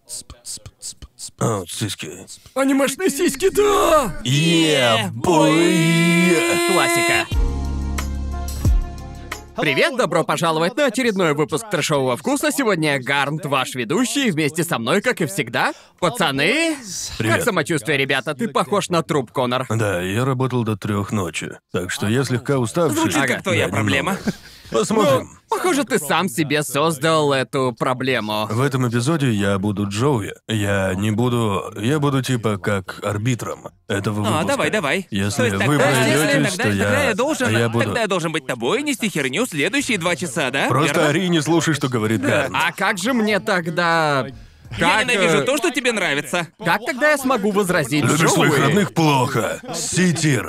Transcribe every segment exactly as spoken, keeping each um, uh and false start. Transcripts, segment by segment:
О, сиськи. Анимешные сиськи, да! Yeah, boy! Классика. Привет, добро пожаловать на очередной выпуск трэшового вкуса. Сегодня Гарнт, ваш ведущий, вместе со мной, как и всегда. Пацаны, Привет. как самочувствие, ребята? Ты похож на труп, Конор. Да, я работал до трех ночи, так что я слегка уставший. Звучит Ага. как твоя Да, проблема. немного. Посмотрим. Похоже, ты сам себе создал эту проблему. В этом эпизоде я буду Джоуи. Я не буду... Я буду типа как арбитром этого выпуска. А, давай, давай. Если То есть вы тогда, пройдётесь, если, тогда, то я... тогда я должен, я буду... тогда я должен быть тобой и нести херню следующие два часа, да? Просто Верно? ори и не слушай, что говорит Гарнт. А как же мне тогда... Я Как, ненавижу э, то, что тебе нравится. Как тогда я смогу возразить Любишь своих Джоуи? родных? Плохо. Ситир.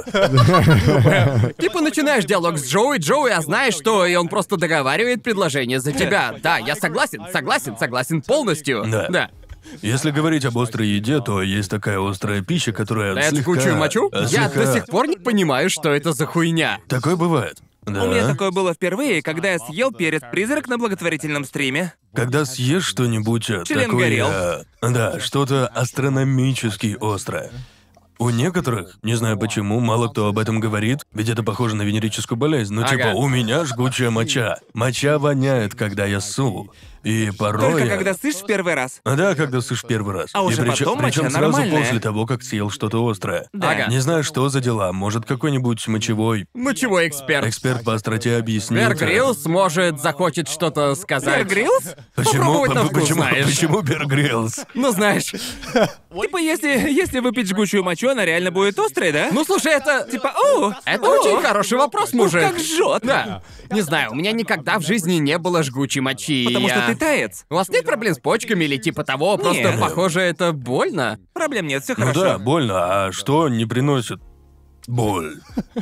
Типа начинаешь диалог с Джоуи, Джоуи, а знаешь что, и он просто договаривает предложение за тебя. Да, я согласен, согласен, согласен полностью. Да. Да. Если говорить об острой еде, то есть такая острая пища, которая Это слегка... кучу мочу? э, Я слегка- до сих пор не понимаю, что это за хуйня. Такое бывает. Да. У меня такое было впервые, когда я съел перец-призрак на благотворительном стриме. Когда съешь что-нибудь э, Член такое... горел. э, Да, что-то астрономически острое. У некоторых, не знаю почему, мало кто об этом говорит, ведь это похоже на венерическую болезнь, но Ага. типа у меня жгучая моча. Моча воняет, когда я ссу. И порой... Только я- когда сышь в первый раз. А, Да, когда сышь первый раз. А И уже причем, потом моча причем сразу нормальная. после того, как съел что-то острое. Да. Ага. Не знаю, что за дела. Может, какой-нибудь мочевой Мочевой эксперт. эксперт по остроте объяснит. Бер Гриллс, может, захочет что-то сказать. Бер Гриллс? Почему, Попробовать на п- вкус, почему, знаешь. почему Бер Гриллс? Ну, знаешь. Типа, если, если выпить жгучую мочу, она реально будет острой, да? Ну, слушай, это... Типа, о, Это о, очень хороший вопрос, ух, мужик. как жжет. Да. Не знаю, у меня никогда в жизни не было жгучей мочи. Потому я- что ты таец. У вас нет проблем с почками или типа того? Просто, Нет. похоже, это больно. Проблем нет, все Ну хорошо. да, больно, а что не приносит? Боль.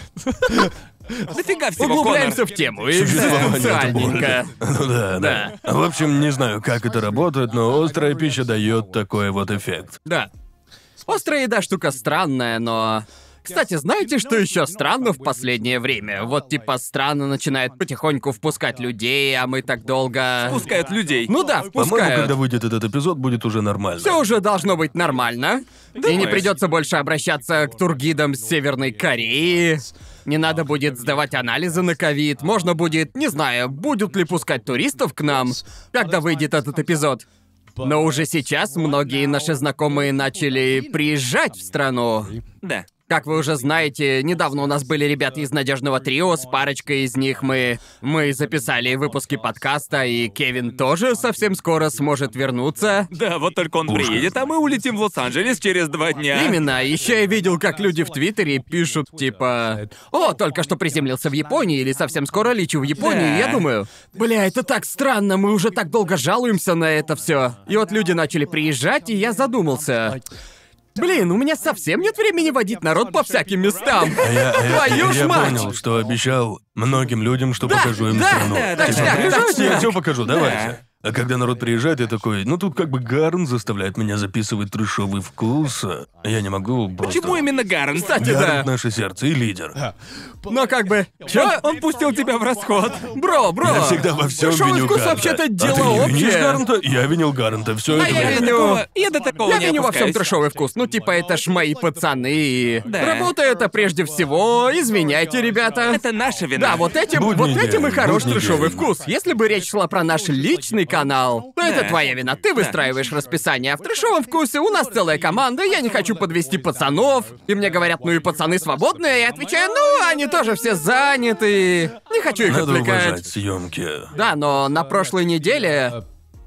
Дофига всего, Углубляемся Конор. в тему. Существование — это боль. Экзистенциальненько. Ну да, да. В общем, не знаю, как это работает, но острая пища дает такой вот эффект. Да. Острая еда штука странная, но... Кстати, знаете, что еще странно в последнее время? Вот типа страны начинают потихоньку впускать людей, а мы так долго... Пускают людей. Ну да, По-моему, впускают. когда выйдет этот эпизод, будет уже нормально. Все уже должно быть нормально. И не Думаешь? придется больше обращаться к тургидам с Северной Кореи. Не надо будет сдавать анализы на ковид. Можно будет, не знаю, будут ли пускать туристов к нам, когда выйдет этот эпизод. Но уже сейчас многие наши знакомые начали приезжать в страну. Да. Как вы уже знаете, недавно у нас были ребята из «Надежного трио», с парочкой из них мы... Мы записали выпуски подкаста, и Кевин тоже совсем скоро сможет вернуться. Да, вот только он приедет, а мы улетим в Лос-Анджелес через два дня. Именно, еще я видел, как люди в Твиттере пишут, типа... О, только что приземлился в Японии, или совсем скоро лечу в Японию, Да. и я думаю... Бля, это так странно, мы уже так долго жалуемся на это все. И вот люди начали приезжать, и я задумался... Блин, у меня совсем нет времени водить народ по всяким местам. А я, а я- Твою ж я мать! понял, что обещал многим людям, что Да, покажу им да, страну. да, да, Типа, да, да, «Давайте, я точняк. все покажу, давайте. А когда народ приезжает, я такой, ну тут как бы Гарн заставляет меня записывать трешовый вкус. а Я не могу просто... Почему именно Гарн? Кстати, Гарн да. наше сердце и лидер. Но как бы... Чё? Он пустил тебя в расход. Бро, бро! Я всегда во всем Трешовый виню вкус Гарнта. вообще-то А дело ты не винишь общее. Гарнта? Я винил Гарнта, все А это я время. виню- Такого- Я до такого Я не виню во всем опускаюсь. трешовый вкус. Ну, типа, это ж мои пацаны. Да. Работа это прежде всего. Извиняйте, ребята. Это наша вина. Да, вот этим, Будний вот этим и день, хорош будний трешовый день. вкус. Если бы речь шла про наш личный канал, то это Да. твоя вина. Ты выстраиваешь расписание. А в трешовом вкусе у нас целая команда, я не хочу подвести пацанов. И мне говорят, ну и пацаны свободные. Я отвечаю, ну, они тоже все заняты. Не хочу их Надо отвлекать. уважать съемки. Да, но на прошлой неделе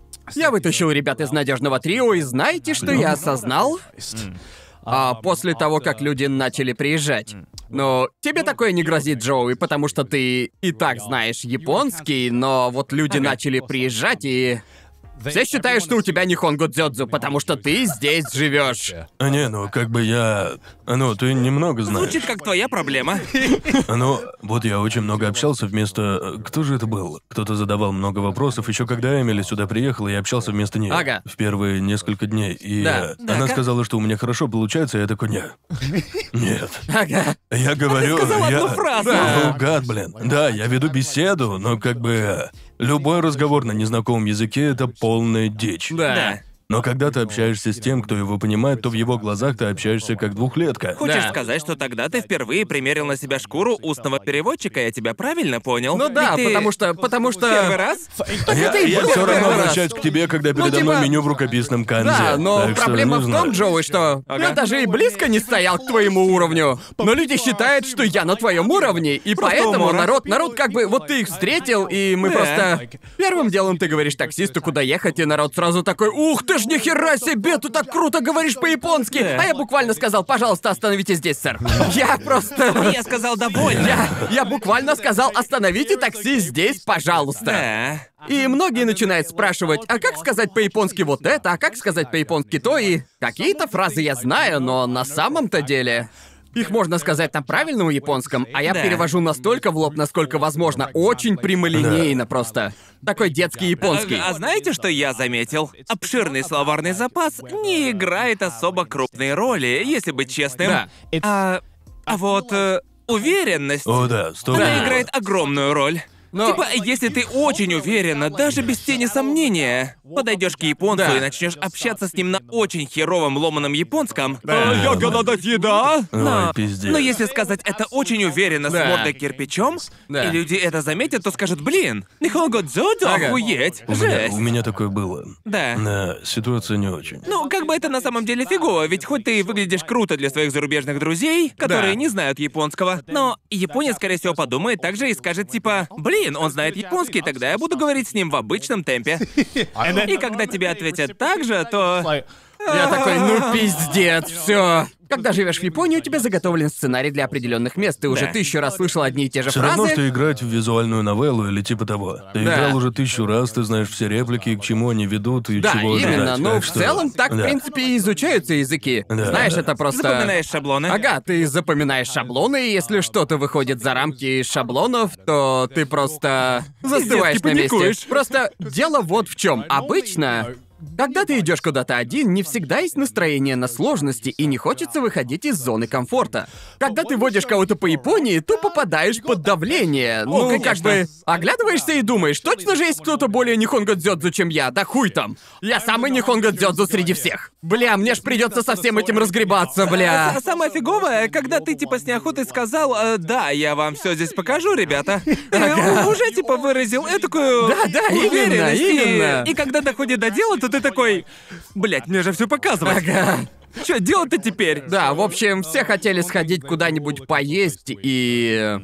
я вытащил ребят из «Надежного трио», и знаете, что я осознал? А после того, как люди начали приезжать. Ну, тебе такое не грозит, Джоуи, потому что ты и так знаешь японский, но вот люди начали приезжать, и... Все считают, что у тебя не Хонго Дзёдзу, потому что ты здесь живешь. А не, ну как бы я... Ну, ты немного знаешь. Звучит как твоя проблема. Ну, вот я очень много общался вместо... Кто же это был? Кто-то задавал много вопросов, еще когда Эмили сюда приехала, я общался вместо нее. Ага. В первые несколько дней. И Да. э, Да, она как- сказала, что у меня хорошо получается, и я такой, нет. Нет. Ага. Я говорю... сказал я... одну фразу. Ну, гад, блин. Да, я веду беседу, но как бы... Любой разговор на незнакомом языке — это полная дичь. Да. Да. Но когда ты общаешься с тем, кто его понимает, то в его глазах ты общаешься как двухлетка. Хочешь Да. сказать, что тогда ты впервые примерил на себя шкуру устного переводчика, я тебя правильно понял? Ну да, Ведь ты потому что... Потому что... Первый раз? Я, это и я был все равно первый раз. обращаюсь к тебе, когда передо типа- мной меню в рукописном канзе. Да, но Так что проблема не в знаю. том, Джоуи, что я даже и близко не стоял к твоему уровню. Но люди считают, что я на твоем уровне, и поэтому умора. народ, народ как бы, вот ты их встретил, и мы Да. просто... Первым делом ты говоришь таксисту, куда ехать, и народ сразу такой: ух ты ж, нихера себе, ты так круто говоришь по-японски. Да. А я буквально сказал: пожалуйста, остановитесь здесь, сэр. Я просто... Я сказал довольно. Я, я буквально сказал: остановите такси здесь, пожалуйста. Да. И многие начинают спрашивать: а как сказать по-японски вот это, а как сказать по-японски то, и... Какие-то фразы я знаю, но на самом-то деле... Их можно сказать на правильном японском, а я Да. перевожу настолько в лоб, насколько возможно. Очень прямолинейно просто. Такой детский японский. А, а знаете, что я заметил? Обширный словарный запас не играет особо крупной роли, если быть честным. Да. А, а вот э, уверенность, О, да, сто она процентов. играет огромную роль. Но- Типа, если ты очень уверенно, даже без тени сомнения, подойдешь к японцу Да. и начнешь общаться с ним на очень херовом ломаном японском. Да. «А, я голодать еда. Но, Ой, пиздец. но если сказать это очень уверенно Да. с мордой кирпичом, Да. и люди это заметят, то скажут: блин, Нихонго дзюдо, Ага. охуеть. У меня, Жесть. у меня такое было. Да. Да, ситуация не очень. Ну, как бы это на самом деле фигово, ведь хоть ты и выглядишь круто для своих зарубежных друзей, которые Да. не знают японского, но японец, скорее всего, подумает также и скажет типа: блин, он знает японский, тогда я буду говорить с ним в обычном темпе. И когда тебе ответят так же, то... Я такой: ну пиздец, все. Когда живешь в Японии, у тебя заготовлен сценарий для определенных мест. Ты уже Да. тысячу раз слышал одни и те же Все фразы. равно, что играть в визуальную новеллу или типа того. Ты Да. играл уже тысячу раз, ты знаешь все реплики, и к чему они ведут и Да, чего именно. ожидать. Но Так в что- целом так, в да. принципе, и изучаются языки. Да, Знаешь, да. это просто... Запоминаешь шаблоны. Ага, ты запоминаешь шаблоны, и если что-то выходит за рамки шаблонов, то ты просто застываешь на месте. паникуешь. Просто дело вот в чем. Обычно, когда ты идешь куда-то один, не всегда есть настроение на сложности и не хочется выходить из зоны комфорта. Когда ты водишь кого-то по Японии, то попадаешь под давление. Ну, как конечно. бы, оглядываешься и думаешь: точно же есть кто-то более нихонго дзёдзу, чем я? Да хуй там. Я самый нихонго дзёдзу среди всех. Бля, мне ж придется со всем этим разгребаться, бля. А самое фиговое, когда ты типа с неохотой сказал: «Э, да, я вам все здесь покажу, ребята. Э, Уже типа выразил этакую Да, да, именно, уверенность. И- именно. И когда доходит до дела, то ты такой: блять, мне же все показывать. Ага. Что делать-то теперь? Да, в общем, все хотели сходить куда-нибудь поесть, и...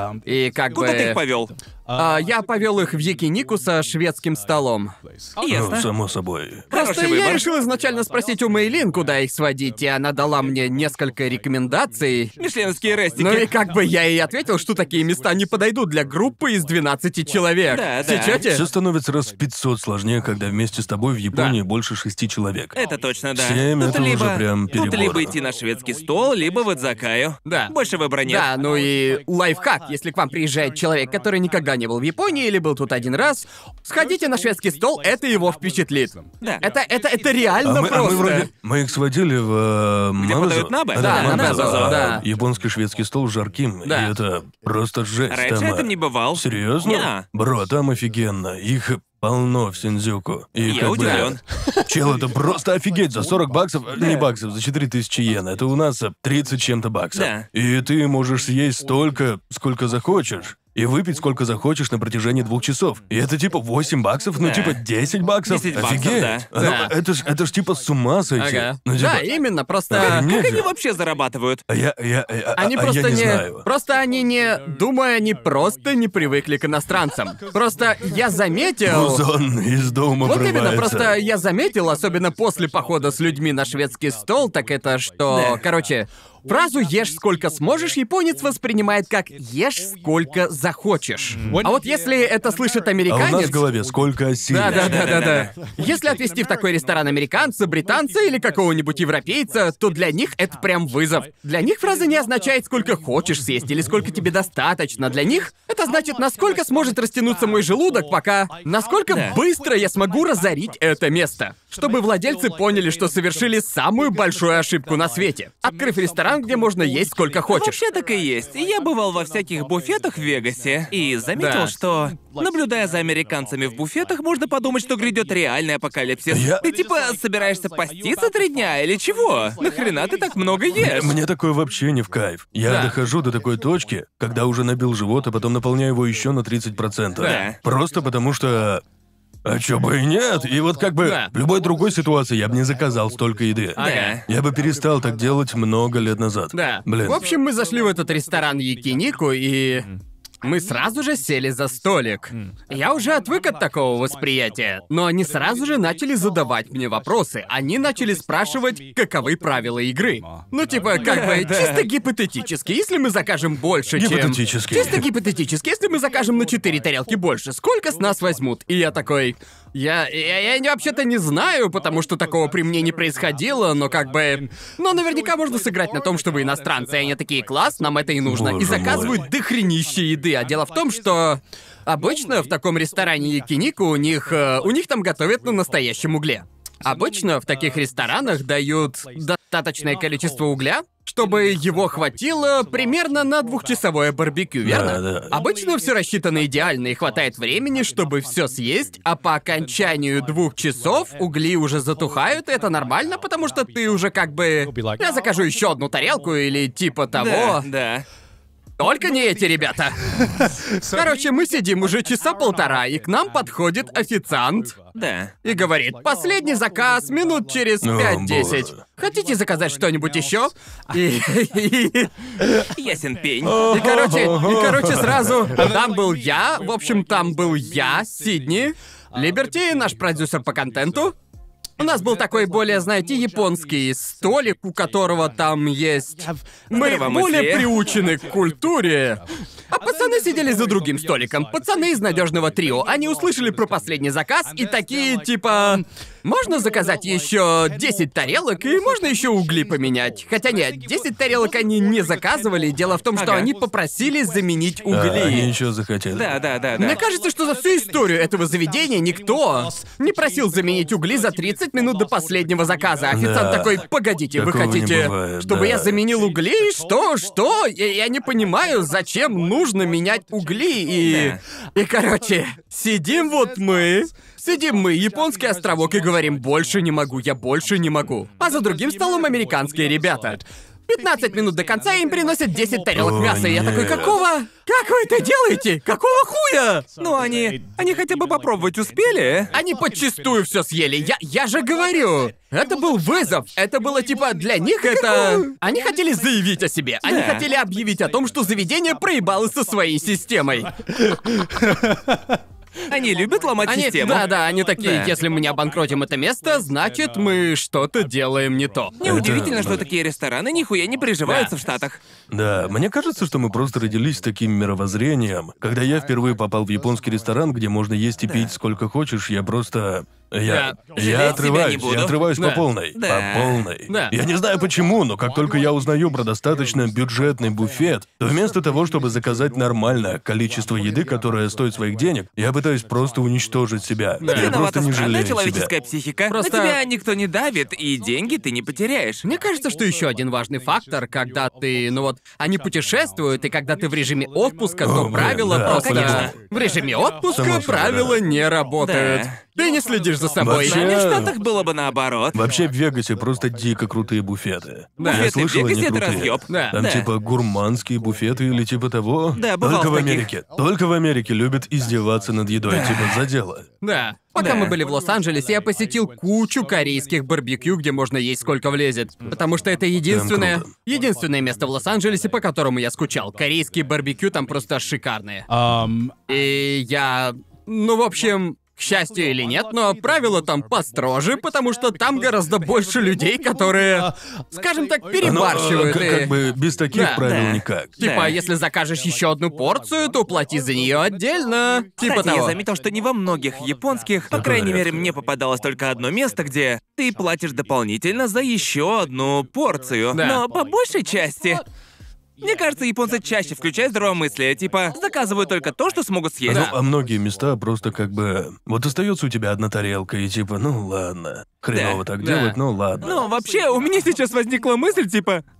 И как Куда бы... ты их повел? А, я повел их в Якинику со шведским столом. Ну, Ясно. само собой. Просто Хороший я выбор. решил изначально спросить у Мэйлин, куда их сводить, и она дала мне несколько рекомендаций. Мишленовские рестики. Ну и как бы я ей ответил, что такие места не подойдут для группы из двенадцати человек. Да, да. Сечете? Все становится раз в пятьсот сложнее, когда вместе с тобой в Японии больше шести человек. Это точно, да. Семь Тут это уже либо... прям Тут перебор. либо идти на шведский стол, либо в Идзакаю. Да. Больше выбора нет. Да, ну и лайфхак, если к вам приезжает человек, который никогда не был в Японии или был тут один раз, сходите на шведский стол, это его впечатлит. Да. Это, это, это реально А мы, а просто. мы вроде... Мы их сводили в... э, Где Маназу. подают набе? Да, Да, Маназу. на Маназу, А да. Японский шведский стол с жарким. Да. И это просто жесть. Раньше там, я а, там не бывал. Серьезно? Неа. Бро, там офигенно. Их полно в Синдзюку. И Я как удивлен. бы... Чел, это просто офигеть. За сорок баксов... Не баксов, за четыре тысячи йен. Это у нас тридцать чем-то баксов. Да. И ты можешь съесть столько, сколько захочешь. И выпить сколько захочешь на протяжении двух часов. И это типа восемь баксов, ну Да. типа десять баксов. десять баксов, Офигеть. да. Ну, Да. это ж это ж типа с ума сойти. Ага. Ну, типа, Да, именно, просто... Охренеть Как они же. вообще зарабатывают? А я, я, я, Они а- а просто я не, не... знаю. Просто они не... Думаю, они просто не привыкли к иностранцам. Просто я заметил... Музон из дома Вот именно, врывается. просто я заметил, особенно после похода с людьми на шведский стол, так это что... Да. Короче, фразу «ешь сколько сможешь» японец воспринимает как «ешь сколько захочешь». А вот если это слышит А у нас американец... в голове сколько осилий. Да, да, да, да, Да-да-да. да. Если отвезти в такой ресторан американца, британца или какого-нибудь европейца, то для них это прям вызов. Для них фраза не означает, сколько хочешь съесть или сколько тебе достаточно. Для них это значит, насколько сможет растянуться мой желудок, пока... Насколько Да. быстро я смогу разорить это место. Чтобы владельцы поняли, что совершили самую большую ошибку на свете. Открыв ресторан, ресторан, где можно есть сколько хочешь. Вообще так и есть. Я бывал во всяких буфетах в Вегасе и заметил, Да. что, наблюдая за американцами в буфетах, можно подумать, что грядет реальный апокалипсис. Я- Ты типа собираешься поститься три дня или чего? Нахрена ты так много ешь? Мне такое вообще не в кайф. Я Да. дохожу до такой точки, когда уже набил живот, а потом наполняю его еще на тридцать процентов. Да. Просто потому что... А чё бы и нет? И вот как бы Да. в любой другой ситуации я бы не заказал столько еды. Ага. Я бы перестал так делать много лет назад. Да. Блин. В общем, мы зашли в этот ресторан Якинику, и мы сразу же сели за столик. Я уже отвык от такого восприятия, но они сразу же начали задавать мне вопросы. Они начали спрашивать, каковы правила игры. Ну, типа, как бы, чисто гипотетически, если мы закажем больше, чем... Гипотетически. Чисто гипотетически, если мы закажем на четыре тарелки больше, сколько с нас возьмут? И я такой... Я, я, я не- вообще-то не знаю, потому что такого при мне не происходило, но как бы... Но наверняка можно сыграть на том, чтобы иностранцы, они такие, класс, нам это и нужно. Боже и заказывают мой. дохренище еды. А дело в том, что... Обычно в таком ресторане Якинику у них... э, у них там готовят на настоящем угле. Обычно в таких ресторанах дают достаточное количество угля, чтобы его хватило примерно на двухчасовое барбекю, верно? Да, да. Обычно все рассчитано идеально и хватает времени, чтобы все съесть, а по окончанию двух часов угли уже затухают, и это нормально, потому что ты уже как бы... Я закажу еще одну тарелку или типа того. Да, да. Только не эти ребята. Короче, мы сидим уже часа полтора, и к нам подходит официант Да. и говорит: последний заказ минут через О, пять-десять. боже. Хотите заказать что-нибудь еще? И, и, Ясен пень. и, короче, и, короче, сразу там был я, в общем, там был я, Сидни, Либерти, наш продюсер по контенту. У нас был такой более, знаете, японский столик, у которого там есть... Мы Здравомыслие. более приучены к культуре. А пацаны сидели за другим столиком. Пацаны из надежного трио. Они услышали про последний заказ и такие, типа... Можно заказать еще десять тарелок, и можно еще угли поменять. Хотя нет, десять тарелок они не заказывали. Дело в том, что Ага. они попросили заменить А, они угли. еще захотели. Да, да, да, Мне да. кажется, что за всю историю этого заведения никто не просил заменить угли за тридцать минут до последнего заказа. Официант Да. такой: погодите, вы Такого не хотите, бывает, чтобы да. я заменил угли? Что? Что? Я, я не понимаю, зачем нужно менять угли и... И, короче, сидим вот мы... Сидим мы, японский островок, и говорим: больше не могу, я больше не могу. А за другим столом американские ребята. пятнадцать минут до конца им приносят десять тарелок О, мяса, и я такой: нет. какого? Как вы это делаете? Какого хуя? Ну, они... Они хотя бы попробовать успели? Они подчистую все съели. Я, я же говорю, это был вызов. Это было типа для них это... Они хотели заявить о себе. Они Да. хотели объявить о том, что заведение проебалось со своей системой. Они любят ломать Они, систему. да-да, они такие: Да. если мы не обанкротим это место, значит мы что-то делаем не то. Неудивительно, Это- что такие рестораны нихуя не приживаются Да. в Штатах. Да, мне кажется, что мы просто родились с таким мировоззрением. Когда я впервые попал в японский ресторан, где можно есть и пить сколько хочешь, я просто... Я, Да. я Жалеть себя отрываюсь, не буду. я отрываюсь Да. по полной. Да. По полной. Да. Я не знаю почему, но как только я узнаю про достаточно бюджетный буфет, то вместо того, чтобы заказать нормальное количество еды, которое стоит своих денег, я пытаюсь просто уничтожить себя. Я Виновата просто не странная жалею человеческая себя. психика. Просто- На тебя никто не давит, и деньги ты не потеряешь. Мне кажется, что еще один важный фактор, когда ты, ну вот, они путешествуют, и когда ты в режиме отпуска, то О, блин, правила да, просто... конечно. В режиме отпуска Само собой, правила да. не работают. Да. Ты не следишь за собой. Вообще- А в Штатах было бы наоборот. Вообще в Вегасе просто дико крутые буфеты. Да. Я Буфеты в слышал, они Вегасе — это крутые. разъёб. Да. Там Да. типа гурманские буфеты или типа того. Да, бывал Только в в таких. Америке. Только в Америке любят издеваться над едой, типа за дело. Да. Пока Да. мы были в Лос-Анджелесе, я посетил кучу корейских барбекю, где можно есть сколько влезет. Потому что это единственное... круто. Единственное место в Лос-Анджелесе, по которому я скучал. Корейские барбекю там просто шикарные. И я... Ну, в общем... К счастью или нет, но правила там построже, потому что там гораздо больше людей, которые, скажем так, Ну, перебарщивают. э, и- как, как бы без таких Да. правил Да. никак. Типа, Да. если закажешь еще одну порцию, то плати за нее отдельно. Типа Кстати, я того. заметил, что не во многих японских, по Такое крайней мере, редко. мне попадалось только одно место, где ты платишь дополнительно за еще одну порцию. Да. Но по большей части... Мне кажется, японцы чаще включают здравомыслие, типа, заказывают только то, что смогут съесть. Ну, а многие места просто как бы... Вот остается у тебя одна тарелка, и типа, ну ладно. Хреново Да. так Да. делать, ну ладно. Но вообще, у меня сейчас возникла мысль, типа,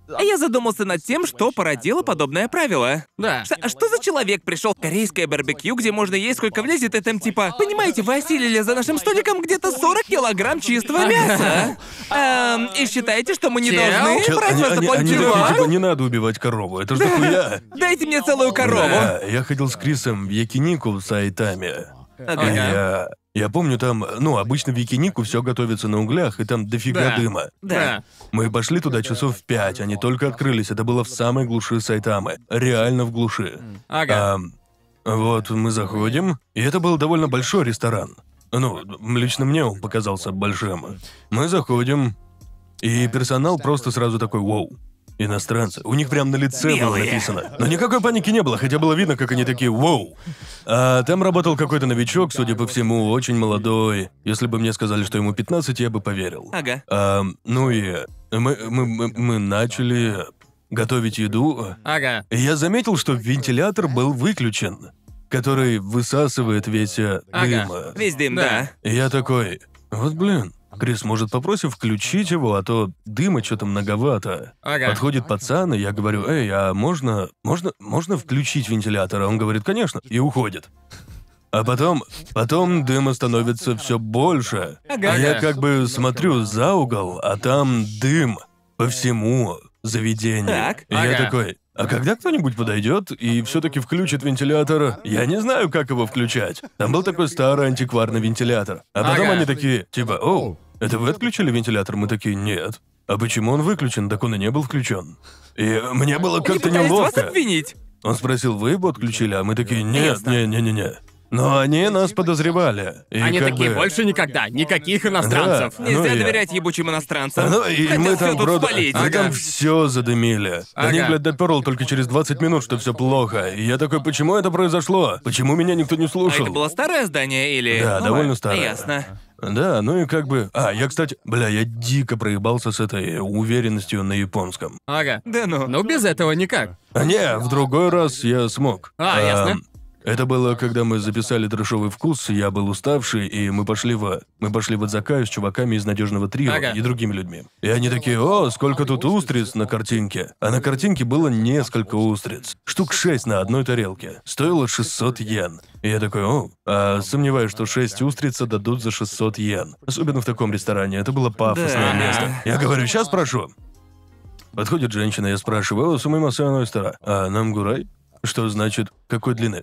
А я задумался над тем, что породило подобное правило. Да. Ш- а что за человек пришел в корейское барбекю, где можно есть сколько влезет, и там типа, понимаете, вы осилили за нашим столиком где-то сорок килограмм чистого мяса. Эм, и считаете, что мы не Чел? должны Чел, брать они, вас за они- они полкило? такие, типа, не надо убивать корову, это ж дохуя. Дайте мне целую корову. Да, я ходил с Крисом в Якинику в Сайтаме. Ага. И Я, я помню, там, ну, обычно в Якинику все готовится на углях, и там дофига Да. дыма. Да. Мы пошли туда часов в пять, они только открылись, это было в самой глуши Сайтамы. Реально в глуши. Ага. Ам, вот мы заходим, и это был довольно большой ресторан. Ну, лично мне он показался большим. Мы заходим, и персонал просто сразу такой: «Воу, иностранцы». У них прям на лице было Белые. написано. Но никакой паники не было, хотя было видно, как они такие: «Воу». А там работал какой-то новичок, судя по всему, очень молодой. Если бы мне сказали, что ему пятнадцать, я бы поверил. Ага. А, ну и мы, мы, мы, мы начали готовить еду. Ага. И я заметил, что вентилятор был выключен, который высасывает весь э, Ага. дым. Весь дым, Да. да. И я такой: вот блин, Крис, может, попросим включить его, а то дыма что-то многовато. Ага. Подходит пацан, и я говорю: эй, а можно, можно, можно включить вентилятор? А он говорит: конечно, и уходит. А потом, потом дыма становится все больше. Ага. А я Ага. как бы смотрю за угол, а там дым по всему заведению. Так. И я Ага. такой: а когда кто-нибудь подойдет и все-таки включит вентилятор, я не знаю, как его включать. Там был такой старый антикварный вентилятор. А потом Ага. они такие, типа: оу, это вы отключили вентилятор? Мы такие: нет. А почему он выключен? Так он и не был включен. И мне было Они как-то пытались вас неловко. обвинить. Он спросил: вы его отключили? А мы такие: нет, Ясно. не-не-не-не. Но они нас подозревали. И Они как такие: бы... больше никогда, никаких иностранцев. Да. Нельзя Ну и- доверять ебучим иностранцам. Ну, и Хотят мы всё там, тут брода, спалить. мы там Ага. все задымили. До них, Ага. блядь, доперл только через двадцать минут, что все плохо. И я такой: почему это произошло? Почему меня никто не А слушал? это было старое здание или... Да, Ну, довольно а, старое. Ясно. Да, ну и как бы... А, я, кстати, бля, я дико проебался с этой уверенностью на японском. Ага. Да ну. Ну, без этого никак. А не, в другой раз я смог. А, ясно. Это было, когда мы записали трешовый вкус, я был уставший, и мы пошли в... Мы пошли в Адзакаю с чуваками из надежного трио Ага. и другими людьми. И они такие: о, сколько тут устриц на картинке. А на картинке было несколько устриц. Штук шесть на одной тарелке. Стоило шестьсот йен. И я такой: о, а сомневаюсь, что шесть устриц дадут за шестьсот йен. Особенно в таком ресторане. Это было пафосное Да. место. Я говорю: сейчас спрошу. Подходит женщина, я спрашиваю: о, сумимасе аностера, а нам гурай? Что значит, какой длины?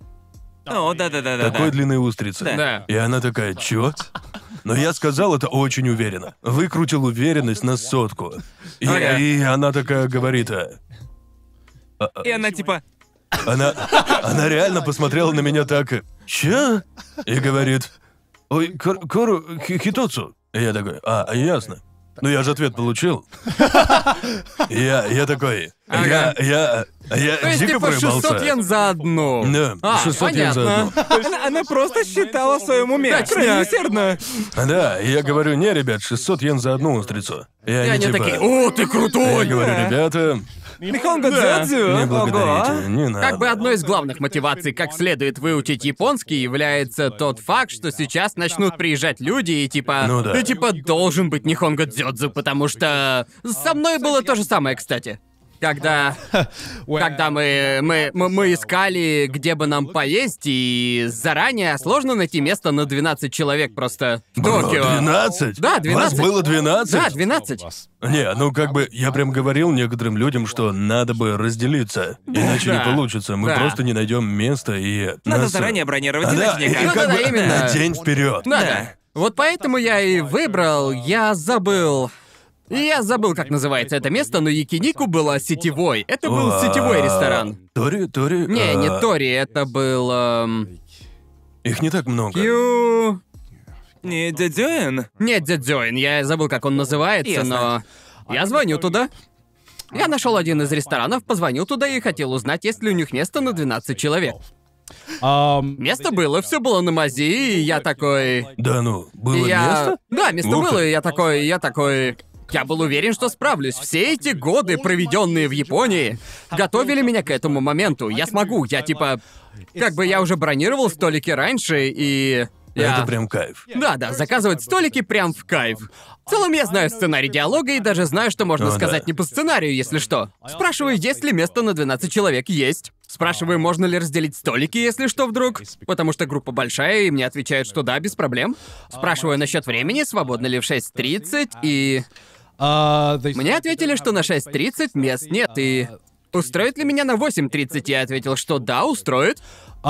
О, да-да-да-да. Какой длины устрицы? Да. Да. И она такая: чё? Но я сказал это очень уверенно. Выкрутил уверенность на сотку. И, Ага. и она такая говорит: а, И она типа... она, она реально посмотрела на меня так: чё? И говорит: ой, кор, кору, хи- хитоцу. И я такой: а, ясно. Ну я же ответ получил. Я, я такой, я, я, я То есть, дико типа, шестьсот проебался. йен за одну. Да, А, шестьсот йен за понятно. одну. Она, она просто считала в своем уме. Точняк. Крайне усердно. Да, и я говорю: не, ребят, шестьсот йен за одну устрицу. И И они, они типа... такие: о, ты Я крутой! говорю: ребята, Нихонго Да. дзёдзю. не Ого. благодарите, не надо. Как бы одной из главных мотиваций, как следует выучить японский, является тот факт, что сейчас начнут приезжать люди и типа... Ну да. Ты типа должен быть нихонго дзёдзю, потому что... Со мной было то же самое, кстати. Когда... Когда мы, мы, мы, мы искали, где бы нам поесть, и заранее сложно найти место на двенадцать человек просто в Было Токио. двенадцать? Да, двенадцать. Вас было двенадцать? Да, двенадцать. Не, ну как бы я прям говорил некоторым людям, что надо бы разделиться, иначе Да. не получится. Мы Да. просто не найдем места и... Надо нас- заранее бронировать, А, да, иначе и, никак. и как Да-да-да, бы именно. на день вперед. Да, Да. да. Вот поэтому я и выбрал, я забыл. Я забыл, как называется это место, но Якинику было сетевой. Это был А, сетевой ресторан. Тори, Тори... Не, а, не Тори, это был... эм, Их не так много. Кью... Не дядёин. Нет, Дзёдзёин, я забыл, как он называется, Ясно. но... Я звоню туда. Я нашел один из ресторанов, позвонил туда и хотел узнать, есть ли у них место на двенадцать человек. Место было, все было на мази, и я такой... Да ну, было И я... место? Да, место Ух было, ты. и я такой, я такой... Я был уверен, что справлюсь. Все эти годы, проведенные в Японии, готовили меня к этому моменту. Я смогу, я типа... Как бы я уже бронировал столики раньше, и... Я- Это прям кайф. Да-да, заказывать столики прям в кайф. В целом я знаю сценарий диалога и даже знаю, что можно О, сказать да. не по сценарию, если что. Спрашиваю, есть ли место на двенадцать человек? Есть. Спрашиваю, можно ли разделить столики, если что вдруг. Потому что группа большая, и мне отвечают, что да, без проблем. Спрашиваю насчет времени, свободно ли в шесть тридцать, и... Мне ответили, что на шесть тридцать мест нет, и... Устроит ли меня на восемь тридцать? Я ответил, что да, устроит.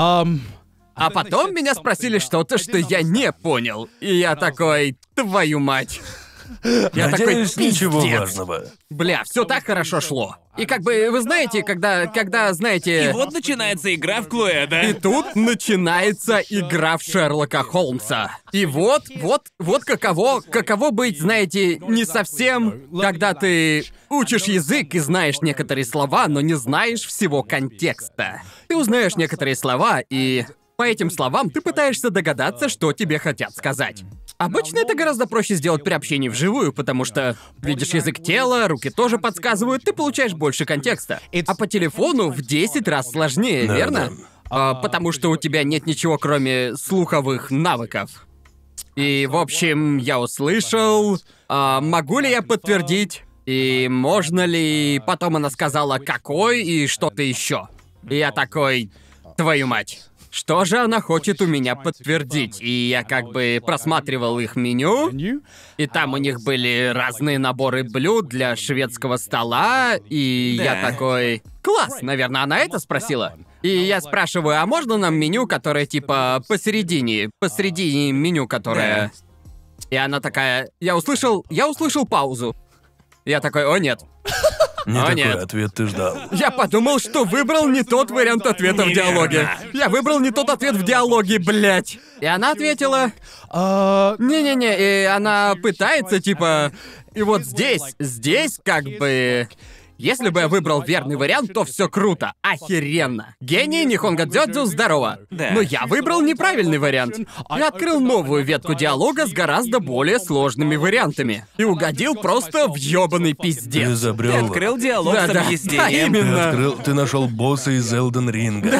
А потом меня спросили что-то, что я не понял. И я такой, твою мать. Я такой, Надеюсь, ничего «Пиздец». важного. Бля, все так хорошо шло. И как бы, вы знаете, когда, когда, знаете... И вот начинается игра в Клуэда. И тут начинается игра в Шерлока Холмса. И вот, вот, вот каково, каково быть, знаете, не совсем, когда ты учишь язык и знаешь некоторые слова, но не знаешь всего контекста. Ты узнаешь некоторые слова, и по этим словам ты пытаешься догадаться, что тебе хотят сказать. Обычно это гораздо проще сделать при общении вживую, потому что видишь язык тела, руки тоже подсказывают, ты получаешь больше контекста. А по телефону в десять раз сложнее, Да, верно? да. А, потому что у тебя нет ничего, кроме слуховых навыков. И, в общем, я услышал, а, могу ли я подтвердить, и можно ли... Потом она сказала, какой и что-то еще. И я такой, твою мать. Что же она хочет у меня подтвердить? И я как бы просматривал их меню, и там у них были разные наборы блюд для шведского стола, и Да. я такой... Класс, наверное, она это спросила. И я спрашиваю, а можно нам меню, которое типа посередине, посередине меню, которое... И она такая... Я услышал... Я услышал паузу. Я такой, о нет. Не О, такой нет. ответ ты ждал. Я подумал, что выбрал не тот вариант ответа в диалоге. Я выбрал не тот ответ в диалоге, блять. И она ответила... Не-не-не, и она пытается, типа... И вот здесь, здесь как бы... Если бы я выбрал верный вариант, то все круто, охеренно. Гений Нихонго Дзёдзю, здорово. Да. Но я выбрал неправильный вариант. Я открыл новую ветку диалога с гораздо более сложными вариантами. И угодил просто в ёбаный Ты пиздец. изобрел. Ты открыл диалог Да, с да, да, объяснением. Ты именно. открыл. Ты нашел босса из Элден Ринга.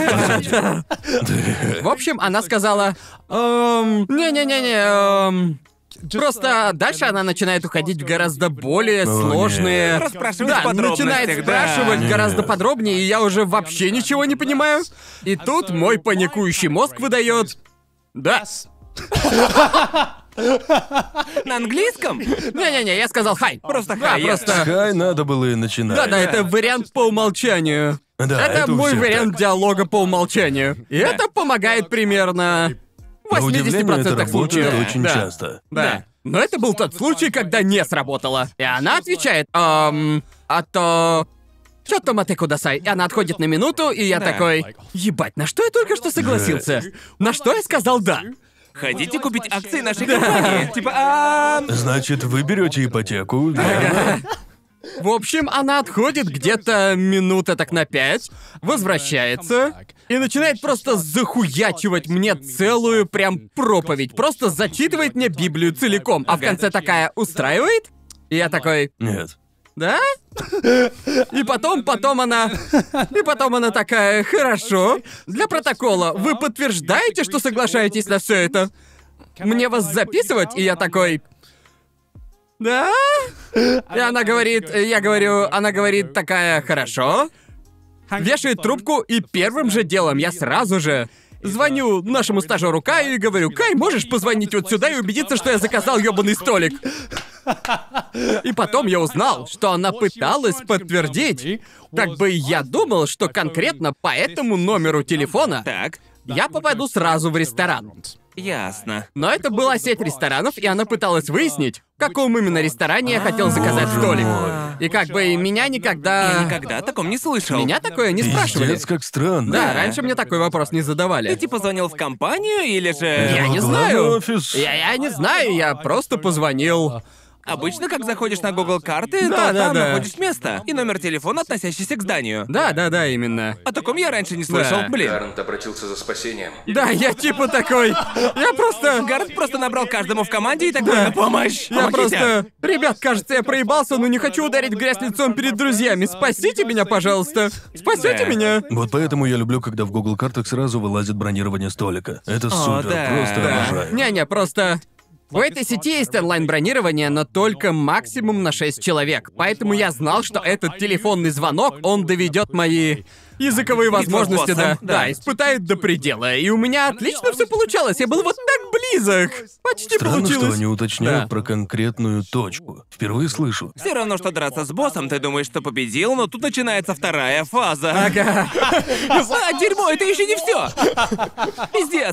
Ты- В общем, она сказала, эм, не-не-не-не, эм, просто дальше она начинает уходить в гораздо более сложные... нет. Расспрашивать Да, в подробностях, начинает да. спрашивать Нет. гораздо подробнее, и я уже вообще ничего не понимаю. И тут мой паникующий мозг выдает... Да. На английском? Не-не-не, я сказал хай. Просто Да, хай, просто... Хай надо было и начинать. Да-да, это вариант по умолчанию. Да, это, это у мой всех вариант так. диалога по умолчанию. И это помогает примерно... в На удивление, это восемьдесят процентов работает случаев. очень Да. часто. Да. Да. Но это был тот случай, когда не сработало. И она отвечает, эм, а то... Чё-то мате кудасай. И она отходит на минуту, и я Да. такой... Ебать, на что я только что согласился? На что я сказал да? Хотите купить акции нашей компании? Типа, а... Значит, вы берете ипотеку, да? В общем, она отходит где-то минута так на пять, возвращается и начинает просто захуячивать мне целую прям проповедь. Просто зачитывает мне Библию целиком, а в конце такая «устраивает?» И я такой Нет. «Да?» И потом, потом она... И потом она такая «Хорошо. Для протокола, вы подтверждаете, что соглашаетесь на все это? Мне вас записывать?» И я такой... «Да?» И она говорит, я говорю, она говорит такая, хорошо. Вешает трубку, и первым же делом я сразу же звоню нашему стажеру Каю и говорю, Кай, можешь позвонить вот сюда и убедиться, что я заказал ёбаный столик? И потом я узнал, что она пыталась подтвердить. Как бы я думал, что конкретно по этому номеру телефона Так, я попаду сразу в ресторан. ясно. Но это была сеть ресторанов, и она пыталась выяснить, в каком именно ресторане я хотел заказать Боже столик. мой. И как бы меня никогда... Я никогда о таком не слышал. Меня такое не спрашивали. Пиздец, как странно. Да, раньше мне такой вопрос не задавали. Ты типа звонил в компанию или же... Я не в главный знаю. офис. Я, я не знаю, я просто позвонил. Обычно, как заходишь на Google карты, Да, то да, там да. находишь место и номер телефона, относящийся к зданию. Да, да, да, именно. О таком я раньше не слышал, Да. блин. Гарнт обратился за спасением. Да, я типа такой. Я просто. Гард просто набрал каждому в команде и такой: Да. «На помощь! Я Помогите!» просто... Ребят, кажется, я проебался, но не хочу ударить в грязь лицом перед друзьями. Спасите меня, пожалуйста. Спасите Да. меня. Вот поэтому я люблю, когда в Google картах сразу вылазит бронирование столика. Это супер, да, просто да. обожаю. Не-не, просто... В этой сети есть онлайн-бронирование, но только максимум на шесть человек. Поэтому я знал, что этот телефонный звонок, он доведет мои языковые возможности, боссом, да, да. да, испытает до предела. И у меня отлично все получалось. Я был вот так близок. Почти Странно, получилось. что они уточняют Да. про конкретную точку. Впервые слышу. Все равно, что драться с боссом, ты думаешь, что победил, но тут начинается вторая фаза. Ага. А, дерьмо, это еще не все. Пиздец.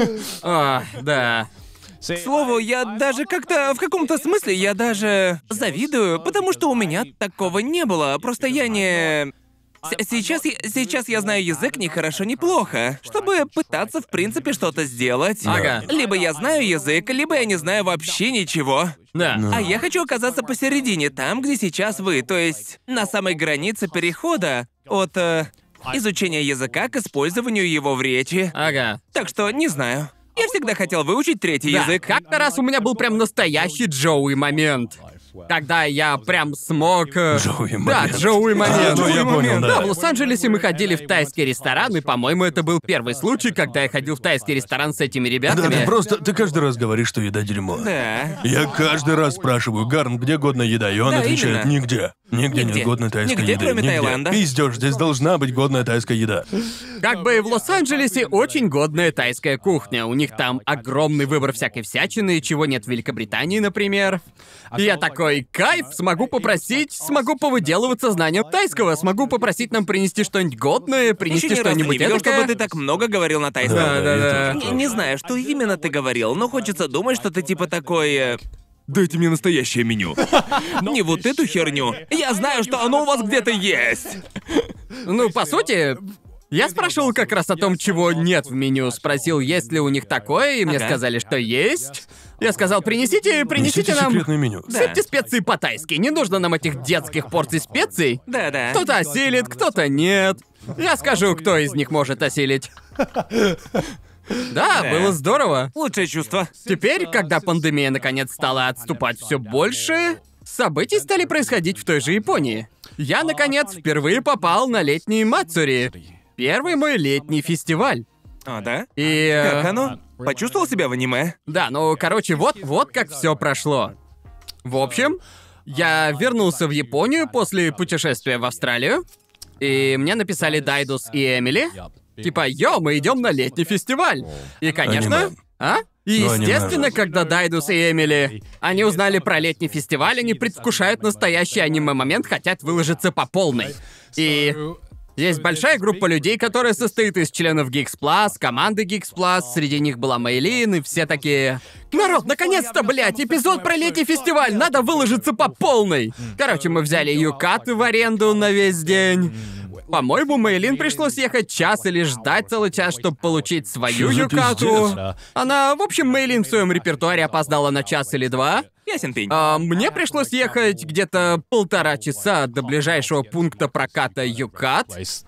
А, да. К слову, я даже как-то, в каком-то смысле, я даже завидую, потому что у меня такого не было. Просто я не... С- Сейчас я, сейчас я знаю язык ни хорошо, ни плохо, чтобы пытаться, в принципе, что-то сделать. Ага. Либо я знаю язык, либо я не знаю вообще ничего. Да. А я хочу оказаться посередине, там, где сейчас вы, то есть на самой границе перехода от э, изучения языка к использованию его в речи. Ага. Так что не знаю. Я всегда хотел выучить третий Да, язык. как-то раз у меня был прям настоящий Джоуи момент. Когда я прям смог... э, Джоуи Да, момент. Джоуи момент. А, ну, я понял, да. Да, в Лос-Анджелесе мы ходили в тайский ресторан, и, по-моему, это был первый случай, когда я ходил в тайский ресторан с этими Да, ребятами. ты просто... Ты каждый раз говоришь, что еда дерьмо. Да. Я каждый раз спрашиваю, Гарн, где годная еда? И он Да, отвечает, именно. нигде. Нигде, Нигде. нет годной тайской Нигде, еды. кроме Нигде. Таиланда. Пиздёж, здесь должна быть годная тайская еда. Как бы в Лос-Анджелесе очень годная тайская кухня. У них там огромный выбор всякой всячины, чего нет в Великобритании, например. И я такой, кайф, смогу попросить, смогу повыделываться знанием тайского, смогу попросить нам принести что-нибудь годное, Еще принести ни разу не что-нибудь видел, эдакое. чтобы ты так много говорил на тайском. Да, да, да. Не, не знаю, что именно ты говорил, но хочется думать, что ты типа такой... э, Дайте мне настоящее меню. Не вот эту херню. Я знаю, что оно у вас где-то есть. Ну, по сути, я спрашивал как раз о том, чего нет в меню. Спросил, есть ли у них такое, и мне Ага. сказали, что есть. Я сказал, принесите, принесите Несите нам... секретное меню. Сыпьте специи по-тайски, не нужно нам этих детских порций специй. Да-да. Кто-то осилит, кто-то нет. Я скажу, кто из них может осилить. Да, было здорово. Лучшее чувство. Теперь, когда пандемия наконец стала отступать все больше, события стали происходить в той же Японии. Я, наконец, впервые попал на летний Мацури. Первый мой летний фестиваль. А, да? И... э, Как оно? Почувствовал себя в аниме? Да, ну, короче, вот, вот как все прошло. В общем, я вернулся в Японию после путешествия в Австралию, и мне написали Дайдус и Эмили. Типа, йо, мы идем на летний фестиваль. И, конечно... Аниме. А? И, Ну, аниме. естественно, когда Дайдус и Эмили, они узнали про летний фестиваль, они предвкушают настоящий аниме-момент, хотят выложиться по полной. И... Есть большая группа людей, которая состоит из членов Geeks Plus, команды Geeks Plus, среди них была Мэйлин, и все такие... Народ, наконец-то, блядь, эпизод про летний фестиваль, надо выложиться по полной! Короче, мы взяли юкаты в аренду на весь день. По-моему, Мэйлин пришлось ехать час или ждать целый час, чтобы получить свою Чё за юкату. пиздец? Она, в общем, Мэйлин в своем репертуаре опоздала на час или два. Ясен пень. А мне пришлось ехать где-то полтора часа до ближайшего пункта проката юкат.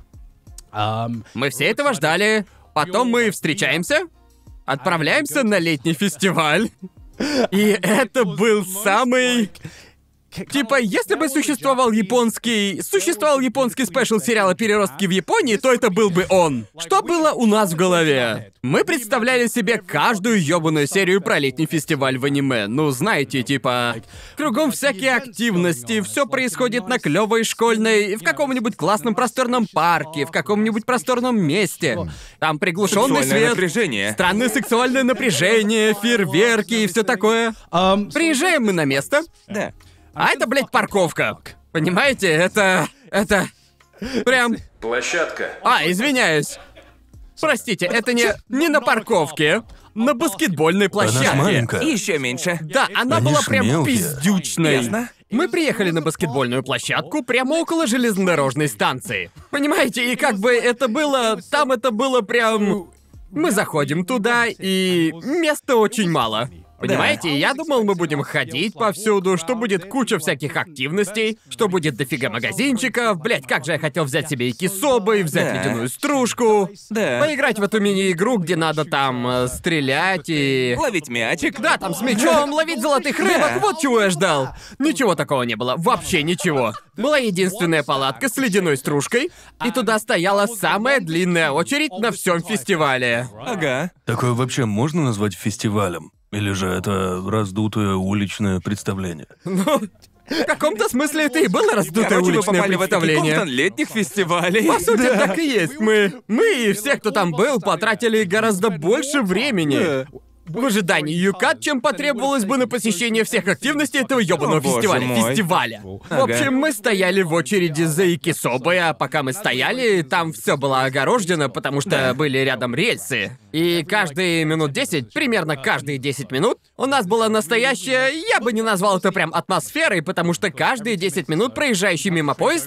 Мы все этого ждали. Потом мы встречаемся, отправляемся на летний фестиваль. И это был самый... Типа, если бы существовал японский... Существовал японский спешл сериала «Переростки в Японии», то это был бы он. Что было у нас в голове? Мы представляли себе каждую ёбаную серию про летний фестиваль в аниме. Ну, знаете, типа... Кругом всякие активности, все происходит на клёвой школьной, в каком-нибудь классном просторном парке, в каком-нибудь просторном месте. Там приглушенный Сексуальное свет, напряжение. странное сексуальное напряжение, фейерверки и все такое. Приезжаем мы на место, Да. а это, блядь, парковка. Понимаете, это... это... Прям... Площадка. А, извиняюсь. Простите, это не... не на парковке. На баскетбольной Она ж площадке. маленькая. И еще меньше. Да, она Они была ж прям мелкие. пиздючной. Ясно. Мы приехали на баскетбольную площадку прямо около железнодорожной станции. Понимаете, и как бы это было... Там это было прям... Мы заходим туда, и места очень мало. Понимаете, и я думал, мы будем ходить повсюду, что будет куча всяких активностей, что будет дофига магазинчиков. Блять, как же я хотел взять себе и кисобы, и взять Да. ледяную стружку. Да. Поиграть в эту мини-игру, где надо там э, стрелять и... Ловить мячик. Да, там с мячом, ловить золотых рыбок, Да. вот чего я ждал. Ничего такого не было, вообще ничего. Была единственная палатка с ледяной стружкой, и туда стояла самая длинная очередь на всем фестивале. Ага. Такое вообще можно назвать фестивалем? Или же это раздутое уличное представление? Ну, в каком-то смысле это и было раздутое Короче, вы уличное попали в этот представление. Киконтон летних фестивалей. По сути, так и есть. Мы, мы и все, кто там был, потратили гораздо больше времени в ожидании юкат, чем потребовалось бы на посещение всех активностей этого ёбаного О, боже фестиваля. мой. Фестиваля. Ага. В общем, мы стояли в очереди за икисобой, а пока мы стояли, там все было огорожено, потому что были рядом рельсы. И каждые минут десять, примерно каждые десять минут, у нас была настоящая, я бы не назвал это прям атмосферой, потому что каждые десять минут проезжающий мимо поезд...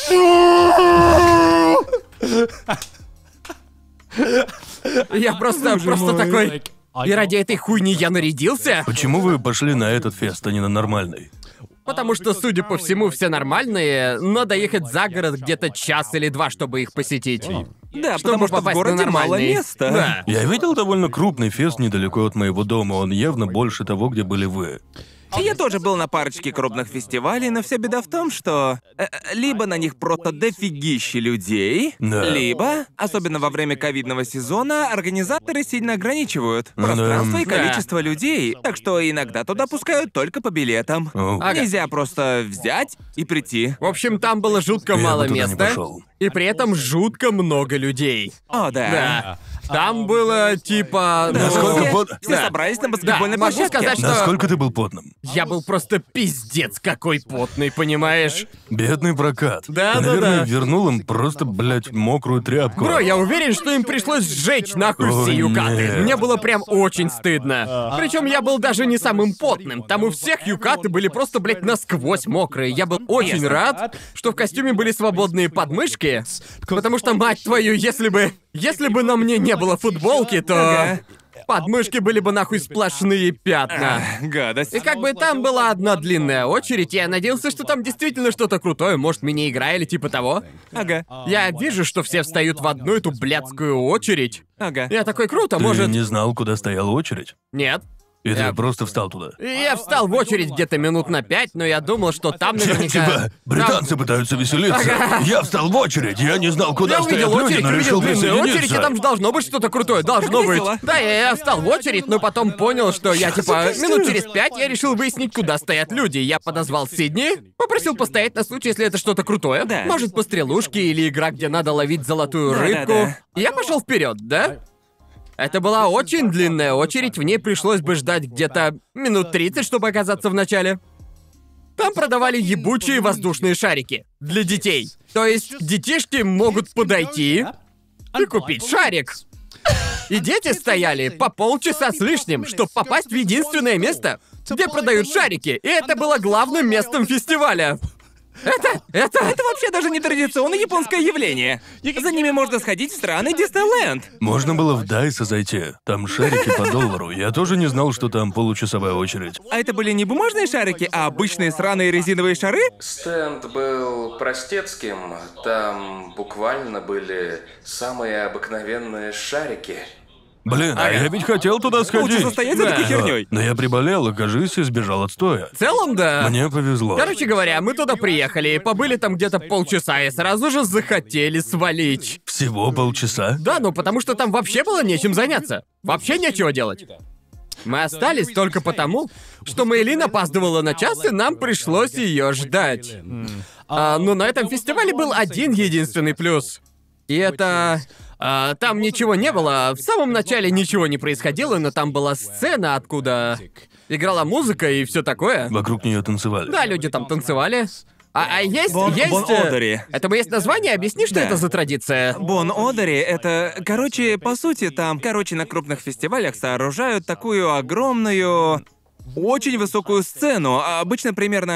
Я просто, просто такой... И ради этой хуйни я нарядился? Почему вы пошли на этот фест, а не на нормальный? Потому что, судя по всему, все нормальные, но доехать за город где-то час или два, чтобы их посетить. Да, Чтобы потому что в попасть на городе мало нормальный. места. Да. Я видел довольно крупный фест недалеко от моего дома, он явно больше того, где были вы. И Я тоже был на парочке крупных фестивалей, но вся беда в том, что э, э, либо на них просто дофигища людей, Да. либо, особенно во время ковидного сезона, организаторы сильно ограничивают Ну да. пространство и Да. количество людей, так что иногда туда пускают только по билетам. О. Ага. Нельзя просто взять и прийти. В общем, там было жутко Я бы мало туда не места. пошел. И при этом жутко много людей. О, да. Да. Там было типа... Да, ну, Насколько все, под- все Да. собрались на Да, баскетбольной могу площадке. сказать, что- Насколько ты был потным? Я был просто пиздец какой потный, понимаешь? Бедный прокат. Да, Ты, да, наверное, да. вернул им просто, блядь, мокрую тряпку. Бро, я уверен, что им пришлось сжечь нахуй О, все юкаты. нет. Мне было прям очень стыдно. Причем я был даже не самым потным. Там у всех юкаты были просто, блядь, насквозь мокрые. Я был очень Ясно. рад, что в костюме были свободные подмышки. Потому что, мать твою, если бы... Если бы на мне не было футболки, то... Ага. Подмышки были бы нахуй сплошные пятна. Гадость. И как бы там была одна длинная очередь, и я надеялся, что там действительно что-то крутое, может, мини-игра или типа того. Ага. Я вижу, что все встают в одну эту блядскую очередь. Ага. Я такой, круто, Ты может... не знал, куда стояла очередь? Нет. И Я- ты просто встал туда. И я встал в очередь где-то минут на пять, но я думал, что там наверняка... Типа, британцы пытаются веселиться. Я встал в очередь, я не знал, куда Я увидел стоят люди, очередь, но увидел решил длинную очередь, и присоединиться. там же должно быть что-то крутое, должно Как быть. весело. Да, я, я встал в очередь, но потом понял, что я типа минут через пять я решил выяснить, куда стоят люди. Я подозвал Сидни, попросил постоять на случай, если это что-то крутое. Да. Может, пострелушки или игра, где надо ловить золотую Да, рыбку. да, И я пошел вперед, да? Это была очень длинная очередь, в ней пришлось бы ждать где-то минут тридцать, чтобы оказаться в начале. Там продавали ебучие воздушные шарики для детей. То есть детишки могут подойти и купить шарик. И дети стояли по полчаса с лишним, чтобы попасть в единственное место, где продают шарики. И это было главным местом фестиваля. Это, это... Это вообще даже не традиционное японское явление. За ними можно сходить в страны Диснейленд. Можно было в Дайса зайти. Там шарики по доллару. Я тоже не знал, что там получасовая очередь. А это были не бумажные шарики, а обычные сраные резиновые шары? Стенд был простецким. Там буквально были самые обыкновенные шарики. Блин, а я ведь хотел туда сходить. Лучше состоять за такой Да. херней. Но я приболел, и, кажется, сбежал от стоя. В целом, да. Мне повезло. Короче говоря, мы туда приехали, побыли там где-то полчаса и сразу же захотели свалить. Всего полчаса? Да, ну потому что там вообще было нечем заняться. Вообще нечего делать. Мы остались только потому, что Мэйлин опаздывала на час, и нам пришлось ее ждать. А, но на этом фестивале был один единственный плюс. И это... а, там ничего не было, в самом начале ничего не происходило, но там была сцена, откуда играла музыка и все такое. Вокруг нее танцевали. Да, люди там танцевали. А, а есть, Бон- есть... Бон э, Одери. Этому есть название? Объясни, что Да. это за традиция. Бон Одери — это, короче, по сути, там, короче, на крупных фестивалях сооружают такую огромную, очень высокую сцену, а обычно примерно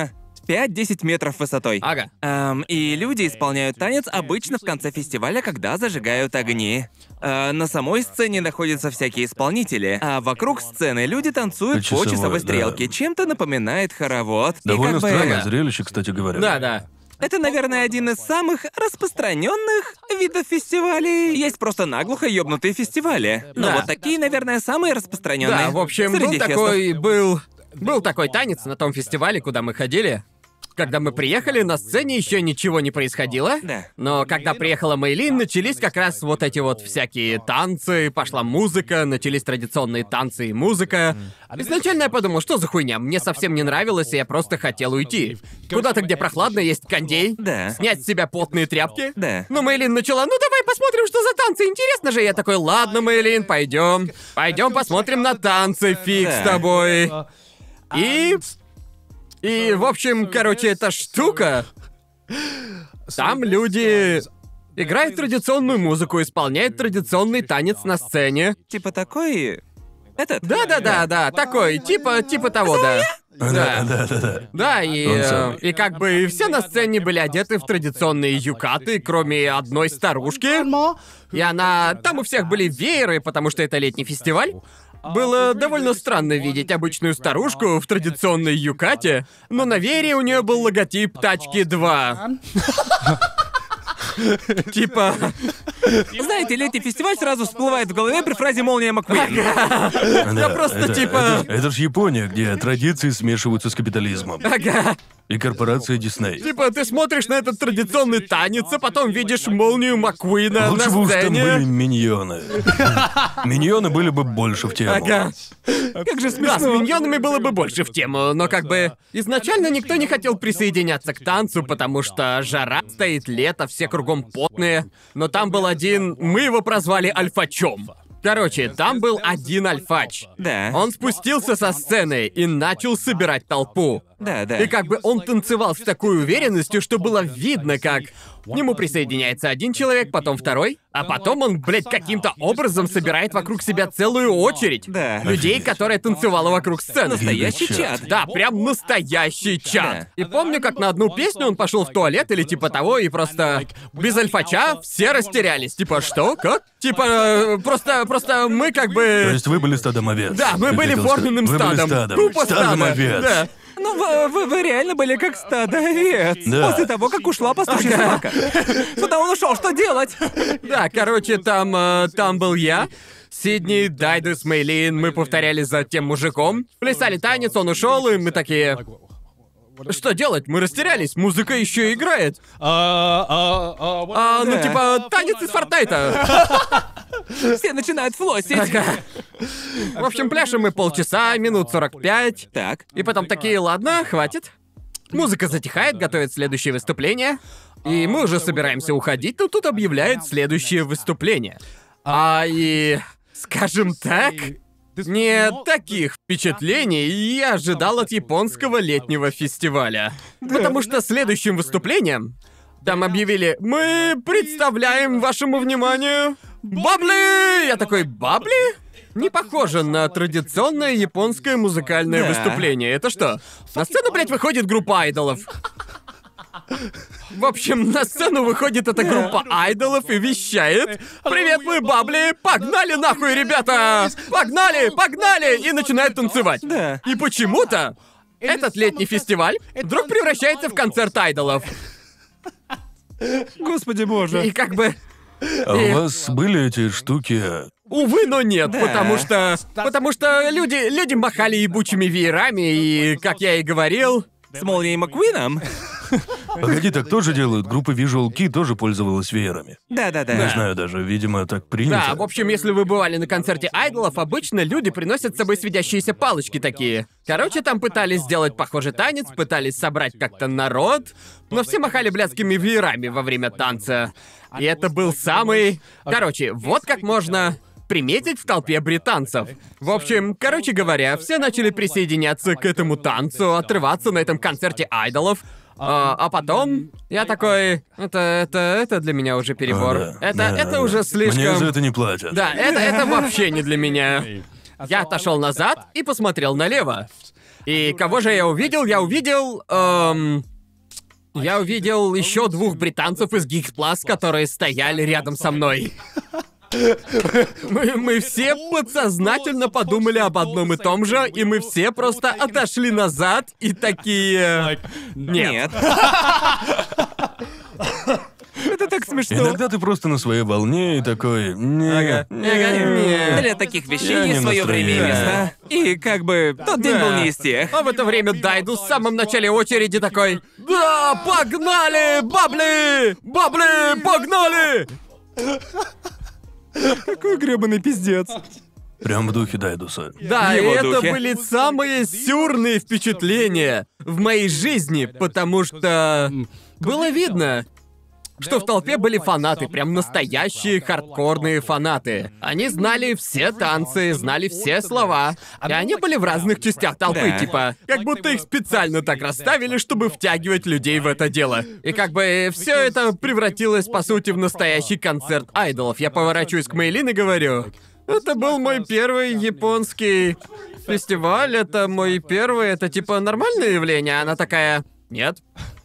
пять-десять метров высотой. Ага. Эм, и люди исполняют танец обычно в конце фестиваля, когда зажигают огни. Э, на самой сцене находятся всякие исполнители, а вокруг сцены люди танцуют по Часовой, часовой да. стрелке. Чем-то напоминает хоровод. И Довольно как бы... странное зрелище, кстати говоря. Да, да. Это, наверное, один из самых распространенных видов фестивалей. Есть просто наглухо ёбнутые фестивали. Но Да. вот такие, наверное, самые распространенные. Да, в общем, был среди фестов. такой, был, был такой танец на том фестивале, куда мы ходили. Когда мы приехали, на сцене еще ничего не происходило. Да. Но когда приехала Мэйлин, начались как раз вот эти вот всякие танцы, пошла музыка, начались традиционные танцы и музыка. Изначально я подумал, что за хуйня, мне совсем не нравилось, и я просто хотел уйти. Куда-то, где прохладно, есть кондей. Да. Снять с себя потные тряпки. Да. Но Мэйлин начала, ну давай посмотрим, что за танцы, интересно же. Я такой, ладно, Мэйлин, пойдем. Пойдем посмотрим на танцы, фиг Да. с тобой. И... И, в общем, короче, эта штука... Там люди играют традиционную музыку, исполняют традиционный танец на сцене. Типа такой... Этот? Да-да-да, да, такой, типа, типа того, да. Да, да, да, да. Да, и, Он э, самый. и как бы все на сцене были одеты в традиционные юкаты, кроме одной старушки. И она... Там у всех были вееры, потому что это летний фестиваль. Было довольно странно видеть обычную старушку в традиционной юкате, но на веере у нее был логотип Тачки два. Типа... Знаете, летний фестиваль сразу всплывает в голове при фразе «Молния Маккуин». Да, просто это- типа- Это, это ж Япония, где традиции смешиваются с капитализмом. Ага. И корпорация Дисней. Типа, ты смотришь на этот традиционный танец, а потом видишь молнию Маккуина Лучше бы на уж там сцене. были миньоны. Миньоны были бы больше в тему. Ага. Как же Да, с смешно. миньонами было бы больше в тему, но как бы... Изначально никто не хотел присоединяться к танцу, потому что жара, стоит лето, все кругом потные. Но там был один... Мы его прозвали Альфачом. Короче, там был один альфач. Да. Он спустился со сцены и начал собирать толпу. Да, да. И как бы он танцевал с такой уверенностью, что было видно, как к нему присоединяется один человек, потом второй, а потом он, блядь, каким-то образом собирает вокруг себя целую очередь Да. людей, Офигеть. которая танцевала вокруг сцены. Настоящий Чат. чат. Да, прям настоящий чат. Да. И помню, как на одну песню он пошел в туалет или типа того, и просто без альфача все растерялись. Типа, что? Как? Типа, э, просто, просто мы как То бы... есть вы были стадом овец. Да, мы Ты были хотел сказать. форменным Вы были стадом. стадом. Тупо Стадом стадо. овец. Да. Ну, вы, вы- вы реально были как стадо овец. Да. После того, как ушла пастушья собака. Куда он ушел? Что делать? Да, короче, там, э, там был я, Сидни, Дайдус, Мэйлин, мы повторяли за тем мужиком. Плясали танец, он ушел, и мы такие... Что делать? Мы растерялись, музыка еще играет. А, ну Да. типа, танец из Фортнайта. Все начинают флоссить. Ага. В общем, пляшем мы полчаса, минут сорок пять. Так. И потом такие, ладно, хватит. Музыка затихает, готовит следующее выступление. И мы уже собираемся уходить, но тут объявляют следующее выступление. А и... Скажем так... Не таких впечатлений я ожидал от японского летнего фестиваля. Потому что следующим выступлением там объявили: «Мы представляем вашему вниманию Бабли!» Я такой, «Бабли?» Не похоже на традиционное японское музыкальное Да. выступление. Это что? На сцену, блядь, выходит группа айдолов. В общем, на сцену выходит эта группа айдолов и вещает: «Привет, мы Бабли! Погнали нахуй, ребята! Погнали, погнали!» И начинает танцевать. Да. И почему-то этот летний фестиваль вдруг превращается в концерт айдолов. Господи боже. И как бы... А у вас были эти штуки... Увы, но нет, Да. потому что... Потому что люди, люди махали ебучими веерами, и, как я и говорил... С Молнией Маккуином? Погоди, так тоже делают. Группа Visual Kei тоже пользовалась веерами. Да-да-да. Не знаю даже, видимо, так принято. Да, в общем, если вы бывали на концерте айдолов, обычно люди приносят с собой светящиеся палочки такие. Короче, там пытались сделать похожий танец, пытались собрать как-то народ, но все махали блядскими веерами во время танца. И это был самый... Короче, вот как можно приметить в толпе британцев. В общем, короче говоря, все начали присоединяться к этому танцу, отрываться на этом концерте айдолов. А, а потом я такой, это, это, это для меня уже перебор. О, да, это, да, это да. уже слишком. Мне за это не платят. Да, это, это вообще не для меня. Я отошел назад и посмотрел налево. И кого же я увидел? Я увидел... Эм... Я увидел еще двух британцев из Geeks Plus, которые стояли рядом со мной. Мы, мы все подсознательно подумали об одном и том же, и мы все просто отошли назад и такие... Нет. Это так смешно. Иногда ты просто на своей волне и такой... Не, Ага. не, Не. Для таких вещей Я есть не свое время и настроение. место. И как бы тот день был не из тех. А в это время Дайду в самом начале очереди такой: «Да, погнали, бабли! Бабли, погнали!» Какой грёбаный пиздец. Прям в духе Дайдуса. Да, В и его это духе. были самые сюрные впечатления в моей жизни, потому что было видно, что в толпе были фанаты, прям настоящие хардкорные фанаты. Они знали все танцы, знали все слова. И они были в разных частях толпы, Да. типа, как будто их специально так расставили, чтобы втягивать людей в это дело. И как бы все это превратилось, по сути, в настоящий концерт айдолов. Я поворачиваюсь к Мэйлин и говорю: это был мой первый японский фестиваль, это мой первый, это типа нормальное явление? Она такая: нет.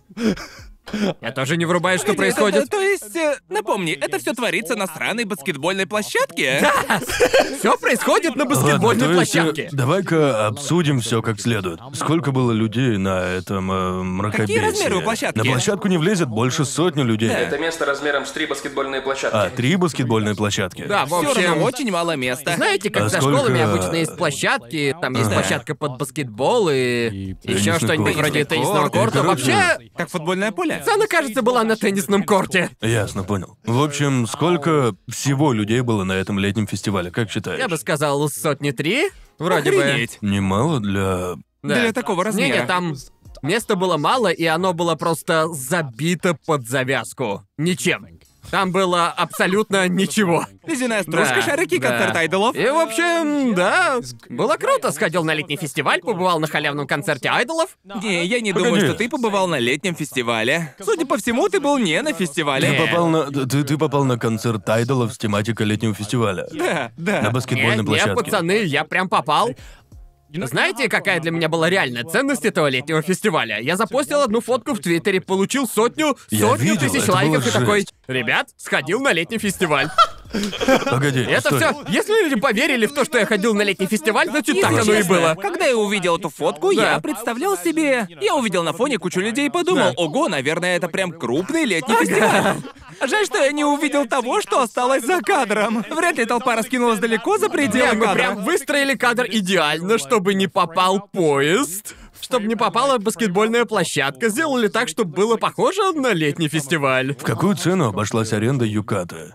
Я тоже не врубаю, что происходит. То, то есть, э, напомни, это все творится на сраной баскетбольной площадке? Все происходит на баскетбольной Ладно, то есть, э, площадке. давай-ка обсудим все как следует. Сколько было людей на этом э, мракобесии? Какие размеры у площадки? На площадку не влезет больше сотни людей. Это место размером с три баскетбольные площадки. А, три баскетбольные площадки. Да, в Все равно общем, очень мало места. знаете, как А за сколько- школами обычно есть площадки, там есть Ага. площадка под баскетбол и еще теннисный что-нибудь корт. вроде теннисного Корт. корта. И, короче, Вообще, Как футбольное поле. Сана, кажется, была на теннисном корте. Ясно, понял. В общем, сколько всего людей было на этом летнем фестивале, как считаешь? Я бы сказал, сотни три. Вроде бы. Охренеть. Немало для... Да. Для такого размера. Не-не, там места было мало, и оно было просто забито под завязку. Ничем. Там было абсолютно ничего. Ледяная стружка, Да, шарики, да. концерт айдолов. И, в общем, да, было круто. Сходил на летний фестиваль, побывал на халявном концерте айдолов. Не, я не Погоди. думаю, что ты побывал на летнем фестивале. Судя по всему, ты был не на Ты фестивале. попал на... Ты, ты попал на концерт айдолов с тематикой летнего фестиваля. Да, На да. баскетбольной Нет, площадке. нет, пацаны, я прям попал. Знаете, какая для меня была реальная ценность этого летнего фестиваля? Я запостил одну фотку в Твиттере, получил сотню, Я сотню видел, тысяч это лайков было и такой: жесть. ребят, сходил на летний фестиваль. Погоди, Это стой. все. Если люди поверили в то, что я ходил на летний фестиваль, значит Если так оно и честно, было. Когда я увидел эту фотку, Да. я представлял себе... Я увидел на фоне кучу людей и подумал: Да. ого, наверное, это прям крупный летний фестиваль. Жаль, что я не увидел того, что осталось за кадром. Вряд ли толпа раскинулась далеко за пределы Не, мы кадра. прям выстроили кадр идеально, чтобы не попал поезд. Чтобы не попала баскетбольная площадка, сделали так, чтобы было похоже на летний фестиваль. В какую цену обошлась аренда Юката?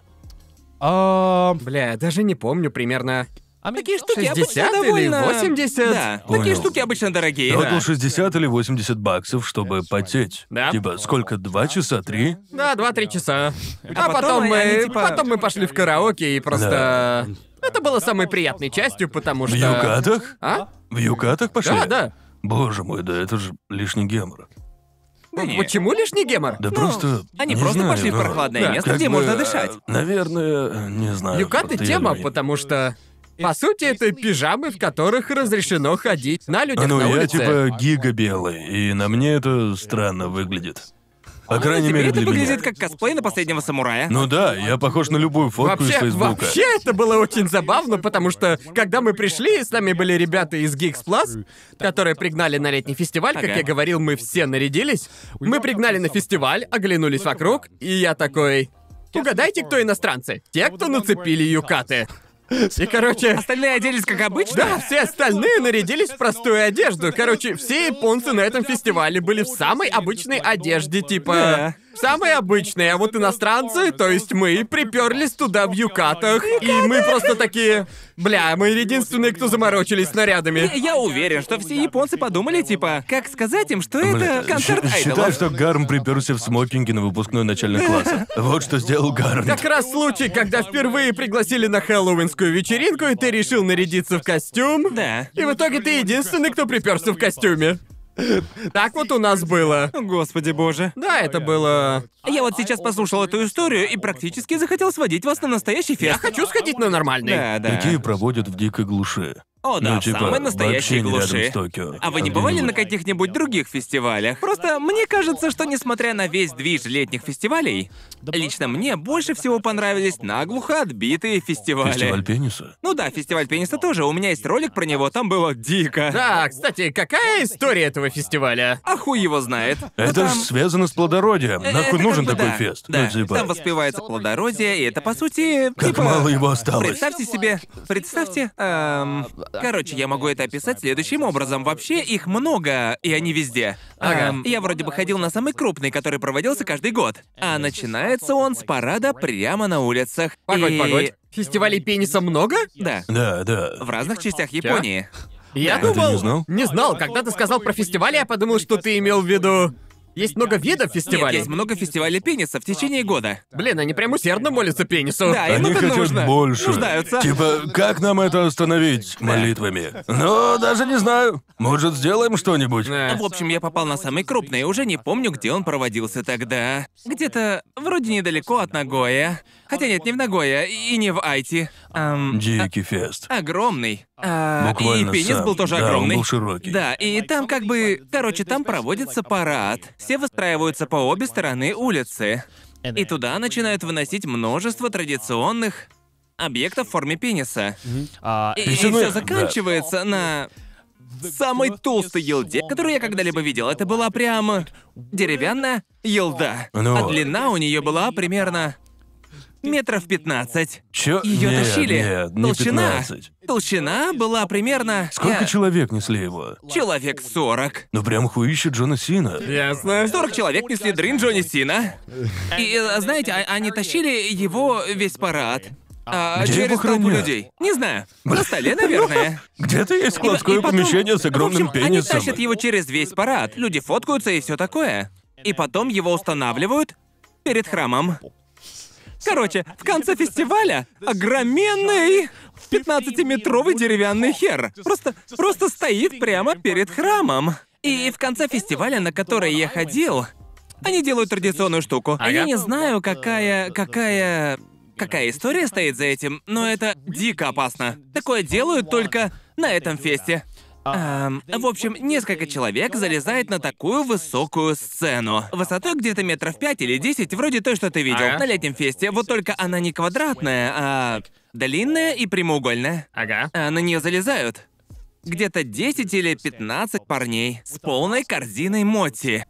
Бля, я даже не помню примерно. Такие штуки шестьдесят обычно или довольно... восемьдесят? Да, Понял. такие штуки обычно дорогие. Около шестьдесят или восемьдесят баксов, чтобы потеть. Да. Типа, сколько, два часа, три? Да, два-три часа. А, потом потом, они, мы, типа- потом мы пошли в караоке и просто... Это было самой приятной частью, потому В что... Юкатах? А? В Юкатах пошли? Да, да. Боже мой, да это же лишний гемор. Не. Почему лишний гемор? Да просто... Они не просто знаю, пошли в но прохладное Да. место, как где бы, можно э, дышать. Наверное, не знаю. Юкаты просто тема, я не- потому что... По сути, это пижамы, в которых разрешено ходить на людях А ну, на я улице. типа гига белый, и на мне это странно выглядит. По крайней Тебе мере, это для выглядит меня. как косплей на последнего самурая. Ну да, я похож на любую фотку из Вообще, Фейсбука. вообще это было очень забавно, потому что когда мы пришли, с нами были ребята из Geeks Plus, которые пригнали на летний фестиваль, как Ага. я говорил, мы все нарядились. Мы пригнали на фестиваль, оглянулись вокруг, и я такой: угадайте, кто иностранцы? Те, кто нацепили юкаты. И, короче... Остальные оделись как обычно? Да, все остальные нарядились в простую одежду. Короче, все японцы на этом фестивале были в самой обычной одежде, типа... Да. Самые обычные, а вот иностранцы, то есть мы, приперлись туда в юкатах, и мы просто такие... Бля, мы единственные, кто заморочились снарядами. Я, я уверен, что все японцы подумали, типа, как сказать им, что Бля, это концерт щ- Считаю, айдолов. что Гарм приперся в смокинге на выпускной начальных классов. Вот что сделал Гарм. Как раз случай, когда впервые пригласили на хэллоуинскую вечеринку, и ты решил нарядиться в костюм. Да. И в итоге ты единственный, кто приперся в костюме. Так вот у нас было. О, Господи боже. Да, это было... Я вот сейчас послушал эту историю и практически захотел сводить вас на настоящий Я фест. хочу сходить на нормальный. Да, да. Какие проводят в дикой глуши. О, да, Ну, в типа, самой настоящей вообще не рядом глуши. с Токио. А вы не А бывали на где-нибудь? каких-нибудь других фестивалях? Просто мне кажется, что несмотря на весь движ летних фестивалей, лично мне больше всего понравились наглухо отбитые фестивали. Фестиваль пениса? Ну да, фестиваль пениса тоже. У меня есть ролик про него, там было дико. Да, кстати, какая история этого фестиваля? А хуй его знает. Ну, Это там- ж связано с плодородием. Э, Нахуй это нужен как бы такой да, фест? Да, Ну, типа, там воспевается плодородие, и это, по сути, как типа... мало его осталось. Представьте себе, представьте, эм, короче, я могу это описать следующим образом. Вообще их много, и они везде. Ага. Эм, я вроде бы ходил на самый крупный, который проводился каждый год. А начинается он с парада прямо на улицах. Погодь, И- погодь. Фестивалей пениса много? Да, Да, да. в разных частях Японии. Я А ты думал... не знал? Не знал. Когда ты сказал про фестивали, я подумал, что ты имел в виду... Есть много видов Нет, фестивалей. есть много фестивалей пениса в течение года. Блин, они прям усердно молятся пенису. Да, им Они это хотят нужно. больше. Нуждаются. Типа, как нам это остановить молитвами? Ну, даже не знаю. Может, сделаем что-нибудь? Да. В общем, я попал на самый крупный, уже не помню, где он проводился тогда. Где-то вроде недалеко от Нагоя. Хотя нет, не в Нагоя и не в Айти. Ам, Дикий фест. огромный. А, Буквально и пенис сам. был тоже Да, он огромный. был широкий. Да, и там как бы... Короче, там проводится парад. Все выстраиваются по обе стороны улицы. И туда начинают выносить множество традиционных объектов в форме пениса. И, Писюны, все заканчивается на самой толстой елде, которую я когда-либо видел. Это была прям деревянная елда. Ну. А длина у нее была примерно метров пятнадцать. Чё? Ее Нет, тащили. нет, не толщина. пятнадцать. Толщина была примерно. Сколько я- человек несли его? Человек сорок. Ну прям хуище Джона Сина. Ясно. сорок человек несли дрын Джонни Сина. И, э, знаете, а- они тащили его весь парад. А, Где через его толпу хранят? людей. Не знаю. На столе, наверное. Где-то есть И- складское и потом- помещение с огромным в общем, пенисом. Они тащат его через весь парад. Люди фоткаются и все такое. И потом его устанавливают перед храмом. Короче, в конце фестиваля огроменный пятнадцатиметровый деревянный хер. Просто, просто стоит прямо перед храмом. И в конце фестиваля, на который я ходил, они делают традиционную штуку. Ага. Я не знаю, какая... какая... Какая история стоит за этим, но это дико опасно. Такое делают только на этом фесте. Эм, в общем, несколько человек залезает на такую высокую сцену. Высотой где-то метров пять или десять, вроде той, что ты видел Ага. на летнем фесте. Вот только она не квадратная, а длинная и прямоугольная. Ага. А на нее залезают где-то десять или пятнадцать парней с полной корзиной мотти.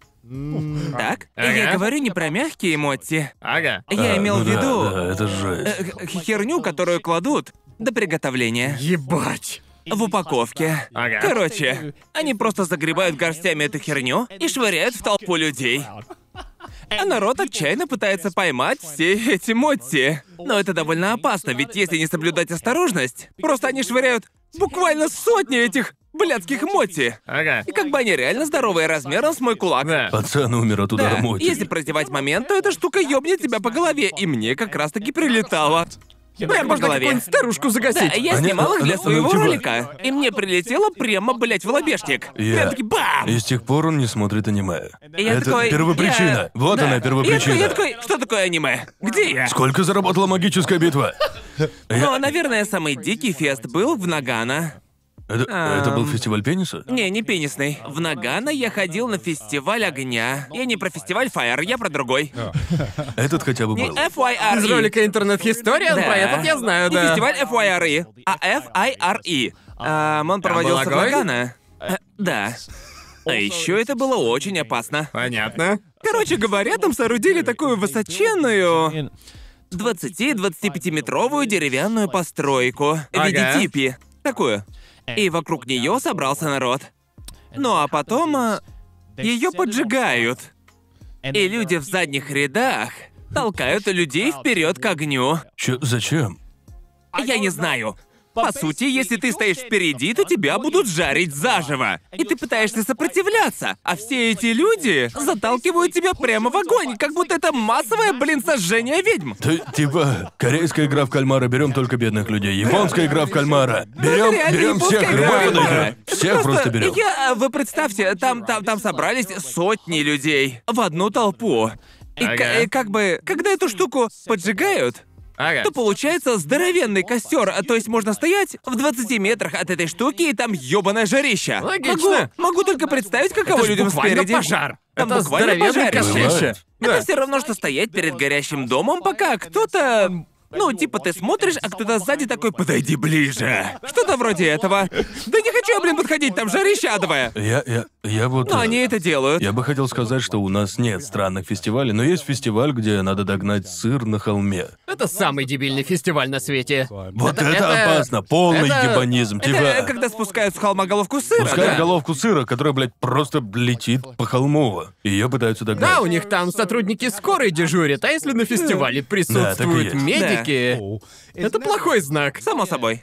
Так? И я Ага. говорю не про мягкие мотти. Ага. Я А, имел ну в виду Да, да, это жесть. э, х- херню, которую кладут до приготовления. Ебать. В упаковке. Ага. Короче, они просто загребают горстями эту херню и швыряют в толпу людей. А народ отчаянно пытается поймать все эти мотти. Но это довольно опасно, ведь если не соблюдать осторожность, просто они швыряют буквально сотни этих блядских мотти. Ага. И как бы они реально здоровые размером с мой кулак. Да. Пацан умер от удара Да, моти. если прозевать момент, то эта штука ёбнет тебя по голове, и мне как раз-таки прилетало. Прямо по Можно голове. какую-нибудь старушку загасить. Да, я Они- снимал их для ну, своего типа- ролика, и мне прилетело прямо, блять, в лобешник. Я- Прям таки бам! И с тех пор он не смотрит аниме. И я Это такой, первопричина. я- Вот Да. она, И первопричина. Я такой, я такой, что такое аниме? Где я? Сколько заработала магическая битва? Ну, наверное, самый дикий фест был в Нагано. Это, это был фестиваль пениса? Не, не пенисный. В Нагано я ходил на фестиваль огня. Я не про фестиваль Fire, я про другой. Этот хотя бы Не был. эф уай ар и. Из ролика интернет-история, Да. про этот я знаю, Не да. фестиваль эф уай ар и, а эф ай ар и. Ам, он проводился в огонь? Нагано. Э, Да. А еще это было очень опасно. Понятно. Короче говоря, там соорудили такую высоченную двадцати-двадцатипятиметровую деревянную постройку в виде Ага. типи. Такую. И вокруг нее собрался народ. Ну а потом ее поджигают. И люди в задних рядах толкают людей вперед к огню. Чё, зачем? Я не знаю. По сути, если ты стоишь впереди, то тебя будут жарить заживо. И ты пытаешься сопротивляться, а все эти люди заталкивают тебя прямо в огонь, как будто это массовое, блин, сожжение ведьм. Ты, типа, корейская игра в кальмара, берем только бедных людей. Японская игра в кальмара. Это Берем, реально берем японская всех, игра в рыбок кальмара. выдаем. Это Всех просто берем. Я, вы представьте, там, там, там собрались сотни людей в одну толпу. И, Ага. ка- и как бы, когда эту штуку поджигают, Ага. то получается здоровенный костер, а то есть можно стоять в двадцати метрах от этой штуки, и там ёбаное жарище. Логично. Могу, могу только представить, каково Это ж людям буквально спереди. пожар. Там Это буквально здоровенное пожарище. кострище. Это Да. все равно, что стоять перед горящим домом, пока кто-то... Ну, типа, ты смотришь, а кто-то сзади такой, подойди ближе. Что-то вроде этого. Да не хочу я, блин, подходить, там жарище адовое. Я, я, я вот... Но э, они это делают. Я бы хотел сказать, что у нас нет странных фестивалей, но есть фестиваль, где надо догнать сыр на холме. Это самый дебильный фестиваль на свете. Вот это, это- опасно, полный это- ебанизм. Это Типа, когда спускают с холма головку сыра, пускают да? головку сыра, которая, блядь, просто летит по холму. Ее пытаются догнать. Да, у них там сотрудники скорой дежурят, а если на фестивале присутствуют есть. медики, это плохой знак. Само собой.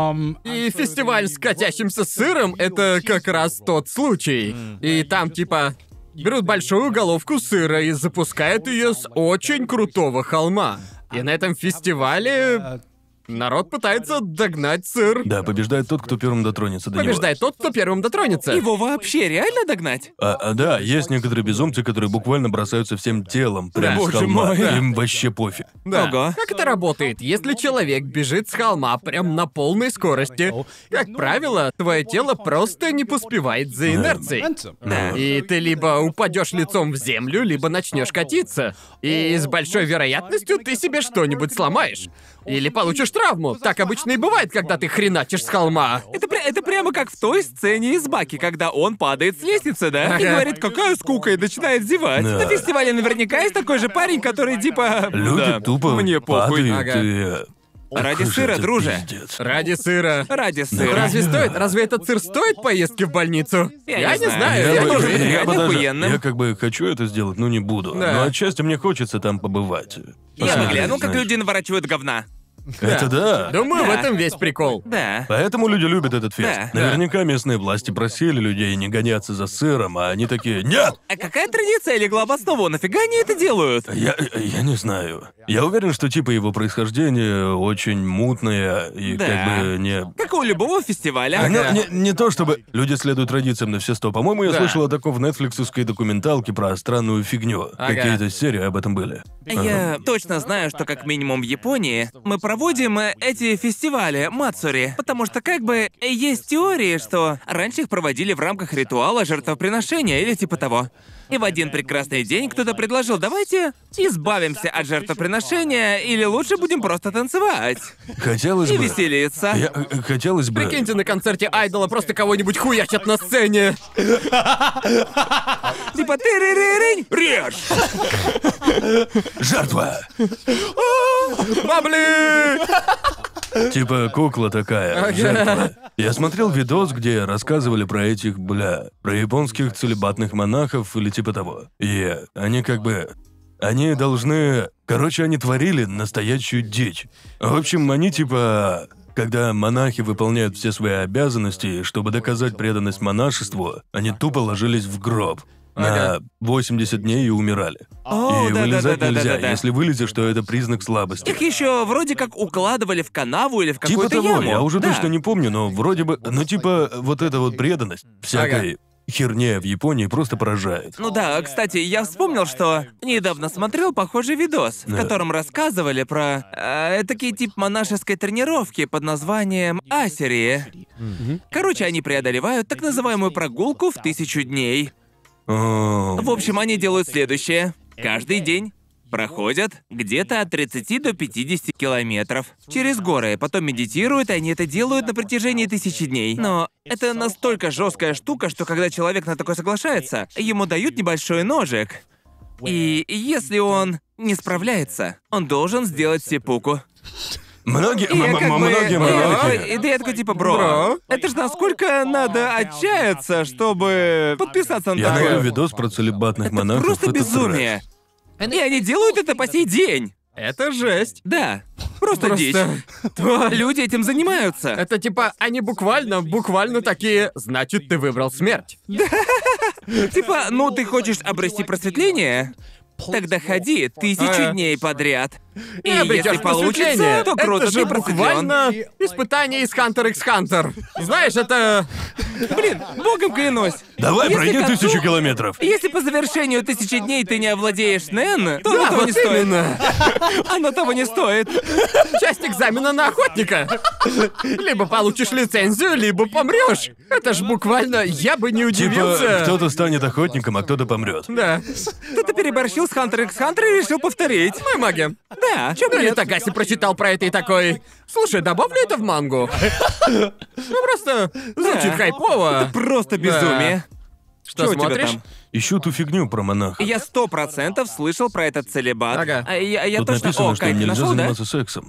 И фестиваль с катящимся сыром — это как раз тот случай. И там типа берут большую головку сыра и запускают ее с очень крутого холма. И на этом фестивале народ пытается догнать сыр. Да, побеждает тот, кто первым дотронется до Побеждает тот, кто первым дотронется. Его вообще реально догнать? него. А, а, да, есть некоторые безумцы, которые буквально бросаются всем телом прямо с Боже холма. мой. Им вообще пофиг. Да. Ого. Как это работает? Если человек бежит с холма прям на полной скорости, как правило, твое тело просто не поспевает за инерцией. Да. И ты либо упадешь лицом в землю, либо начнешь катиться. И с большой вероятностью ты себе что-нибудь сломаешь. Или получишь травму. Так обычно и бывает, когда ты хреначишь с холма. Это, пря- это прямо как в той сцене из Баки, когда он падает с лестницы, да? И Ага. говорит, какая скука, и начинает зевать. Да. На фестивале наверняка есть такой же парень, который типа... Люди да, тупо мне похуй. падают Ага. и... Ради Какой же сыра, это друже. пиздец. Ради сыра. Ради сыра. Разве стоит? Разве этот сыр стоит поездки в больницу? Я не знаю. знаю. Я, Я бы, тоже я реально бы даже- охуенным. я как бы хочу это сделать, но не буду. Да. Но отчасти мне хочется там побывать. Я бы Посмотреть, глянул, как знаешь. люди наворачивают говна. Это да. Думаю, в Да. этом весь прикол. Да. Поэтому люди любят этот фест. Да. Наверняка местные власти просили людей не гоняться за сыром, а они такие «Нет!» А какая традиция легла в основу? Нафига они это делают? Я, я не знаю. Я уверен, что типа его происхождение очень мутное и Да. как бы не... Как у любого фестиваля. Ну, не, не то чтобы люди следуют традициям на все сто. По-моему, я Да. слышал о таком в нетфликсовской документалке про странную фигню. Ага. Какие-то серии об этом были. Я точно знаю, что как минимум в Японии мы проводим э, эти фестивали Мацури, потому что как бы э, есть теории, что раньше их проводили в рамках ритуала жертвоприношения или типа того. И в один прекрасный день кто-то предложил, давайте избавимся от жертвоприношения или лучше будем просто танцевать Хотелось и бы... веселиться. Я, э, хотелось бы... Прикиньте, на концерте Айдола просто кого-нибудь хуячат на сцене. Типа ты ры режь! Жертва! Бабли! Типа кукла такая, жертва. Я смотрел видос, где рассказывали про этих, бля, про японских целибатных монахов или типа того. И они как бы... Они должны... Короче, они творили настоящую дичь. В общем, они типа... Когда монахи выполняют все свои обязанности, чтобы доказать преданность монашеству, они тупо ложились в гроб на восемьдесят дней и умирали. О, и вылезать нельзя. да-да-да-да-да-да. Если вылезешь, то это признак слабости. Их еще вроде как укладывали в канаву или в Типа какую-то того, яму. я уже Да. точно не помню, но вроде бы, ну типа вот эта вот преданность всякой херне в Японии просто поражает. Ну да, кстати, я вспомнил, что недавно смотрел похожий видос, в Да. котором рассказывали про э, такие тип монашеской тренировки под названием Асерии. Короче, они преодолевают так называемую прогулку в тысячу дней. О, В общем, они делают следующее. Каждый день проходят где-то от тридцати до пятидесяти километров через горы, потом медитируют, и они это делают на протяжении тысячи дней. Но это настолько жесткая штука, что когда человек на такое соглашается, ему дают небольшой ножик. И если он не справляется, он должен сделать сеппуку. Многие, И я м- как м- бы- многие и- монахи. И да я такой типа, бро, Бро. это ж насколько надо отчаяться, чтобы подписаться на Я такое. найду видос про целибатных Это монахов. просто это безумие. И они делают это по сей день. Это жесть. Да, просто, Просто- дичь. Люди этим занимаются. Это типа, они буквально, буквально такие, значит, ты выбрал смерть. Типа, ну ты хочешь обрести просветление? Тогда ходи тысячу Ага. дней подряд. И И если обретёшь получится, просветление. то круто, Это же ты просветлен. буквально испытание из Hunter x Hunter. Знаешь, это... Блин, богом клянусь. Давай, Если пройди к концу- тысячу километров. Если по завершению тысячи дней ты не овладеешь Нэн, то Да, оно того вот не стоит. именно. Оно того не стоит. Часть экзамена на охотника. Либо получишь лицензию, либо помрешь. Это ж буквально, я бы не Типа, удивился. кто-то станет охотником, а кто-то помрет. Да. Кто-то переборщил с Hunter x Hunter и решил повторить. Мы маги. Да, чё бы Или нет? Тагаси прочитал про это и такой... Слушай, добавлю это в мангу. Ну просто звучит Да. хайпово. Просто безумие. Что, Чё у тебя смотришь? там? Ищу ту фигню про монаха. Я сто процентов слышал про этот целебат. Ага. А я, я Тут точно... написано, О, что Кай, ты нельзя нашел, да? заниматься сексом.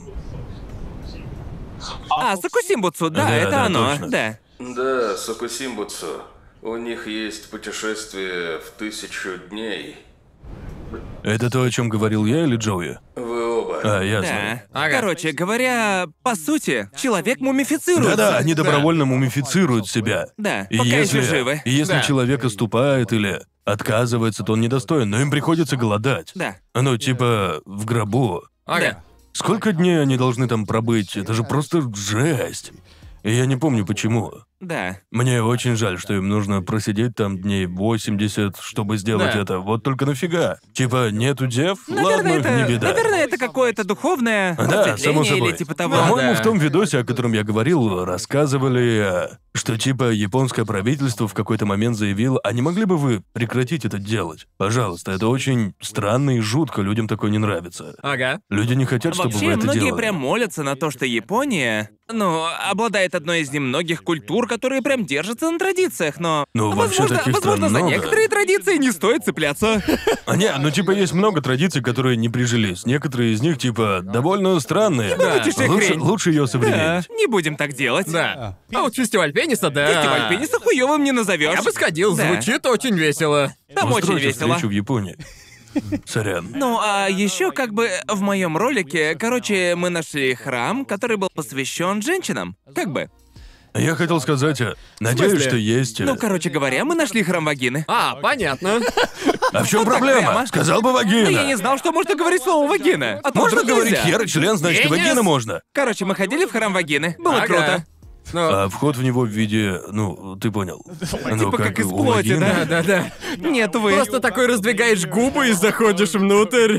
А, Сакусимбуцу, да, Да, это да, оно, точно. да. Да, Сукусимбуцу. У них есть путешествие в тысячу дней. Это то, о чем говорил я или Джоуи? Вы оба. А, ясно. Да. Ага. Короче говоря, по сути, человек мумифицируется. Да-да, они добровольно мумифицируют себя. Да, И пока если, еще живы. и если Да. человек оступает или отказывается, то он недостоин, но им приходится голодать. Да. Ну, типа, в гробу. Ага. Сколько дней они должны там пробыть? Это же просто жесть. И я не помню почему. Да. Мне очень жаль, что им нужно просидеть там дней восемьдесят, чтобы сделать Да. это. Вот только нафига? Типа, нету дев? Наверное, Ладно, это, не беда. наверное, это какое-то духовное Да, просветление само собой. или типа того. По-моему, Да. в том видосе, о котором я говорил, рассказывали, э, что типа японское правительство в какой-то момент заявило, а не могли бы вы прекратить это делать? Пожалуйста, это очень странно и жутко, людям такое не нравится. Ага. Люди не хотят, чтобы Вообще, вы это многие делали. прям молятся на то, что Япония, ну, обладает одной из немногих культур, которые прям держатся на традициях, но... Ну, вообще возможно, таких возможно, стран за много. некоторые традиции не стоит цепляться. А не, ну типа есть много традиций, которые не прижились. Некоторые из них типа довольно странные. выкатишь их Лучше, хрень. лучше ее Да, современнить. не будем так делать. Да. А вот фестиваль пениса, да. Фестиваль пениса хуёвым не назовешь. Я бы сходил, Да. звучит очень весело. Там очень Устройте весело. встречу в Японии. Сорян. Ну, а еще как бы в моем ролике, короче, мы нашли храм, который был посвящен женщинам. Как бы. Я хотел сказать, а, надеюсь, смысле? что есть. а, Ну, короче говоря, мы нашли храм вагины. А, понятно. А в чем так проблема? прямо. Сказал бы Но я не вагина. знал, что можно говорить слово вагина. А тут Можно вдруг говорить нельзя. хер и член, значит, и Пенис. вагина можно. Короче, мы ходили в храм вагины. Было Ага. круто. Ну, А вход в него в виде, ну, ты понял. Ну, Типа как из у плоти, вагины. да? да-да. Нет, вы. Просто такой раздвигаешь губы и заходишь внутрь.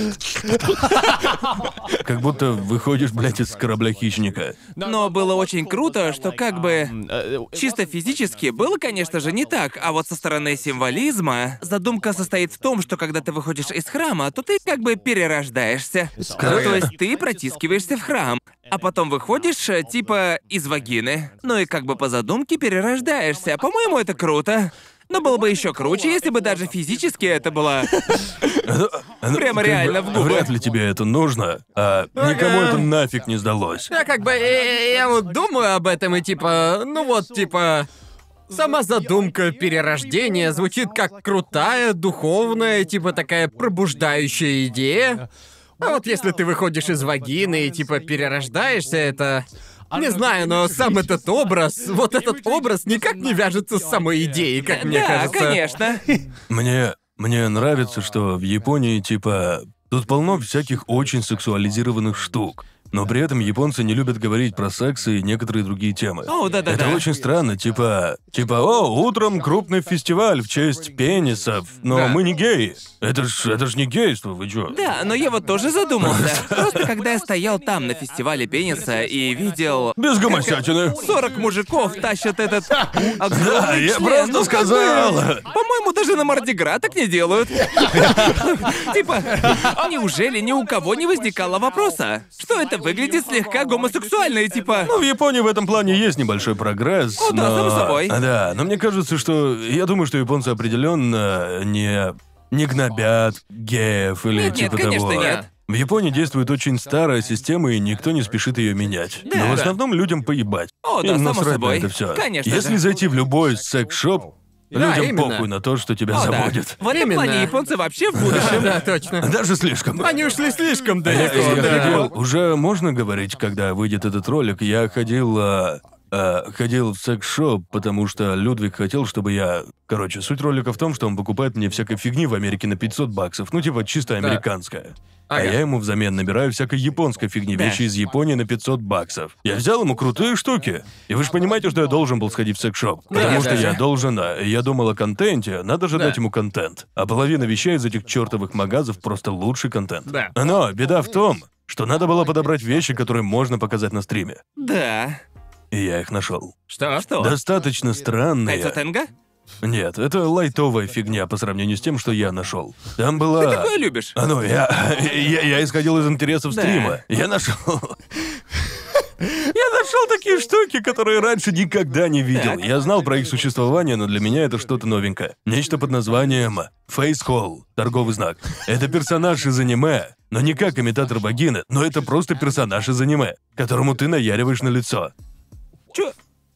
Как будто выходишь, блядь, из корабля хищника. Но было очень круто, что как бы чисто физически было, конечно же, не так, а вот со стороны символизма задумка состоит в том, что когда ты выходишь из храма, то ты как бы перерождаешься. Ну, то есть ты протискиваешься в храм, а потом выходишь э, типа из вагины. Ну и как бы по задумке перерождаешься. По-моему, это круто. Но было бы еще круче, если бы даже физически это было. Ну, Прямо как бы, реально в губы. Вряд ли тебе это нужно, а никому это нафиг не сдалось. Я как бы, э, я вот думаю об этом и типа, ну вот, типа... Сама задумка перерождения звучит как крутая, духовная, типа такая пробуждающая идея. А вот если ты выходишь из вагины и типа перерождаешься, это... Не знаю, но сам этот образ, вот этот образ никак не вяжется с самой идеей, как мне Да, кажется. конечно. Мне, мне нравится, что в Японии, типа, тут полно всяких очень сексуализированных штук. Но при этом японцы не любят говорить про секс и некоторые другие темы. О, да-да-да. Это очень странно, типа... Типа, о, утром крупный фестиваль в честь пенисов, но Да. мы не геи. Это ж, это ж не гейство, вы чё? Да, но я вот тоже задумался. Просто когда я стоял там на фестивале пениса и видел... Без гомосятины. сорок мужиков тащат этот огромный Да, я член. просто Ну, как сказал. бы, По-моему, даже на Мардигра так не делают. Типа, неужели ни у кого не возникало вопроса? Что это выглядит слегка гомосексуально и типа... Ну, в Японии в этом плане есть небольшой прогресс, О, да, но... само собой. А, Да, но мне кажется, что... Я думаю, что японцы определенно не... не гнобят геев или Нет, нет, типа конечно, того. нет. В Японии действует очень старая система, и никто не спешит ее менять. Да. Но в Да. основном людям поебать. О, да, Им само насрать собой. на это все. Конечно Если же. зайти в любой секс-шоп, Да, людям именно. похуй на то, что тебя О, да. заводят. В этом Именно. плане японцы вообще в будущем. Да, точно. Даже слишком. Они ушли слишком Я, далеко, я да. ходил, уже можно говорить, когда выйдет этот ролик, я ходил а, а, ходил в секс-шоп, потому что Людвиг хотел, чтобы я... Короче, суть ролика в том, что он покупает мне всякой фигни в Америке на пятьсот баксов, ну типа чисто американская. А Ага. я ему взамен набираю всякой японской фигни, Да. вещи из Японии на пятьсот баксов. Я взял ему крутые штуки. И вы же понимаете, что я должен был сходить в секс-шоп. Потому что да. я должен, а, я думал о контенте, надо же Да. дать ему контент. А половина вещей из этих чертовых магазов просто лучший контент. Да. Но беда в том, что надо было подобрать вещи, которые можно показать на стриме. Да. И я их нашел. Что? Что? Достаточно странные. Кайцо Тенга? Нет, это лайтовая фигня по сравнению с тем, что я нашел. Там была. Какое любишь? А ну, я, я, я исходил из интересов Да. стрима. Я нашел. Я нашел такие штуки, которые раньше никогда не видел. Так. Я знал про их существование, но для меня это что-то новенькое. Нечто под названием Фейс-холл, торговый знак. Это персонаж из аниме, но не как имитатор вагины, но это просто персонаж из аниме, которому ты наяриваешь на лицо. Чё?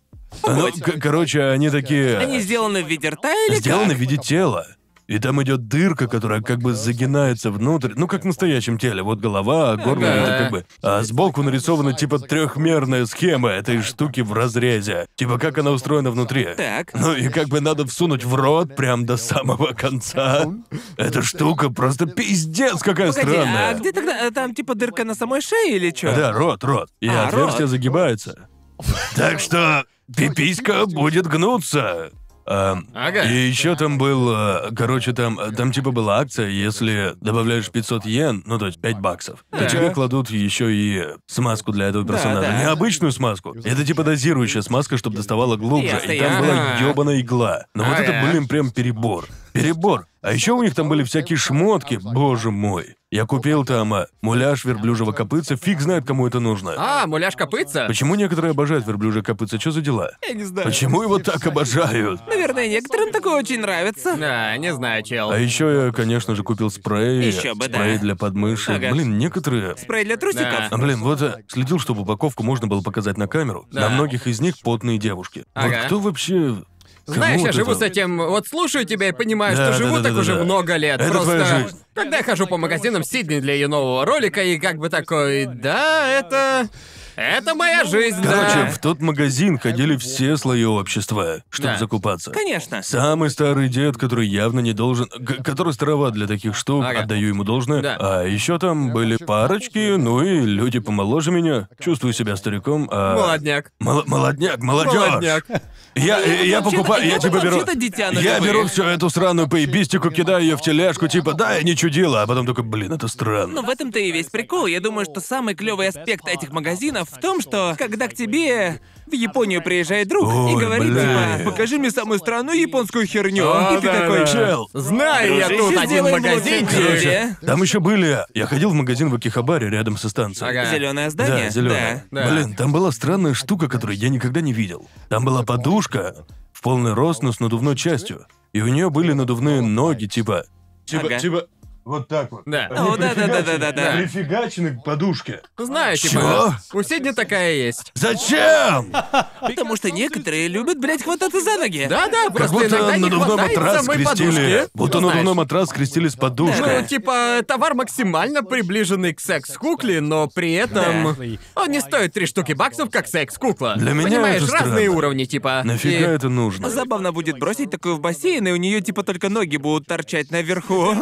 Ну, к- короче, они такие... Они сделаны в виде рта или Сделаны как? в виде тела. И там идет дырка, которая как бы загинается внутрь, ну как в настоящем теле. Вот голова, а горло Ага. это как бы. А сбоку нарисована типа трехмерная схема этой штуки в разрезе. Типа как она устроена внутри. Так. Ну и как бы надо всунуть в рот прям до самого конца. Эта штука просто пиздец какая Погоди, странная. а где тогда? э, Там типа дырка на самой шее или что? Да, рот, рот. И А, отверстие рот. загибается. Так что пиписька будет гнуться. А, Ага. И еще там был, а, короче, там, там типа была акция, если добавляешь пятьсот йен, ну то есть пять баксов, то Ага. тебе кладут еще и смазку для этого Да, персонажа. да. Необычную смазку. Это типа дозирующая смазка, чтобы доставала глубже. Ясно, И там ясно. была ёбаная игла. Но вот это, Ага. блин, прям перебор. Перебор. А еще у них там были всякие шмотки, боже мой. Я купил там а, муляж верблюжьего копытца, фиг знает, кому это нужно. А, муляж копытца? Почему некоторые обожают верблюжье копытце? Что за дела? Я не знаю. Почему его так обожают? Наверное, некоторым такое очень нравится. Да, не знаю, чел. А еще я, конечно же, купил спрей. Ещё бы, спрей да. для подмышек. Ага. Блин, некоторые. Спрей для трусиков. Да. А, блин, вот э, следил, чтобы упаковку можно было показать на камеру. Да. На многих из них потные девушки. Ага. Вот кто вообще. Знаешь, кому я вот живу это? с этим, вот слушаю тебя и понимаю, Да, что да, живу да, так да, уже да. много лет. Это Просто твоя жизнь. когда я хожу по магазинам Сидней для ее нового ролика, и как бы такой, да, это. Это моя жизнь, Короче, да. в тот магазин ходили все слои общества, чтобы Да. закупаться. Конечно. Самый старый дед, который явно не должен, к- который староват для таких штук, Ага. отдаю ему должное. Да. А еще там были парочки, ну и люди помоложе меня. Чувствую себя стариком. А... Молодняк. Мол- молодняк, молодежь. Молодняк. Я, я, я вообще-то- покупаю, я я типа беру. вообще-то дитя на Я ГБ. беру всю эту сраную поебистику, кидаю ее в тележку, типа, да, я не чудила, а потом такой, блин, это странно. Но в этом-то и весь прикол. Я думаю, что самый клевый аспект этих магазинов в том, что когда к тебе в Японию приезжает друг Ой, и говорит, блин. типа, покажи мне самую странную японскую херню. О, и ты да, такой, да. Чел. Знаю я Дружище, тут один сделаем лучше. магазинчик. Короче, Там еще были. Я ходил в магазин в Акихабаре рядом со станцией. Ага. зеленое здание? Да, зеленая. Да. Да. Блин, там была странная штука, которую я никогда не видел. Там была подушка в полный рост, но с надувной частью. И у нее были надувные ноги, типа. Типа, Ага. типа. Вот так вот. Да. О, да-да-да-да-да-да. Прифигачены к подушке. Знаю, Чё? типа. У Сидни такая есть. Зачем? Потому что некоторые любят, блядь, хвататься за ноги. Да-да, Как просто будто иногда не надувной хватает матрас самой скрестили. подушки. Будто Ну, надувной знаешь. матрас скрестили с подушкой. Ну, типа, товар максимально приближенный к секс-кукле, но при этом он не стоит три штуки баксов, как секс-кукла. Для меня Понимаешь, это разные странно. уровни, типа. Нафига И- это нужно? Забавно будет бросить такую в бассейн, и у нее типа только ноги будут торчать наверху.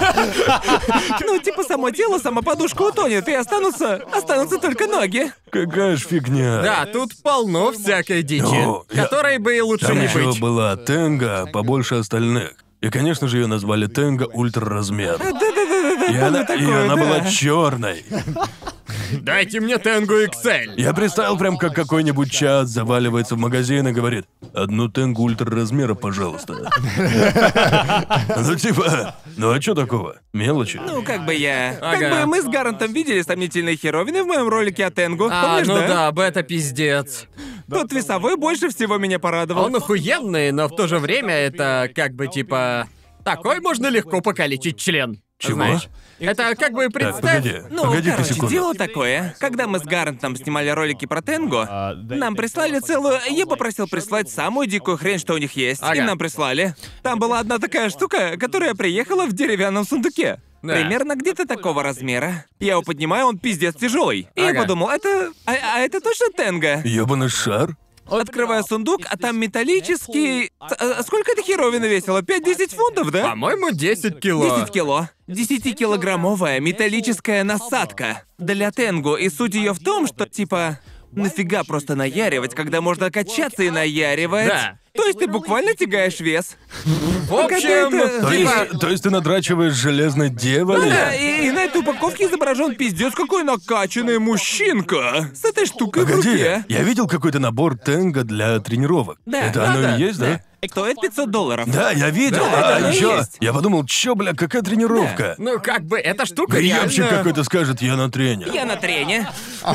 Ну, типа само тело, сама подушка утонет, и останутся, останутся только ноги. Какая ж фигня. Да, тут полно всякой дичи, Ну, я- которой бы и лучше Там не еще быть. была Тенга побольше остальных. И, конечно же, ее назвали Тенга ультра размер. Да-да-да-да-да. И она, такое, и она да. была черной. Дайте мне Тенгу икс эль. Я представил прям, как какой-нибудь чат заваливается в магазин и говорит: одну Тенгу ультра размера, пожалуйста. Ну типа, ну а что такого? Мелочи. Ну, как бы я... Ага. Как бы мы с Гарантом видели сомнительные херовины в моем ролике о Тенгу. А, Помнишь, ну да? да, бета пиздец. Тот весовой больше всего меня порадовал. Он охуенный, но в то же время это как бы типа... Такой можно легко покалечить член. Чего? Знаешь? Это как бы Так, представь... погоди, Ну, погоди-ка короче, секунду. дело такое. Когда мы с Гарантом снимали ролики про Тенгу, нам прислали целую... Я попросил прислать самую дикую хрень, что у них есть. И Ага. нам прислали. Там была одна такая штука, которая приехала в деревянном сундуке. Да. Примерно где-то такого размера. Я его поднимаю, он пиздец тяжелый. И я Ага. подумал, это... А, а это точно Тенга? Ёбаный шар? Открываю сундук, а там металлический... А, а сколько эта херовина весила? пять-десять фунтов, да? По-моему, десять кило. десять кило. Десятикилограммовая металлическая насадка для Тенгу. И суть ее в том, что, типа, нафига просто наяривать, когда можно качаться и наяривать? Да. То есть ты буквально тягаешь вес. В общем, Какая-то- То Типа- есть, то есть ты надрачиваешь железной девой? Да, и, и на этой упаковке изображен пиздец какой накачанный мужчинка с этой штукой в Погоди, руке. я видел какой-то набор Тенга для тренировок. Да, Это да, оно да, и есть, да? Стоит пятьсот долларов. Да, я видел. Да, а это еще есть. я подумал, чё, бля, какая тренировка? ну как бы эта штука Гребщик реально... какой-то скажет, я на трене. Я на трене.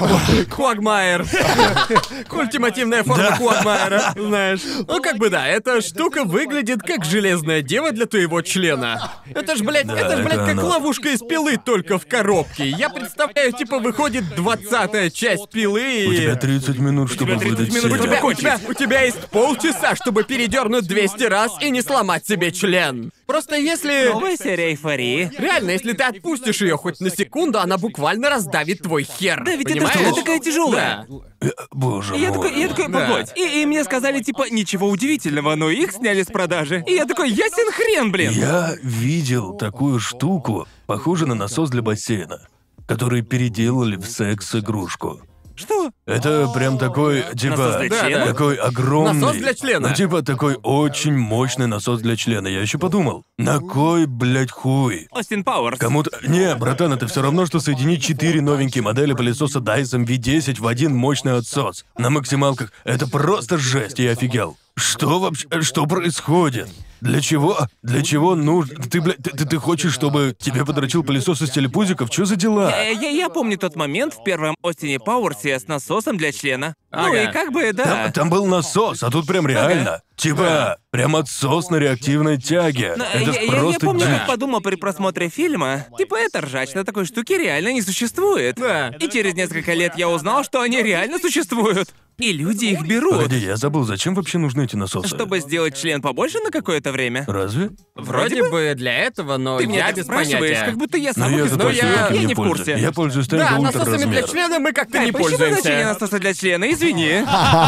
Куагмайер. Ультимативная форма Да. Куагмайера, знаешь. Ну как бы да, эта штука выглядит как железная дева для твоего члена. Это ж, блядь, Да, это ж, блядь, это как оно. ловушка из пилы, только в коробке. Я представляю, типа, выходит двадцатая часть пилы и... У тебя тридцать минут, чтобы тридцать выдать минут, У себя. тебя, у, тебя, у тебя есть полчаса, чтобы передернуть двести раз и не сломать себе член. Просто если... Новая серия эйфории. Реально, если ты отпустишь ее хоть на секунду, она буквально раздавит твой хер. Да ведь эта понимаешь? штука такая тяжелая. Да. Э, Боже И я мой. такой, я такой, Да. погодь. И, и мне сказали, типа, ничего удивительного, но их сняли с продажи. И я такой, ясен хрен, блин. Я видел такую штуку, похожую на насос для бассейна, который переделали в секс-игрушку. Что? Это прям такой, Насос типа, для члена? Да, да. такой огромный. Насос для члена. Ну, типа, такой очень мощный насос для члена. Я еще подумал, на кой, блядь, хуй? Остин Пауэрс. Кому-то... Не, братан, это все равно, что соединить четыре новенькие модели пылесоса Dyson ви десять в один мощный отсос. На максималках. Это просто жесть, я офигел. Что вообще... Что происходит? Для чего? Для чего нужно... Ты, блядь, ты, ты, ты хочешь, чтобы тебе подрочил пылесос из телепузиков? Что за дела? Э, Я, я помню тот момент в первом Остине Пауэрсе с насосом для члена. Ну Ага. и как бы, да. Там, там был насос, а тут прям реально. Типа, прям отсос на реактивной тяге. Но, Это я, ж я- я просто помню, дичь. как подумал при просмотре фильма, типа это ржачно, такой штуки реально не существует. Да. И через несколько лет я узнал, что они реально существуют. И люди их берут. Погоди, я забыл, зачем вообще нужны эти насосы? Чтобы сделать член побольше на какое-то время. Разве? Вроде бы для этого, но Ты меня я так без спрашиваешь, понятия. как будто я Ну сам я их такой знаю. я- я, я не не в пользуюсь. курсе. Я пользуюсь Тенго Да, ультра насосами для размера. члена мы как-то не Почему значение пользуемся. насоса для члена? Извини.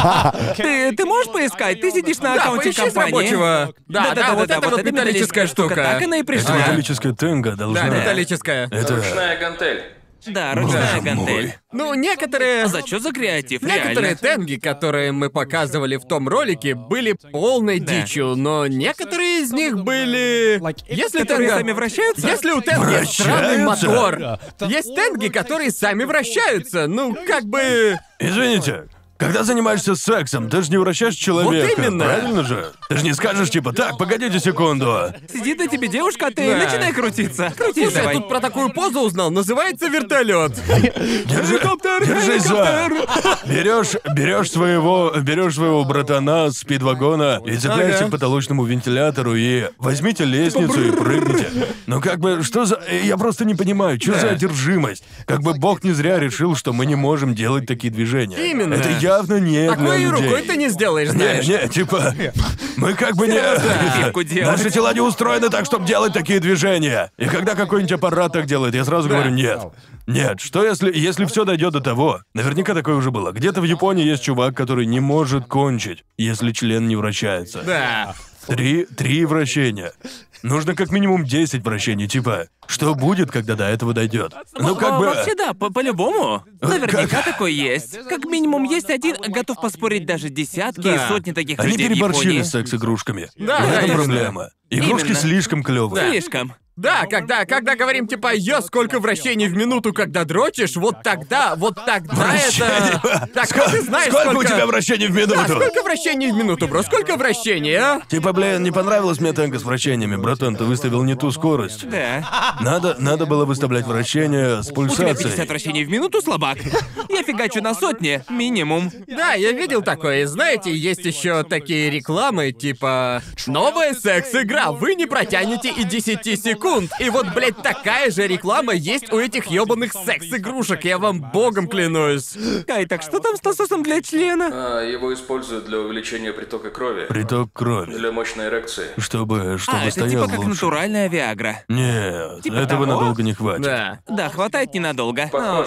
Ты, ты можешь поискать? Ты сидишь на Да, аккаунте поищи с компании. рабочего. Да, да, вот это вот металлическая штука. Так она и Это пришла. металлическая Тенго должна... Да, металлическая. Это... Ручная гантель. Да, ручная Боже мой. гантель. Ну, некоторые... За что за креатив? Некоторые Реально. тенги, которые мы показывали в том ролике, были полной Да. дичью, но некоторые из них были... Если Которые тенга... сами вращаются? Если у тенги есть сраный Вращаются? мотор, есть тенги, которые сами вращаются, ну, как бы... Извините, когда занимаешься сексом, ты же не вращаешь человека, Вот именно. правильно же? Ты же не скажешь типа, так, погодите секунду. Сидит на тебе девушка, а ты Да. начинай крутиться. Крутись Слушай, я давай. тут про такую позу узнал, называется вертолет. Держи, держись за. Берешь, берешь своего, берешь своего братана с спидвагона и цепляешься Ага. к потолочному вентилятору и возьмите лестницу и прыгните. Ну как бы, что за... Я просто не понимаю, что за одержимость? Как бы Бог не зря решил, что мы не можем делать такие движения. Именно. Это явно не для Такое и людей. рукой ты не сделаешь, знаешь. Не, не, типа, мы как бы не... Пипку делать. Наши тела не устроены так, чтобы делать такие движения. И когда какой-нибудь аппарат так делает, я сразу говорю нет. Нет, что если, если все дойдет до того? Наверняка такое уже было. Где-то в Японии есть чувак, который не может кончить, если член не вращается. Да. Три, три вращения. Нужно как минимум десять вращений, типа. Что будет, когда до этого дойдет? Ну как О, бы. Вообще да, по- по-любому. Наверняка как? такой есть. Как минимум есть один, готов поспорить даже десятки Да. и сотни таких Они людей в переборщили Японии. с секс-игрушками. Да, В да, этом именно. проблема. Игрушки Именно. слишком клевые. Слишком. Да, когда, когда говорим типа «Йо, сколько вращений в минуту, когда дрочишь», вот тогда, вот тогда это... Тогда ты знаешь, Сколько, сколько... у тебя вращений в Да, минуту? сколько вращений в минуту, бро? Сколько вращений, а? Типа, блин, не понравилось мне Тенго с вращениями, братан, ты выставил не ту скорость. Да. Надо, надо было выставлять вращения с У тебя пятьдесят пульсацией. вращений в минуту, слабак. Я фигачу на сотни, минимум. Да, я видел такое. И знаете, есть еще такие рекламы, типа «Новая секс-игра, вы не протянете и десяти секунд». И вот, блядь, такая же реклама есть у этих ёбаных секс-игрушек, я вам богом клянусь. Кай, так что там с насосом для члена? А, его используют для увеличения притока крови. Приток крови. Для мощной эрекции. Чтобы, чтобы А, это стоял типа как лучше. натуральная Виагра. Нет, Типа этого того? надолго не хватит. Да. Да, хватает ненадолго. Но Похоже.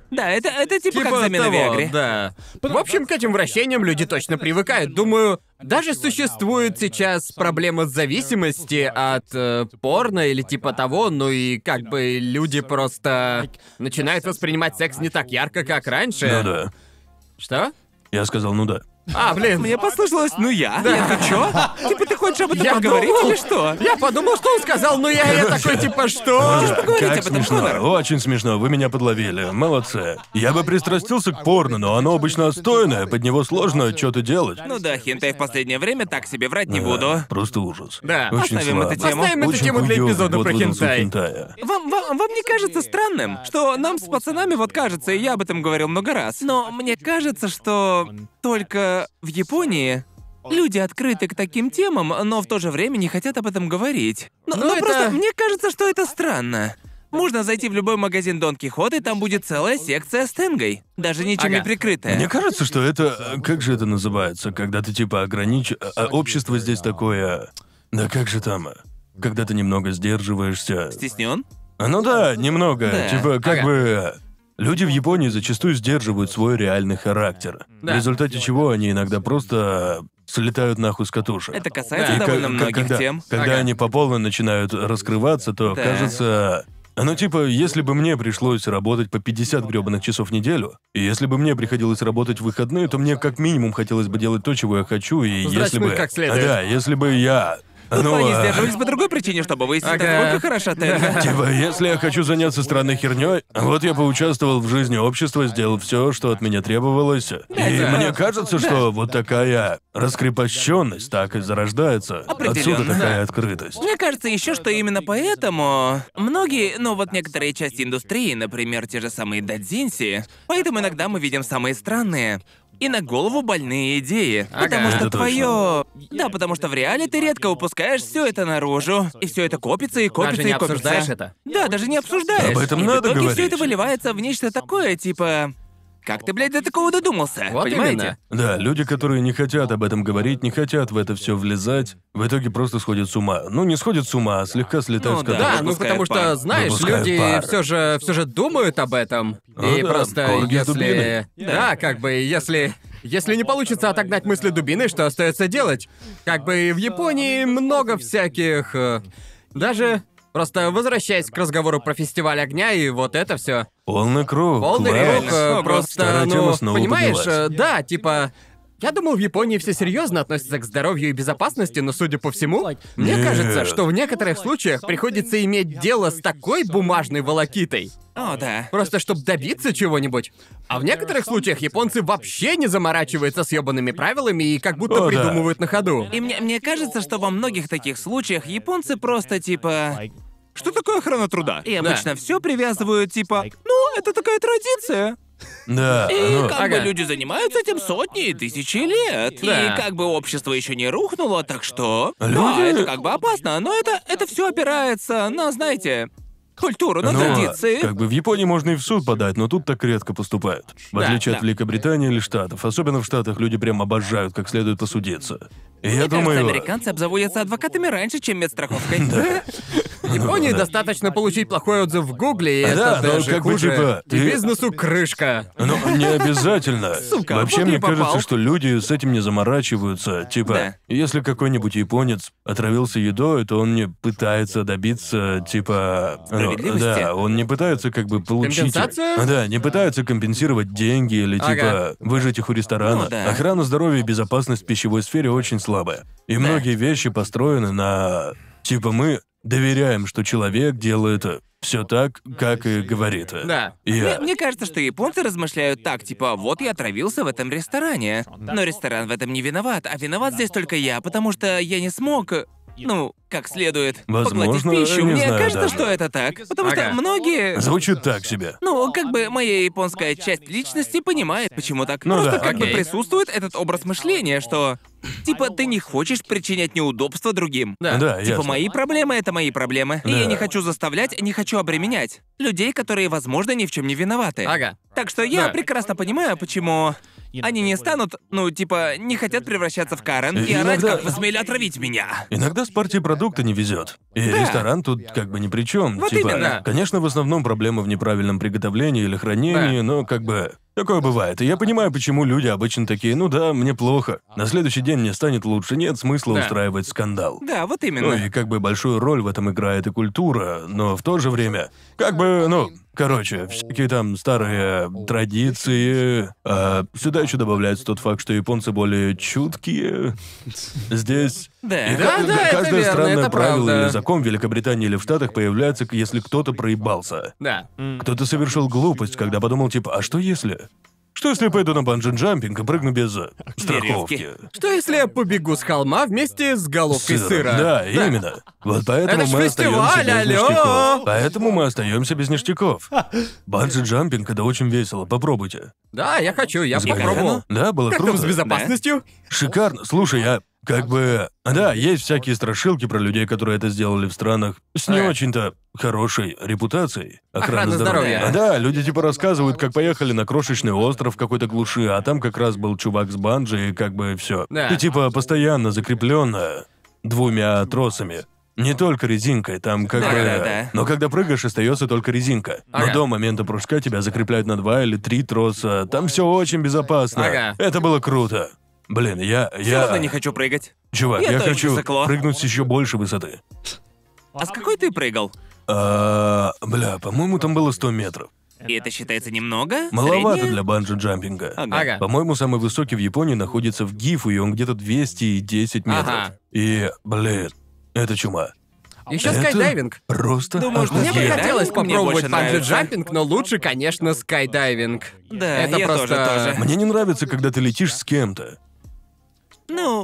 Да, это, это типа, как Типа замена того, Виагры. да. В общем, к этим вращениям люди точно привыкают. Думаю, даже существует сейчас проблема зависимости от э, порно или типа того, ну и как бы люди просто начинают воспринимать секс не так ярко, как раньше. Ну да. Что? Я сказал, ну да. А, блин. Мне послышалось, ну я. Да. Я, ты чё? Типа ты хочешь об этом Я поговорить думал- или что? Я подумал, что он сказал, но я, я такой типа, что? поговорить Как об этом, смешно, Конор. очень смешно, вы меня подловили, молодцы. Я бы пристрастился к порно, но оно обычно отстойное, под него сложно что-то делать. Ну да, хентай в последнее время так себе врать не Да, буду. Просто ужас. Да. Очень Оставим слабо. эту тему. Оставим эту Очень тему для хуёвый эпизода год про выдался у хентай. хентая. Вам, вам, вам не кажется странным, что нам с пацанами вот кажется, и я об этом говорил много раз, но мне кажется, что только в Японии люди открыты к таким темам, но в то же время не хотят об этом говорить. Но, Ну, но это- просто мне кажется, что это странно. Можно зайти в любой магазин Дон Кихот, и там будет целая секция с тенгой, даже ничем Ага. не прикрытая. Мне кажется, что это... э, Как же это называется? Когда ты типа огранич... а общество здесь такое... Да как же там? Когда ты немного сдерживаешься... Стеснен? А, Ну да, немного. Да. Типа, как Ага. бы... Люди в Японии зачастую сдерживают свой реальный характер. Да. В результате чего они иногда просто слетают нахуй с катушек. Это касается И ка- довольно ка- многих когда, тем. Когда Ага. они по полной начинают раскрываться, то Да. кажется... Ну, типа, если бы мне пришлось работать по пятьдесят грёбаных часов в неделю, и если бы мне приходилось работать в выходные, то мне как минимум хотелось бы делать то, чего я хочу, и Сдать если бы... мы как следует. Да, если бы я... Ну, Они а, сдерживались по другой причине, чтобы выяснить, Ага. насколько хороша тенга. Типа, если я хочу заняться странной херней, вот я поучаствовал в жизни общества, сделал все, что от меня требовалось. И да. мне кажется, что вот такая раскрепощенность так и зарождается. Отсюда Определенно. такая открытость. Мне кажется еще, что именно поэтому многие, ну вот некоторые части индустрии, например, те же самые дадзинси, поэтому иногда мы видим самые странные и на голову больные идеи. Ага. Потому что Это точно. твое. Да, потому что в реале ты редко выпускаешь все это наружу. И все это копится и копится Даже не и копится. обсуждаешь это? Да, даже не обсуждаешь. Об этом и надо в итоге говорить. все это выливается в нечто такое, типа. Как ты, блядь, до такого додумался? Вот Понимаете? именно. Да, люди, которые не хотят об этом говорить, не хотят в это все влезать, в итоге просто сходят с ума. Ну, не сходят с ума, а слегка слетают Ну с да. катушек. Да, ну Выпускает потому что, пар. знаешь, Выпускает люди пар. все же все же думают об этом. Ну и да, просто корги с если. дубиной. Да. как бы если. Если не получится отогнать мысли дубиной, что остается делать? Как бы в Японии много всяких. э, Даже. Просто возвращаясь к разговору про фестиваль огня и вот это все. Полный круг. Полный класс. круг, э, Ого. просто, Старая ну, тема снова понимаешь, поднялась. э, да, типа, я думал, в Японии все серьезно относятся к здоровью и безопасности, но, судя по всему, мне Нет. кажется, что в некоторых случаях приходится иметь дело с такой бумажной волокитой, О, да. просто чтобы добиться чего-нибудь. А в некоторых случаях японцы вообще не заморачиваются с ёбаными правилами и как будто О, да. придумывают на ходу. И мне, мне кажется, что во многих таких случаях японцы просто типа. Что такое охрана труда? И обычно все привязывают типа. Ну, это такая традиция. Да, И ну, как Ага. бы люди занимаются этим сотни и тысячи лет. Да. И как бы общество еще не рухнуло, так что. Да, Люди- это как бы опасно, но это, это все опирается на, знаете, культуру, на ну, традиции. как бы в Японии можно и в суд подать, но тут так редко поступают. В Да, отличие от да. Великобритании или Штатов. Особенно в Штатах люди прям обожают, как следует посудиться. И я Мне кажется, думаю... американцы обзаводятся адвокатами раньше, чем медстраховкой. В Японии достаточно получить плохой отзыв в Гугле, и Да, это ну, даже как бы, хуже. типа, И ты- бизнесу крышка. Ну, не обязательно. Сука, Вообще, вот мне не попал. кажется, что люди с этим не заморачиваются. Типа, Да. если какой-нибудь японец отравился едой, то он не пытается добиться, типа... ну, Справедливости? да, он не пытается как бы получить... Компенсацию? Да, не пытается компенсировать деньги или Ага. типа выжить их у ресторана. Ну да. Охрана здоровья и безопасность в пищевой сфере очень слабая. И многие вещи построены на... Типа, мы доверяем, что человек делает все так, как и говорит. Да. Я... Мне, мне кажется, что японцы размышляют так, типа, вот я отравился в этом ресторане. Но ресторан в этом не виноват, а виноват здесь только я, потому что я не смог, ну, как следует, поглотить Возможно, пищу. не Мне знаю кажется, даже. что это так. Потому Ага. что многие... Звучит так себе. Ну, как бы моя японская часть личности понимает, почему так. Ну Просто да, как бы окей. присутствует этот образ мышления, что типа ты не хочешь причинять неудобства другим. Да. Да, Типа ясно. мои проблемы — это мои проблемы. И Да. я не хочу заставлять, не хочу обременять людей, которые, возможно, ни в чем не виноваты. Ага. Так что я Да. прекрасно понимаю, почему Они не станут, ну, типа, не хотят превращаться в Карен И и орать, иногда- как вы смели отравить меня. Иногда с партией продукта не везет. И ресторан тут как бы ни при чем. Вот Типа, именно. конечно, в основном проблема в неправильном приготовлении или хранении, но как бы такое бывает. И я понимаю, почему люди обычно такие, ну да, мне плохо. На следующий день мне станет лучше, нет смысла Да. устраивать скандал. Да, вот Ну именно. и как бы большую роль в этом играет и культура, но в то же время, как бы, ну, короче, всякие там старые традиции. А сюда еще добавляется тот факт, что японцы более чуткие. Здесь Да. и Да, ка- да, это каждое верно, странное это правило правда. или закон в Великобритании или в Штатах появляется, если кто-то проебался. Да. Кто-то совершил глупость, когда подумал, типа, а что если? Что если я пойду на банджи-джампинг и прыгну без э, страховки? Что если я побегу с холма вместе с головкой Сыром. сыра? Да, именно. Вот поэтому Это ж мы остаемся фестиваль, без алло! ништяков. Поэтому мы остаемся без ништяков. Банджи-джампинг — это очень весело. Попробуйте. Да, я хочу, я Сгоняй. попробовал. Да, было Как круто. там с безопасностью? Шикарно. Слушай, я как бы... Да, есть всякие страшилки про людей, которые это сделали в странах с не Ага. очень-то хорошей репутацией. Охрана здоровья. А, да, люди типа рассказывают, как поехали на крошечный остров в какой-то глуши, а там как раз был чувак с банджи, и как бы все. Да. Ты типа постоянно закрепленная двумя тросами. Не только резинкой, там как Да, бы... да, да. Но когда прыгаешь, остается только резинка. Но Ага. до момента прыжка тебя закрепляют на два или три троса. Там все очень безопасно. Ага. Это было круто. Блин, я... Все я... равно не хочу прыгать. Чувак, Я я, тоже хочу высоко. прыгнуть с еще больше высоты. А с какой ты прыгал? А, бля, по-моему, там было сто метров. И это считается немного? Маловато Среднее? для банджи-джампинга. Ага. Ага. По-моему, самый высокий в Японии находится в Гифу, и он где-то двести десять метров. Ага. И, блин, это чума. Еще Это скайдайвинг. Просто Думаю, что Мне бы охуенно. скайдайвинг хотелось мне попробовать больше нравится. банджи-джампинг, но лучше, конечно, скайдайвинг. Да, Это я просто... тоже, тоже. Мне не нравится, когда ты летишь с кем-то. Ну,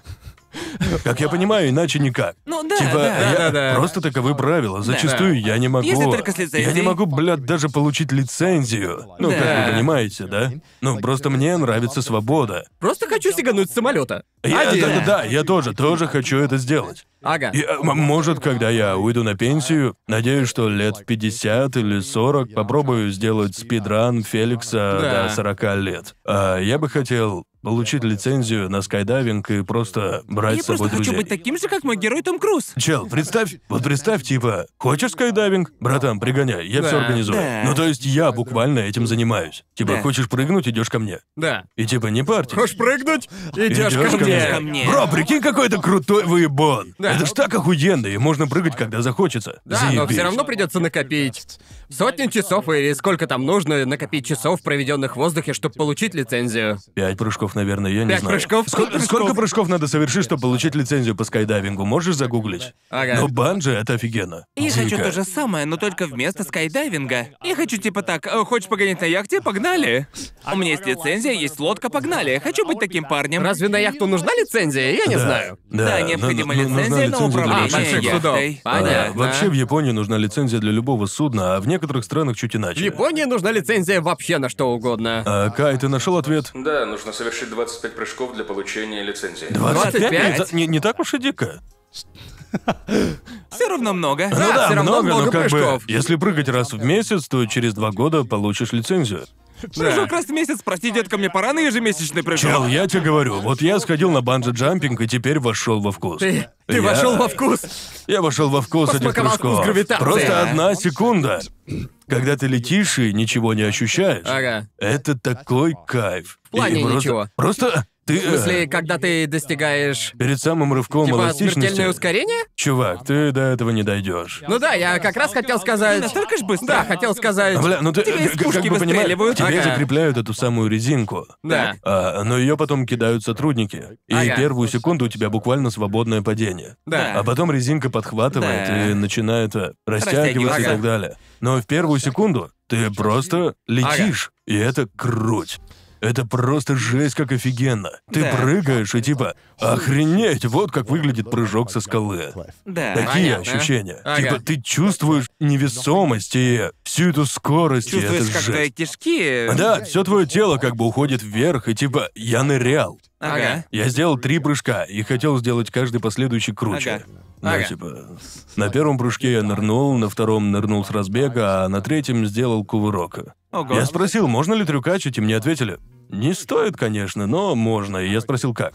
Как я понимаю, иначе никак. ну да, Типа, да. я- Да-да-да. просто таковы правила. Зачастую я не могу. Если только с лицензией. Я не могу, блядь, даже получить лицензию. Ну, как Да. вы понимаете, да? Ну, просто мне нравится свобода. Просто хочу сигануть с самолета. Я, Один. да, да, да, я тоже, тоже хочу это сделать. Ага. И, э, м- может, когда я уйду на пенсию, надеюсь, что лет в пятьдесят или сорок попробую сделать спидран Феликса Да. до сорока лет. А я бы хотел получить лицензию на скайдайвинг и просто брать Я с собой просто хочу друзей. быть таким же, как мой герой Том Круз. Чел, представь, вот представь, типа, хочешь скайдайвинг? Братан, пригоняй, я Да. все организую. Да. Ну, то есть я буквально этим занимаюсь. Типа, Да. хочешь прыгнуть, идешь ко мне. Да. И типа, не парьтесь. Хочешь прыгнуть? Идешь Идёшь ко мне. Ко мне. Бро, прикинь, какой это крутой выебон. Да. Это ж так охуенно, и можно прыгать, когда захочется. Да, но Заебись. все равно придется накопить сотни часов или сколько там нужно накопить часов, проведенных в воздухе, чтобы получить лицензию. Пять прыжков, наверное, я не Пять знаю. прыжков? Сколько, сколько прыжков надо совершить, чтобы получить лицензию по скайдайвингу? Можешь загуглить? Ага. Но банджи — это офигенно. Я хочу Дико. то же самое, но только вместо скайдайвинга. Я хочу типа так, «Э, хочешь погонять на яхте? Погнали. У меня есть лицензия, есть лодка, погнали. Хочу быть таким парнем. Разве на яхту нужна лицензия? Я не Да. знаю. Да, Да, ну- необходима ну- нужна лицензия на лицензия для управление больших больших судов. яхтой. А, Понятно. вообще в Японии нужна лицензия для любого судна, а в некоторых странах чуть В иначе. Японии нужна лицензия вообще на что угодно. А, Кай, ты нашел ответ? Да, нужно совершить двадцать пять прыжков для получения лицензии. двадцать пять? двадцать пять? Это не, не так уж и дико. Все равно много. Ну Да, да, всё равно много, много но как прыжков. бы, если прыгать раз в месяц, то через два года получишь лицензию. Прыжок раз в месяц, прости, детка, мне пора на ежемесячный прыжок. Чел, я тебе говорю, вот я сходил на банджи-джампинг и теперь вошел во вкус. Ты, ты Я- вошел во вкус. Я вошел во вкус этих Посмаковал вкус прыжков. гравитации. Просто А. одна секунда. Когда ты летишь и ничего не ощущаешь, Ага. это такой кайф. В плане И просто, ничего. Просто ты... В смысле, когда ты достигаешь... Перед самым рывком Типа эластичности... смертельное ускорение? Чувак, ты до этого не дойдешь. Ну да, я как раз хотел сказать... Настолько ж быстро. Да, хотел сказать... Бля, ну ты Тебя из к- как пушки бы понимаешь, выстреливают. тебе Ага. закрепляют эту самую резинку. Да. А, но ее потом кидают сотрудники. И Ага. первую секунду у тебя буквально свободное падение. Да. А потом резинка подхватывает Да. и начинает э, растягиваться и Ага. так далее. Но в первую секунду ты просто летишь, и это круть. Это просто жесть как офигенно. Ты Да. прыгаешь и типа, охренеть, вот как выглядит прыжок со скалы. Да. Такие Понятно. ощущения. Ага. Типа ты чувствуешь невесомость и всю эту скорость, и Чувствуешь, это как твои жесть. кишки... Да, все твое тело как бы уходит вверх, и типа я нырял. Ага. Я сделал три прыжка и хотел сделать каждый последующий круче. Ага. Ну, Ага. типа, на первом прыжке я нырнул, на втором нырнул с разбега, а на третьем сделал кувырок. Ого. Я спросил, можно ли трюкачить, и мне ответили, не стоит, конечно, но можно. И я спросил, как.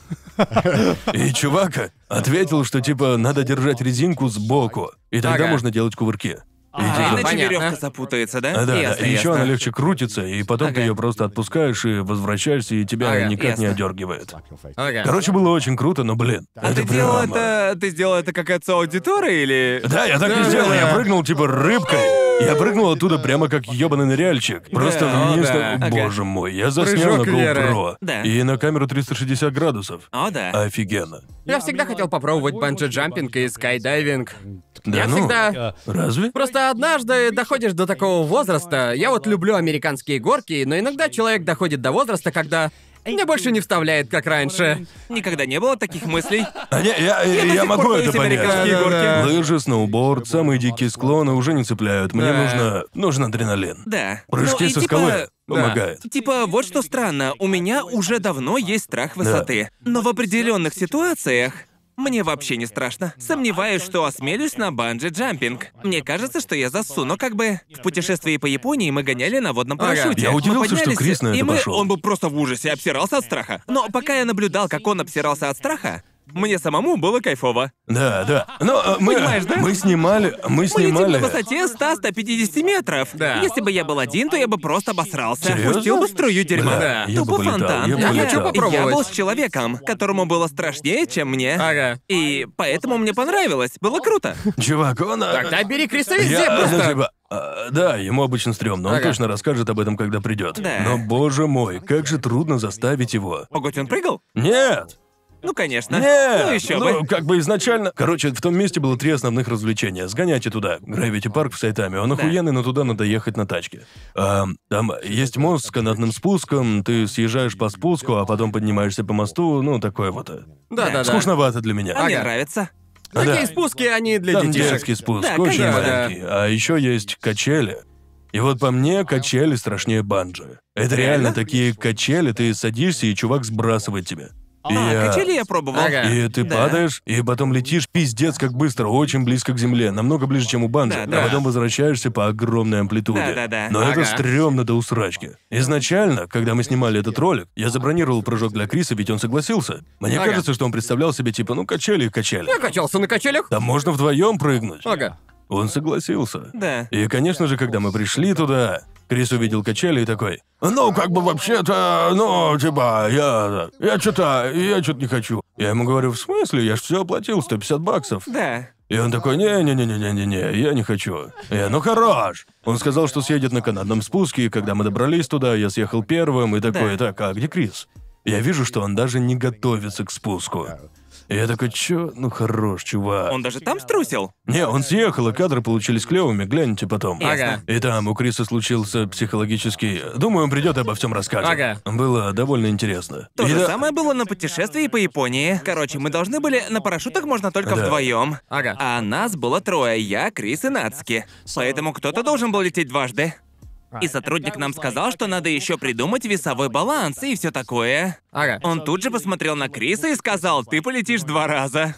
И чувак ответил, что типа надо держать резинку сбоку, и тогда Ага. можно делать кувырки. И, А, типа, иначе понятно. веревка запутается, да? А, да, Ясно, да. И еще ясно. она легче крутится, и потом ты Ага. ее просто отпускаешь и возвращаешься, и тебя Ага, никак не ясно. одергивает. Ага. Короче, было очень круто, но блин. А это ты делал прямо- это... Ты сделал это как отцу аудитории или... Да, я так и Да, сделал. да, Я да. прыгнул типа рыбкой. Я прыгнул оттуда прямо как ёбаный ныряльщик. Просто Да, вниз. да. на- Ага. Боже мой, я заснял Прыжок на веры. GoPro. Да. И на камеру триста шестьдесят градусов. О, да. Офигенно. Я всегда хотел попробовать банджи-джампинг и скайдайвинг. Да Я ну? всегда... Разве? Просто однажды доходишь до такого возраста. Я вот люблю американские горки, но иногда человек доходит до возраста, когда мне больше не вставляет, как раньше. Никогда не было таких мыслей. А не, я, я, до я сих могу пор это боюсь американские понять. горки. Лыжи, сноуборд, самые дикие склоны уже не цепляют. Мне Да. нужно, нужен адреналин. Да. Прыжки Ну и со типа- скалы помогает. Типа, вот что странно, у меня уже давно есть страх высоты. Но в определенных ситуациях мне вообще не страшно. Сомневаюсь, что осмелюсь на банджи-джампинг. Мне кажется, что я засуну, как бы. В путешествии по Японии мы гоняли на водном Ага. парашюте. Я Мы удивился, что поднялись, Крис на и это мы... пошел. Он был просто в ужасе, обсирался от страха. Но пока я наблюдал, как он обсирался от страха, мне самому было кайфово. Да, да. Но э, мы, Понимаешь, да? мы снимали, мы Мы летим снимали. на высоте сто-сто пятьдесят метров. Да. Если бы я был один, то я бы просто обосрался. Серьезно? Пустил бы струю дерьма. Бля, я бы Тупо полетал, фонтан. я бы Я полетал. хочу попробовать. Я был с человеком, которому было страшнее, чем мне. Ага. И поэтому мне понравилось. Было круто. Чувак, он... э, Тогда бери Криса везде Я, ну, просто. типа, а, да, ему обычно стрёмно, он Ага. точно расскажет об этом, когда придет. Да. Но, боже мой, как же трудно заставить его. Погодь, он прыгал? Нет! Ну, конечно. Нет! Ну, еще ну, бы. как бы изначально... Короче, в том месте было три основных развлечения. Сгоняйте туда. Гравити парк в Сайтаме. Он охуенный, но туда надо ехать на тачке. А, там есть мост с канатным спуском, ты съезжаешь по спуску, а потом поднимаешься по мосту, ну, такое вот. Да-да-да. Скучновато для меня. А мне Ага. нравится. Такие Да. спуски, они для Там детишек. детский спуск, Да, очень конечно. маленький. А еще есть качели. И вот по мне, качели страшнее банджи. Это реально такие качели, ты садишься, и чувак сбрасывает тебя. И, А, я- качели я пробовал. Ага. и ты Да. падаешь, и потом летишь пиздец как быстро, очень близко к земле, намного ближе, чем у банджи, Да, а да. потом возвращаешься по огромной амплитуде. Да-да-да. Но это Ага. стрёмно до усрачки. Изначально, когда мы снимали этот ролик, я забронировал прыжок для Криса, ведь он согласился. Мне Ага. кажется, что он представлял себе типа, ну качели и качели. Я качался на качелях. Там можно вдвоем прыгнуть. Ага. Он согласился. Да. И, конечно же, когда мы пришли туда, Крис увидел качели и такой: «Ну, как бы вообще-то, ну, типа, я... Я что-то... Я что-то не хочу». Я ему говорю: «В смысле? Я ж все оплатил, сто пятьдесят баксов». Да. И он такой: «Не-не-не-не-не-не, я не хочу». Я: «Ну, хорош». Он сказал, что съедет на канатном спуске, и когда мы добрались туда, я съехал первым, и такой: «Так, а где Крис?» Я вижу, что он даже не готовится к спуску. И я такой: «Чё? Ну, хорош, чувак». Он даже там струсил? Не, он съехал, и кадры получились клевыми, гляньте потом. Ага. И там у Криса случился психологический... Думаю, он придет и обо всем расскажет. Ага. Было довольно интересно. То И же да- самое было на путешествии по Японии. Короче, мы должны были... На парашютах можно только Да. вдвоем. Ага. А нас было трое. Я, Крис и Нацки. Поэтому кто-то должен был лететь дважды. И сотрудник нам сказал, что надо еще придумать весовой баланс и все такое. Ага. Он тут же посмотрел на Криса и сказал: «Ты полетишь два раза».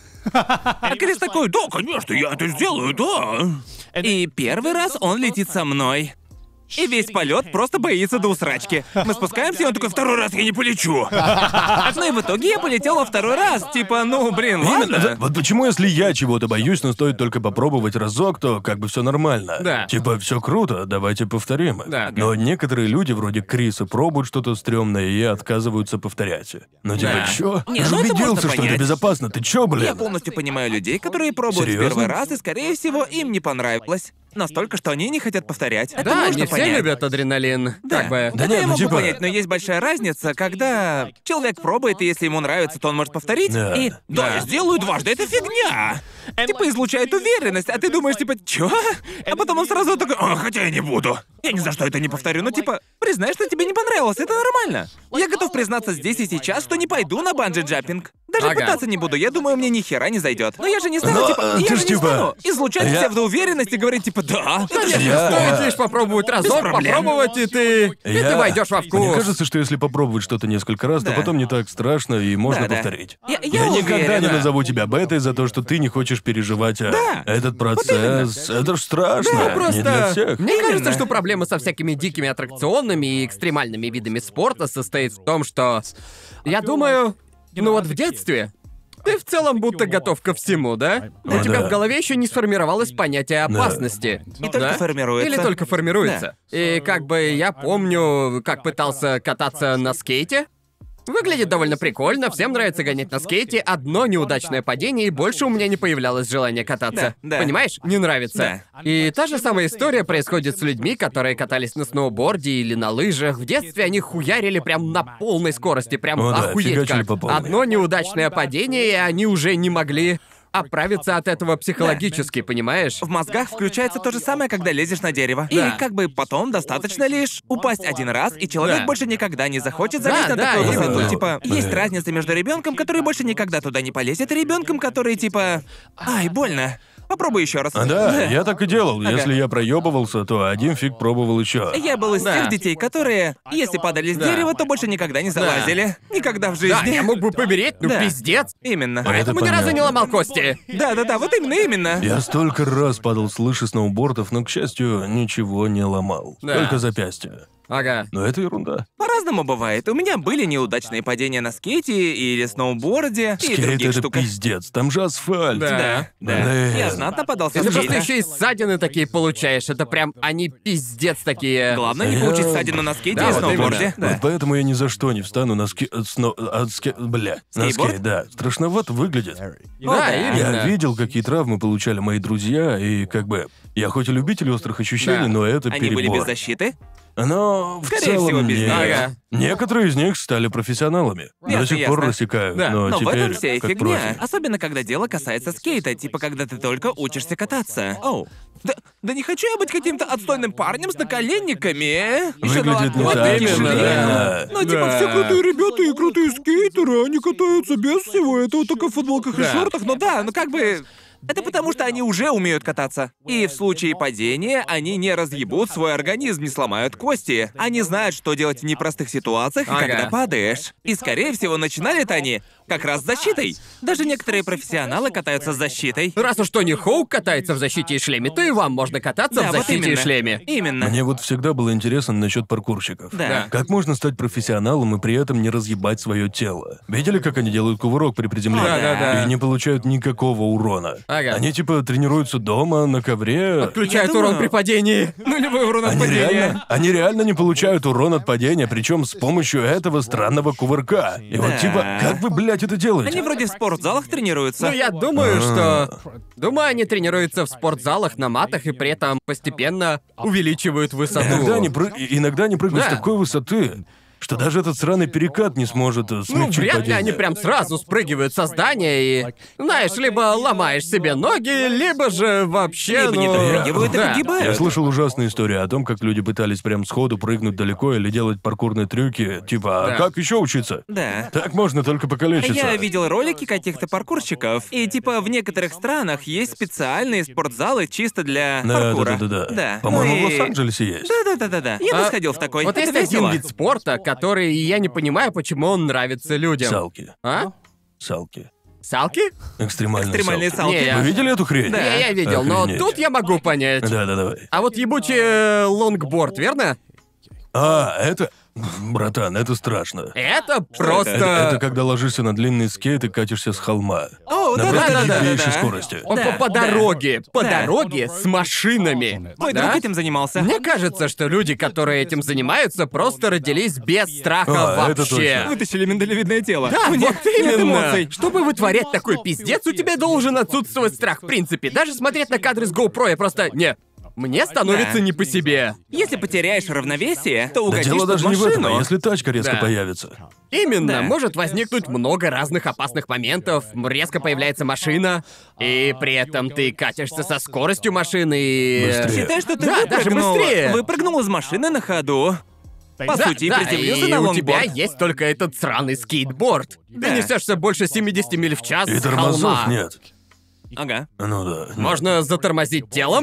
А Крис такой: «Да, конечно, я это сделаю, да». И первый раз он летит со мной. И весь полет просто боится до усрачки. Мы спускаемся, и он такой: «Второй раз я не полечу». Ну и в итоге я полетел во второй раз. Типа, ну блин, Именно, да. ладно. Вот почему, если я чего-то боюсь, но стоит только попробовать разок, то как бы все нормально. Да. Типа, все круто, давайте повторим. Да. Но некоторые люди, вроде Криса, пробуют что-то стрёмное и отказываются повторять. Ну типа, Да. чё? Не, Я же ну это убедился, можно что это понять. безопасно. Ты чё, блин? Я полностью понимаю людей, которые пробуют в Серьёзно? первый раз, и, скорее всего, им не понравилось. Настолько, что они не хотят повторять. Это Да, можно не все понять. любят адреналин. Да. Как бы. Да Это нет, я ну могу типа- понять, но есть большая разница, когда человек пробует, и если ему нравится, то он может повторить. Да. И да, Да. я сделаю дважды, это фигня. Типа излучает уверенность, а ты думаешь, типа, чё? А потом он сразу такой: «А, хотя я не буду. Я ни за что это не повторю». Ну, типа, признай, что тебе не понравилось, это нормально. Я готов признаться здесь и сейчас, что не пойду на банджи-джампинг. Даже Ага. пытаться не буду, я думаю, мне ни хера не зайдет. Но я же не стану, Но, типа, э, я ты же ж не типа- стану излучать Я- псевдоуверенность и говорить, типа, Типа, да. Я- Стоит лишь попробовать разок, проблем. попробовать, и ты... И ты Я- войдешь во вкус. Мне кажется, что если попробовать что-то несколько раз, Да. то потом не так страшно и можно Да, да. повторить. Я- я никогда уверена. не назову тебя бетой за то, что ты не хочешь переживать а, Да. этот процесс. Это ж страшно. Да, Не просто... для всех. Мне Именно. кажется, что проблема со всякими дикими аттракционами и экстремальными видами спорта состоит в том, что... Я думаю... Ну вот в детстве... Ты в целом будто готов ко всему, да? У Ну тебя да. в голове еще не сформировалось понятие Да. опасности. И только да? формируется. Или только формируется. И как бы я помню, как пытался кататься на скейте. Выглядит довольно прикольно, всем нравится гонять на скейте. Одно неудачное падение, и больше у меня не появлялось желания кататься. Да, да. Понимаешь? Не нравится. И та же самая история происходит с людьми, которые катались на сноуборде или на лыжах. В детстве они хуярили прям на полной скорости, прям О, да, охуеть фигачили как. по полной. Одно неудачное падение, и они уже не могли оправиться от этого психологически, понимаешь? В мозгах включается то же самое, когда лезешь на дерево. Да. И как бы потом достаточно лишь упасть один раз, и человек Да. больше никогда не захочет Да, залезть на да, такую именно. высоту. Типа, есть Да. разница между ребенком, который больше никогда туда не полезет, и ребенком, который типа. Ай, больно. Попробуй еще раз. А, да, я так и делал. Ага. Если я проебывался, то один фиг пробовал еще. Я был из Да. тех детей, которые, если падали с Да. дерева, то больше никогда не залазили. Никогда в жизни. Да, я мог бы помереть, ну Да. пиздец. Именно. Поэтому ни понятно. разу не ломал кости. Да-да-да, вот именно, именно. Я столько раз падал с лыж и сноубордов, но, к счастью, ничего не ломал. Да. Только запястье. Ага. Но это ерунда. По-разному бывает. У меня были неудачные падения на скейте или сноуборде и Скейт — других это штуках. пиздец, там же асфальт. Да. Да, да. Блин. Я знатно подался Ты с просто скейта. еще и ссадины такие получаешь. Это прям они пиздец такие. Главное не Я- получить ссадину на скейте Да, и вот сноуборде. именно. Да. Вот поэтому я ни за что не встану на ски... от сно... от ски... Бля, на Скейтборд? скейт, да. Страшновато выглядит. Да, да. именно. Я видел, какие травмы получали мои друзья, и как бы... Я хоть и любитель острых ощущений, Да. но это Они перебор. были без защиты? Но в Скорее целом всего, без нет. Ага. Некоторые из них стали профессионалами. Ясно, До сих пор ясно. рассекают, Да. но, Но в теперь этом вся и как фигня. профи. Особенно, когда дело касается скейта, типа когда ты только учишься кататься. Оу. Да, да не хочу я быть каким-то отстойным парнем с наколенниками. Ещё Выглядит не на так, лодке именно, жиле. да. Ну, типа, Да. все крутые ребята и крутые скейтеры, они катаются без всего этого, только в футболках и Да. шортах. Но да, ну как бы... Это потому, что они уже умеют кататься. И в случае падения они не разъебут свой организм, не сломают кости. Они знают, что делать в непростых ситуациях, и Ага. когда падаешь. И, скорее всего, начинали-то они как раз с защитой. Даже некоторые профессионалы катаются с защитой. Раз уж Тони Хоук катается в защите и шлеме, то и вам можно кататься Да, в вот защите и именно. шлеме. Именно. Мне вот всегда было интересно насчет паркурщиков. Да. Как можно стать профессионалом и при этом не разъебать свое тело? Видели, как они делают кувырок при приземлении? О, да, да. И не получают никакого урона. Ага. Они типа тренируются дома, на ковре. Включает Я урон думаю- при падении. Нулевой урон от Они падения. реально, они реально не получают урон от падения, причем с помощью этого странного кувырка. И вот Да. типа, как вы, блядь, это делаете? Они вроде в спортзалах тренируются. Ну, я думаю, что... Думаю, они тренируются в спортзалах на матах и при этом постепенно увеличивают высоту. Иногда они, пры- иногда они прыгают Да. с такой высоты, что даже этот сраный перекат не сможет э, Ну, смягчить вряд ли падение. они прям сразу спрыгивают со здания и... Знаешь, либо ломаешь себе ноги, либо же вообще, Либо не ну... допрыгивают и да. погибают. Я слышал ужасные истории о том, как люди пытались прям сходу прыгнуть далеко или делать паркурные трюки. Типа, а Да. как еще учиться? Да. Так можно только покалечиться. Я видел ролики каких-то паркурщиков, и типа в некоторых странах есть специальные спортзалы чисто для Да, паркура. да, да, да, да. Да. По-моему, Ну в и- Лос-Анджелесе есть. Да-да-да-да-да. Я бы А, сходил в такой. Вот Это есть один весело. вид спорта, который я не понимаю, почему он нравится людям. Салки. А? Салки. Салки? Экстремальные, Экстремальные салки. Не, салки. я- Вы видели эту хрень? Да, я видел, но Охренеть. тут я могу понять. Да-да, давай. А вот ебучий э, лонгборд, верно? А, это... Братан, это страшно. Это просто... Это, это когда ложишься на длинный скейт и катишься с холма. О, На да-да-да-да-да. дичайшей скорости. По, Да, по да. дороге, по Да. дороге с машинами. Мой Да? друг этим занимался. Мне кажется, что люди, которые этим занимаются, просто родились без страха А, это вообще. точно. Вытащили миндалевидное тело. Да, У них вот нет именно. эмоций. Чтобы вытворять такой пиздец, у тебя должен отсутствовать страх в принципе. Даже смотреть на кадры с GoPro я просто... Не, мне становится Да. не по себе. Если потеряешь равновесие, то Да угодишь дело под даже не в этом, машину. а если тачка резко Да. появится. Именно, Да. может возникнуть много разных опасных моментов, резко появляется машина, и при этом ты катишься со скоростью машины и... Быстрее. Считай, что ты Да, даже выпрыгнул. быстрее. Выпрыгнул из машины на ходу. По Да, сути, да, приземлился и на у тебя лонгборд. есть только этот сраный скейтборд. Да. Ты несешься больше семидесяти миль в час И с тормозов холма. нет. Ага. Ну да. Можно затормозить телом?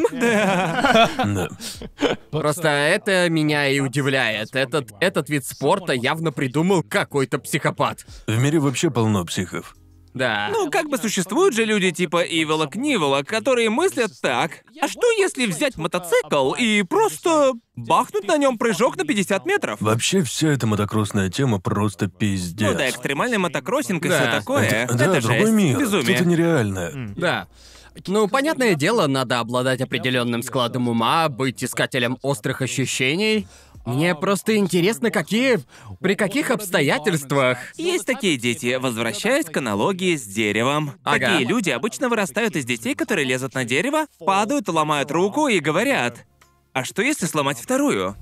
Да. Просто это меня и удивляет. Этот, этот вид спорта явно придумал какой-то психопат. В мире вообще полно психов. Да. Ну, как бы существуют же люди типа Ивола Книвола, которые мыслят так. А что если взять мотоцикл и просто бахнуть на нем прыжок на пятьдесят метров? Вообще вся эта мотокроссная тема просто пиздец. Ну да, экстремальный мотокроссинг и Да. все такое. Это, да, Это другой жесть, мир. безумие. Что-то нереальное. Да. Ну, понятное дело, надо обладать определенным складом ума, быть искателем острых ощущений. Мне просто интересно, какие... При каких обстоятельствах... Есть такие дети, возвращаясь к аналогии с деревом. Ага. Такие люди обычно вырастают из детей, которые лезут на дерево, падают, ломают руку и говорят: а что если сломать вторую?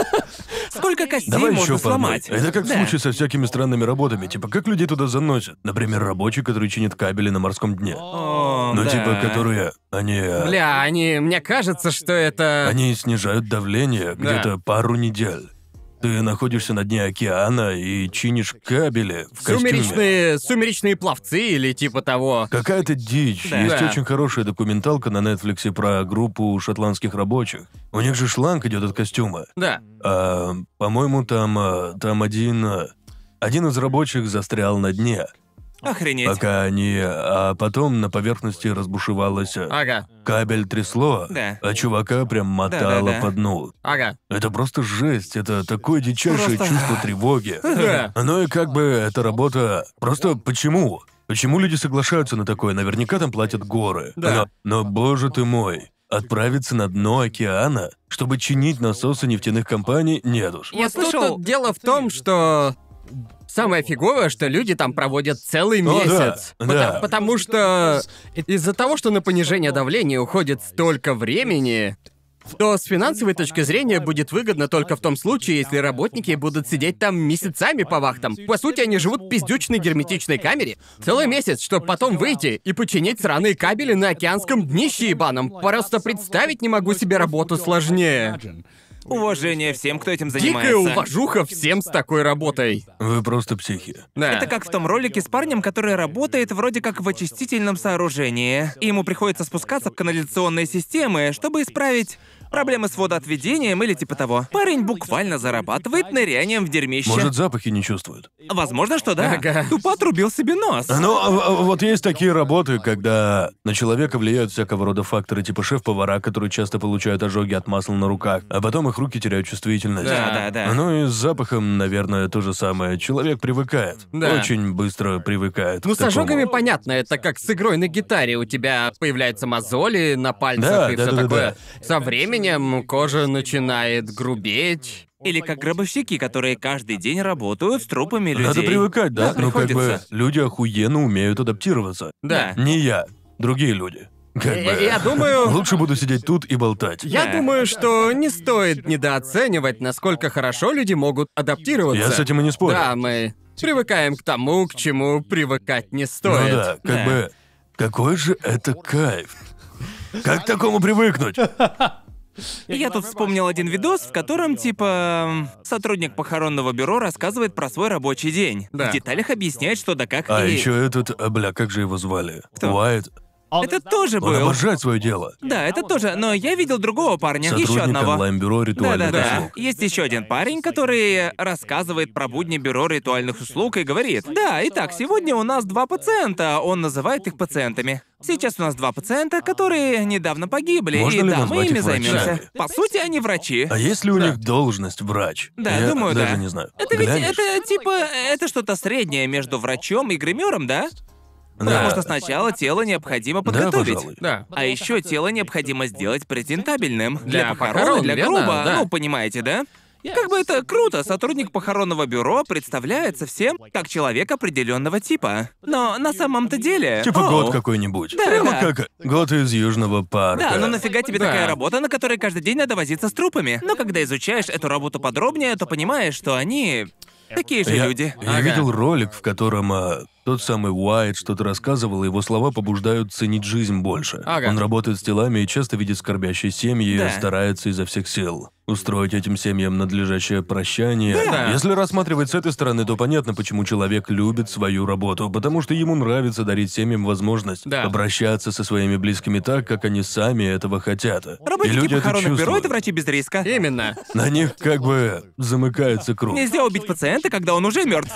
Сколько костей Давай можно еще по одной. сломать? Это как в Да. случае со всякими странными работами. Типа, как людей туда заносят? Например, рабочий, который чинит кабели на морском дне. О, Ну, да. типа, которые... Они... Бля, они... Мне кажется, что это... Они снижают давление где-то пару недель. Ты находишься на дне океана и чинишь кабели в костюме. Сумеречные... Сумеречные пловцы или типа того. Какая-то дичь. Да. Есть Да. очень хорошая документалка на Netflix про группу шотландских рабочих. У них же шланг идет от костюма. Да. А, по-моему, там, а, там один... а, Один из рабочих застрял на дне, Охренеть. пока они... А потом на поверхности разбушевалось... а, Ага. Кабель трясло, Да. а чувака прям мотало Да-да-да. по дну. Ага. Это просто жесть, это такое дичайшее Просто- чувство тревоги. Да. Ну и как бы эта работа... Просто почему? Почему люди соглашаются на такое? Наверняка там платят горы. Да. Но, но боже ты мой, отправиться на дно океана, чтобы чинить насосы нефтяных компаний, нет уж. Я Вот тут слышал- вот дело в том, что... Самое фиговое, что люди там проводят целый О, месяц. да, Пота- да. Потому что из-за того, что на понижение давления уходит столько времени, то с финансовой точки зрения будет выгодно только в том случае, если работники будут сидеть там месяцами по вахтам. По сути, они живут в пиздючной герметичной камере целый месяц, чтобы потом выйти и починить сраные кабели на океанском днище ебаном. Просто представить не могу себе работу сложнее. Уважение всем, кто этим Дикая занимается. уважуха всем с такой работой. Вы просто психи. Да. Это как в том ролике с парнем, который работает вроде как в очистительном сооружении. И ему приходится спускаться в канализационные системы, чтобы исправить проблемы с водоотведением или типа того. Парень буквально зарабатывает нырянием в дерьмище. Может, запахи не чувствуют? Возможно, что да. Ага. Тупо отрубил себе нос. Ну, а- а вот есть такие работы, когда на человека влияют всякого рода факторы, типа шеф-повара, которые часто получают ожоги от масла на руках, а потом их руки теряют чувствительность. Да, да, да. Ну и с запахом, наверное, то же самое. Человек привыкает. Да. Очень быстро привыкает. Ну, к с ожогами такому. понятно, это как с игрой на гитаре. У тебя появляются мозоли на пальцах Да, и да, все да, да, такое. Со временем кожа начинает грубеть. Или как гробовщики, которые каждый день работают с трупами людей. Надо привыкать, да? Да, ну, как бы, приходится. люди охуенно умеют адаптироваться. Да. Не я, другие люди. Как Я- бы... я думаю- Лучше буду сидеть тут и болтать. Я Да. думаю, что не стоит недооценивать, насколько хорошо люди могут адаптироваться. Я с этим и не спорю. Да, мы привыкаем к тому, к чему привыкать не Ну стоит. да, как Да. бы... Какой же это кайф. Как к такому привыкнуть? Я тут вспомнил один видос, в котором, типа, м, сотрудник похоронного бюро рассказывает про свой рабочий день. Да. В деталях объясняет, что да как. А и... еще этот, а, бля, как же его звали? Кто? Уайт. Это тоже Он был. обожает свое дело. Да, это тоже. Но я видел другого парня, еще Сотрудник одного. онлайн-бюро ритуальных Да-да-да. услуг. Есть еще один парень, который рассказывает про будни бюро ритуальных услуг и говорит: да, итак, сегодня у нас два пациента. Он называет их пациентами. Сейчас у нас два пациента, которые недавно погибли, Можно и ли да, мы назвать ими их врачами? займемся. По сути, они врачи. А есть ли у них должность врач? Да, Я думаю, даже да. не знаю. Это ведь Глянешь? это типа это что-то среднее между врачом и гримером, да? Да. Потому что сначала тело необходимо Да, подготовить. пожалуй. Да. А еще тело необходимо сделать презентабельным. Для, Для похорон, похорон, для верно, гроба. да. Ну, понимаете, да? Как бы это круто, сотрудник похоронного бюро представляется всем как человек определенного типа. Но на самом-то деле. Типа Оу. год какой-нибудь. Да, Прямо да. как год из Южного парка. Да, но нафига тебе Да. такая работа, на которой каждый день надо возиться с трупами? Но когда изучаешь эту работу подробнее, то понимаешь, что они такие же Я, люди. я Ага. видел ролик, в котором а, тот самый Уайт что-то рассказывал, и его слова побуждают ценить жизнь больше. Ага. Он работает с телами и часто видит скорбящие семьи Да. и старается изо всех сил. устроить этим семьям надлежащее прощание. Да. Если рассматривать с этой стороны, то понятно, почему человек любит свою работу, потому что ему нравится дарить семьям возможность Да. обращаться со своими близкими так, как они сами этого хотят. И Работники люди это похоронных бюро — чувствуют. это врачи без риска. Именно. На них как бы замыкается круг. Нельзя убить пациента, когда он уже мертв.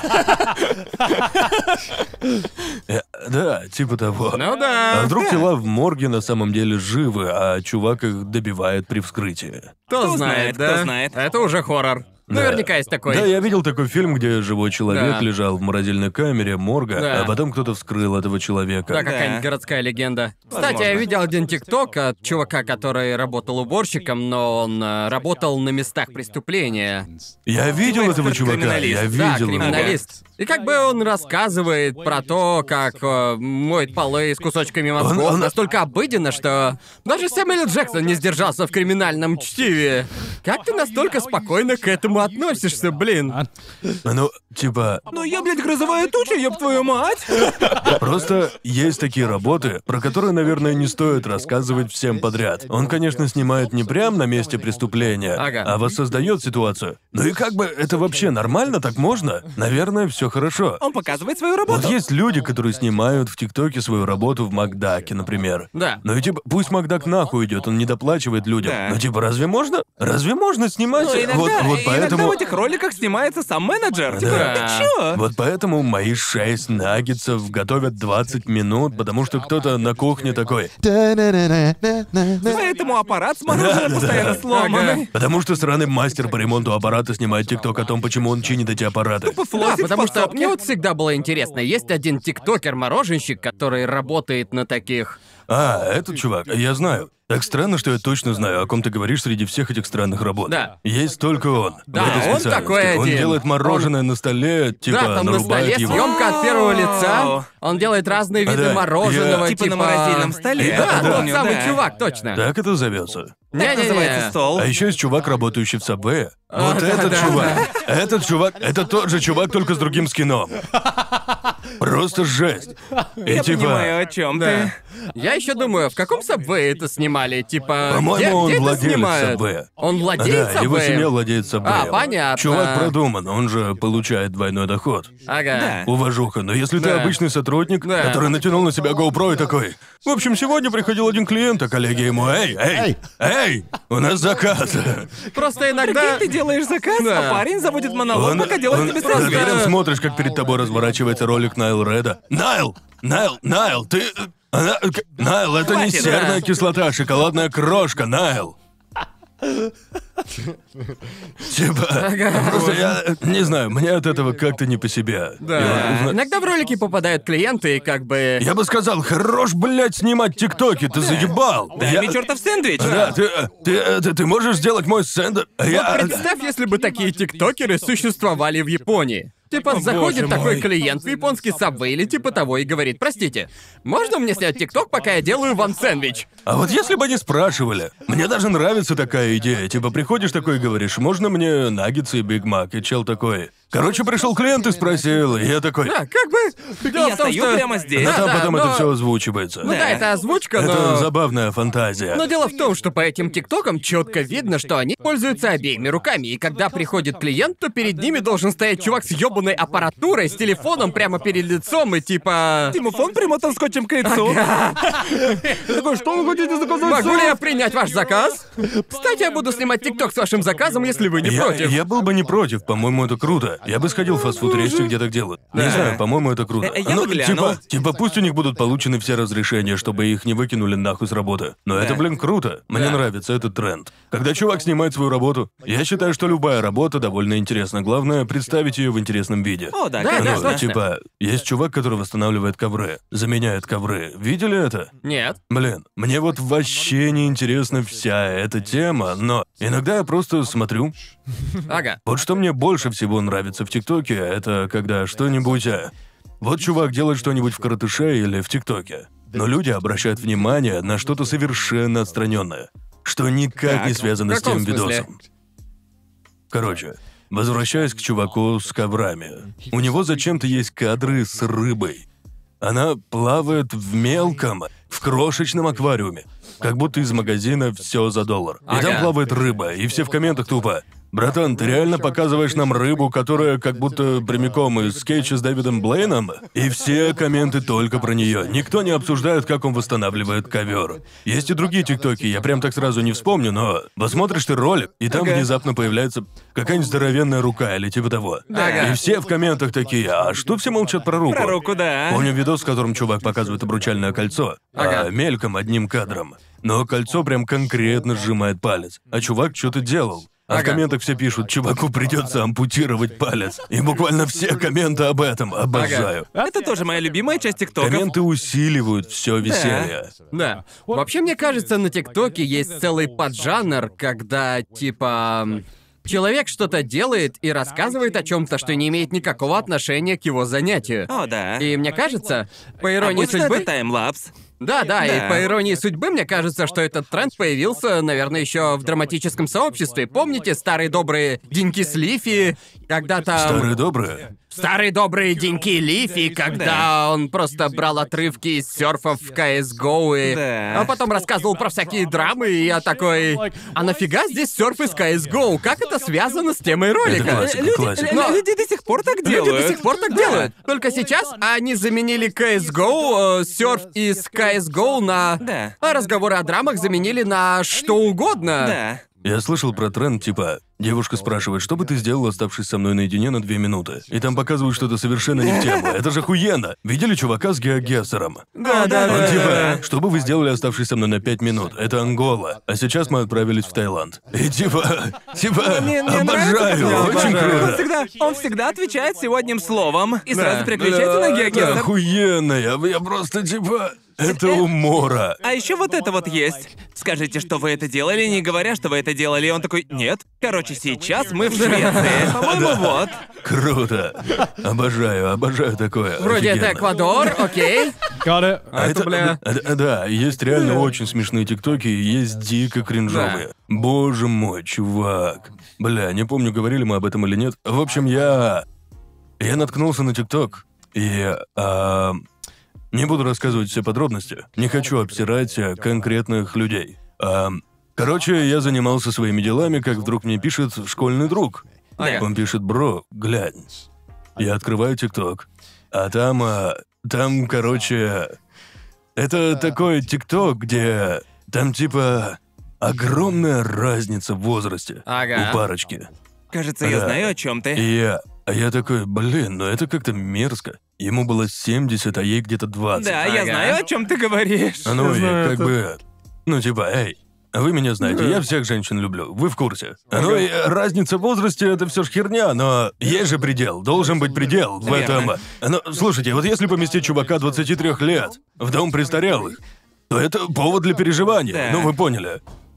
Э, Да, типа того. Ну да. А вдруг тела в морге на самом деле живы, а чувак их добивает при вскрытии? Кто, Кто знает, знает, да? кто знает. Это уже хоррор. Да. Наверняка есть такой. Да, я видел такой фильм, где живой человек Да. лежал в морозильной камере морга, Да. а потом кто-то вскрыл этого человека. Да, какая-нибудь Да. городская легенда. Кстати, Возможно. я видел один тикток от чувака, который работал уборщиком, но он э, работал на местах преступления. Я видел этого чувака, криминалист. я Да, видел его. криминалист. И как бы он рассказывает про то, как э, моет полы с кусочками мозгов, Он- он- настолько обыденно, что даже Сэмюэл Джексон не сдержался в криминальном чтиве. Как ты настолько спокойно к этому относишься, блин? Ну, типа, Ну я, блядь, грозовая туча, ёб твою мать! просто есть такие работы, про которые, наверное, не стоит рассказывать всем подряд. Он, конечно, снимает не прямо на месте преступления, Ага. а воссоздает ситуацию. Ну и как бы это вообще нормально, так можно? Наверное, все хорошо. Он показывает свою Вот работу. есть люди, которые снимают в ТикТоке свою работу в Макдаке, например. Да. Ну и типа, пусть Макдак нахуй идет, он не доплачивает людям. Да. Ну типа, разве можно? Разве можно снимать? Ну, иногда, вот, вот иногда поэтому. в этих роликах снимается сам менеджер. Типа, Да. ты чё? Вот поэтому мои шесть наггетсов готовят двадцать минут, потому что кто-то на кухне такой. Поэтому аппарат с мороженым постоянно сломанный. Потому что сраный мастер по ремонту аппарата снимает ТикТок о том, почему он чинит эти аппараты. Да, Флосит в потому что подсобке. мне вот всегда было интересно. Есть один тиктокер-мороженщик, который работает на таких... А, этот чувак, я знаю. Так странно, что я точно знаю, о ком ты говоришь среди всех этих странных работ. Да. Есть только он. Да, в этой он специальности. такой Он один. делает мороженое на столе, типа да, там на нарубает столе его. съемка от первого лица. Он делает разные виды Да, мороженого, я- Типа на морозильном столе. Да, Да, тот да. самый Да. чувак, точно. Так это зовется. Так называется Не-не-не. стол. А еще есть чувак, работающий в Сабвее. А, Вот да, этот да, чувак. Этот чувак, это тот же чувак, только с другим скином. Просто жесть. И Я типа. понимаю, о чем ты. Я еще думаю, в каком Сабвее это снимали? Типа, По-моему, где, он где это владелец снимают? Subway. Он владеет Да, его Subway? семья владеет Сабвеем. А, понятно. Чувак продуман, он же получает двойной доход. Ага. Да. Уважуха, но если ты Да. обычный сотрудник, Да. который натянул на себя GoPro и такой... В общем, сегодня приходил один клиент, а коллеги ему... Эй, эй, эй, у нас заказ. Просто иногда... Прикинь, ты делаешь заказ, Да. а парень заводит монолог, Он- пока делает он- тебе да, сразу. ты рядом смотришь, как перед тобой разворачивается ролик Найл Реда. Найл! Найл! Найл! Ты... Она... к- Найл, это не Хватит, серная да. кислота, а шоколадная крошка, Найл. Типа, просто я не знаю, мне от этого как-то не по себе. Да. Я, зна- Иногда в ролики попадают клиенты и как бы... я бы сказал, хорош, блядь, снимать тиктоки, ты заебал. Дай Я- мне чертов сэндвич. Да, ты, э, ты, э, ты, ты можешь сделать мой сэндвич? Я... Представь, если бы такие тиктокеры существовали в Японии. Типа, заходит такой клиент в японский Subway или типа того и говорит: простите, можно мне снять тикток, пока я делаю вам сэндвич? А вот если бы они спрашивали, мне даже нравится такая идея. Типа, приходишь такой и говоришь, можно мне наггетсы и Биг Мак? И чел такой... Короче, пришел клиент и спросил, и я такой... Да, как бы... Дело Я в том, стою что- прямо здесь. Ну Да, там да, потом но- это все озвучивается. Ну да, это озвучка, Это но... забавная фантазия. Но дело в том, что по этим тиктокам четко видно, что они пользуются обеими руками, и когда приходит клиент, то перед ними должен стоять чувак с ёбаной аппаратурой, с телефоном прямо перед лицом и типа... Телефон примотан скотчем к лицу. Такой, что вы хотите заказать? Могу ли я принять ваш заказ? Кстати, я буду снимать тикток с вашим заказом, если вы не Я, против. я был бы не против, по-моему, это круто. Я бы сходил в фастфуд-ресте, где так делают. Не знаю, по-моему, это круто. Э, я ну, бы глянул. типа, типа, пусть у них будут получены все разрешения, чтобы их не выкинули нахуй с работы. Но это, блин, круто. Мне Да. нравится этот тренд. Когда чувак снимает свою работу, я считаю, что любая работа довольно интересна. Главное, представить ее в интересном виде. О, да, Да, да, конечно. Ну, типа, есть чувак, который восстанавливает ковры, заменяет ковры. Видели это? Нет. Блин, мне вот вообще не интересна вся эта тема, но иногда я просто смотрю. Ага. Вот что мне больше всего нравится в ТикТоке, это когда что-нибудь... а, Вот чувак делает что-нибудь в коротыше или в ТикТоке, но люди обращают внимание на что-то совершенно отстраненное, что никак Так, не связано в с каком тем смысле? видосом. Короче, возвращаясь к чуваку с коврами, у него зачем-то есть кадры с рыбой. Она плавает в мелком, в крошечном аквариуме. Как будто из магазина все за доллар. И Ага. там плавает рыба, и все в комментах тупо. Братан, ты реально показываешь нам рыбу, которая как будто прямиком из скетча с Дэвидом Блейном? И все комменты только про нее. Никто не обсуждает, как он восстанавливает ковер. Есть и другие тиктоки, я прям так сразу не вспомню, но посмотришь ты ролик, и там Ага. внезапно появляется какая-нибудь здоровенная рука или типа того. Ага. И все в комментах такие, а что все молчат про руку? Про руку, да. Помню видос, в котором чувак показывает обручальное кольцо, Ага. а мельком одним кадром. Но кольцо прям конкретно сжимает палец. А чувак что-то делал. А в Ага. комментах все пишут, чуваку придется ампутировать палец. И буквально все комменты об этом. Обожаю. Это тоже моя любимая часть ТикТока. Комменты усиливают все веселье. Да. Вообще, мне кажется, на ТикТоке есть целый поджанр, когда, типа... м, человек что-то делает и рассказывает о чем-то, что не имеет никакого отношения к его занятию. О, да. И мне кажется, по иронии Обычно судьбы... это таймлапс. Да, да, Да. и по иронии судьбы, мне кажется, что этот тренд появился, наверное, еще в драматическом сообществе. Помните старые добрые деньки с Лифи, когда там... Старые добрые. Старые добрые деньки Лифи, когда он просто брал отрывки из серфов в си эс го и... Да. А потом рассказывал про всякие драмы, и я такой... А нафига здесь серф из си эс го? Как это связано с темой ролика? Это классика, Люди, классика. л- люди до сих пор так Люди делают. до сих пор так делают. Только сейчас они заменили си эс го, э, серф из си эс го на... Да. А разговоры о драмах заменили на что угодно. Да. Я слышал про тренд, типа, девушка спрашивает, что бы ты сделал, оставшись со мной наедине на две минуты? И там показывают что-то совершенно не в тему. Это же охуенно. Видели чувака с геогессером? Да, да, Он да. типа, что бы вы сделали, оставшись со мной на пять минут? Это Ангола. А сейчас мы отправились в Таиланд. И типа, типа, Мне- мне обожаю, нравится, как он- очень Он круто. всегда, он всегда отвечает всего одним словом и сразу Да. переключается на Это геогессер. охуенно, я, я просто типа, это умора. А еще вот это вот есть. Скажите, что вы это делали, не говоря, что вы это делали. И он такой, нет. Короче, сейчас мы в Швеции. По-моему, вот. Круто. Обожаю, обожаю такое. Вроде это Офигенно. Эквадор, окей. Got it. А это, бля... Да, да, есть реально очень смешные тиктоки, и есть дико кринжовые. Боже мой, чувак. Бля, не помню, говорили мы об этом или нет. В общем, я... Я наткнулся на тикток, и... а, Не буду рассказывать все подробности. Не хочу обсирать а, конкретных людей. А, Короче, я занимался своими делами, как вдруг мне пишет школьный друг. Ага. Он пишет, бро, глянь. Я открываю ТикТок, а там, а, там, короче, это такой ТикТок, где там типа огромная разница в возрасте Ага. у парочки. Кажется, я Да. знаю, о чем ты. И я, а я такой, блин, ну это как-то мерзко. Ему было семьдесят, а ей где-то двадцать. Да, я Ага. знаю, о чем ты говоришь. А ну и знаю, как это- бы, ну типа, эй, вы меня знаете, я всех женщин люблю, вы в курсе. А ну и разница в возрасте это все ж херня, но есть же предел, должен быть предел в этом. Верно. Ну, слушайте, вот если поместить чувака двадцати трёх лет в дом престарелых, то это повод для переживания, Да. ну вы поняли.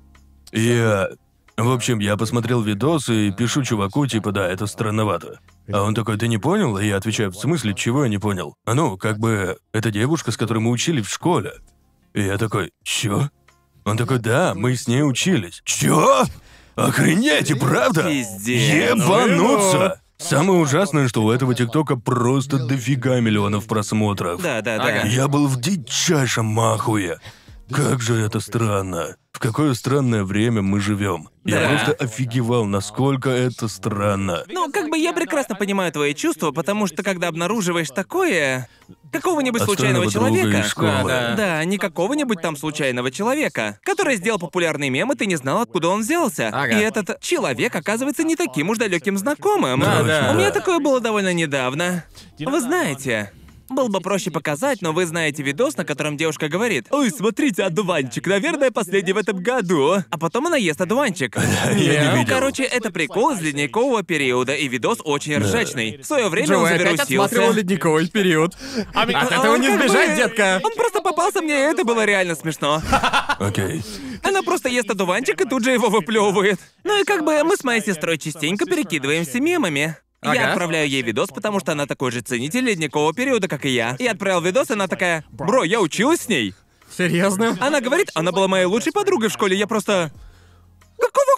И, э, в общем, я посмотрел видос и пишу чуваку, типа, да, это странновато. А он такой, ты не понял? И я отвечаю, в смысле, чего я не понял? А ну, как бы, это девушка, с которой мы учились в школе. И я такой, чё? Он такой, да, мы с ней учились. Чё? Охренеть, и правда? Пиздец. Ебануться! Самое ужасное, что у этого ТикТока просто дофига миллионов просмотров. Да, да, да. Ага. Я был в дичайшем ахуе. Как же это странно. В какое странное время мы живем. Я Да. просто офигевал, насколько это странно. Ну, как бы я прекрасно понимаю твои чувства, потому что когда обнаруживаешь такое... Какого-нибудь случайного Отстойного друга человека... из школы. Да, Да, не какого-нибудь там случайного человека, который сделал популярный мем, и ты не знал, откуда он взялся. Ага. И этот человек оказывается не таким уж далеким знакомым. Да, да. У меня такое было довольно недавно. Вы знаете... Было бы проще показать, но вы знаете видос, на котором девушка говорит: «Ой, смотрите, одуванчик, наверное, последний в этом году». А потом она ест одуванчик. Я не Ну, видел. короче, это прикол из ледникового периода, и видос очень ржачный. В свое время он Джоуи опять завирусился. отсматривал ледниковый период. От А этого он не как сбежать, бы- детка. Он просто попался мне, и это было реально смешно. Окей. Она просто ест одуванчик и тут же его выплевывает. Ну и как бы мы с моей сестрой частенько перекидываемся мемами. Ага. Я отправляю ей видос, потому что она такой же ценитель ледникового периода, как и я. Я отправил видос, и она такая: «Бро, я училась с ней». Серьезно? Она говорит, она была моей лучшей подругой в школе, я просто... Какого ха...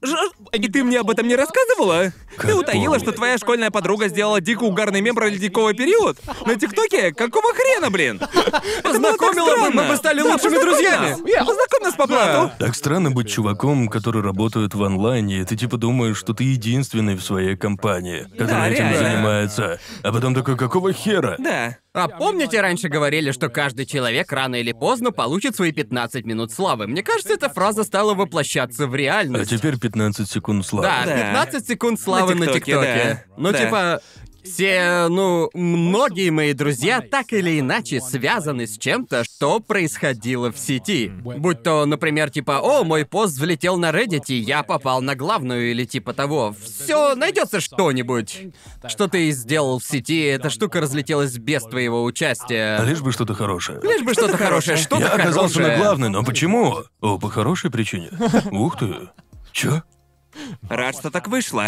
ж- И ты мне об этом не рассказывала? Ты утаила, что твоя школьная подруга сделала дико угарный мем про ледниковый период? На ТикТоке? Какого хрена, блин? Познакомила бы, мы бы стали лучшими друзьями. Познакомь нас по блату. Так странно быть чуваком, который работает в онлайне, и ты типа думаешь, что ты единственный в своей компании, который Да, этим реально. занимается. А потом такой, какого хера? Да. А помните, раньше говорили, что каждый человек рано или поздно получит свои пятнадцать минут славы? Мне кажется, эта фраза стала воплощаться в А реальность. теперь пятнадцать секунд славы. Да, Да. пятнадцать секунд славы На на ТикТоке, ТикТоке. да. Ну, Да. типа, все, ну, многие мои друзья так или иначе связаны с чем-то, что происходило в сети. Будь то, например, типа, о, мой пост взлетел на Reddit, и я попал на главную, или типа того. Все, найдется что-нибудь. Что ты сделал в сети, эта штука разлетелась без твоего А участия. лишь бы что-то хорошее. Лишь бы что-то хорошее, что-то Я оказался хорошее. на главной, но почему? О, по хорошей причине. Ух ты. Чё? Рад, что так вышло.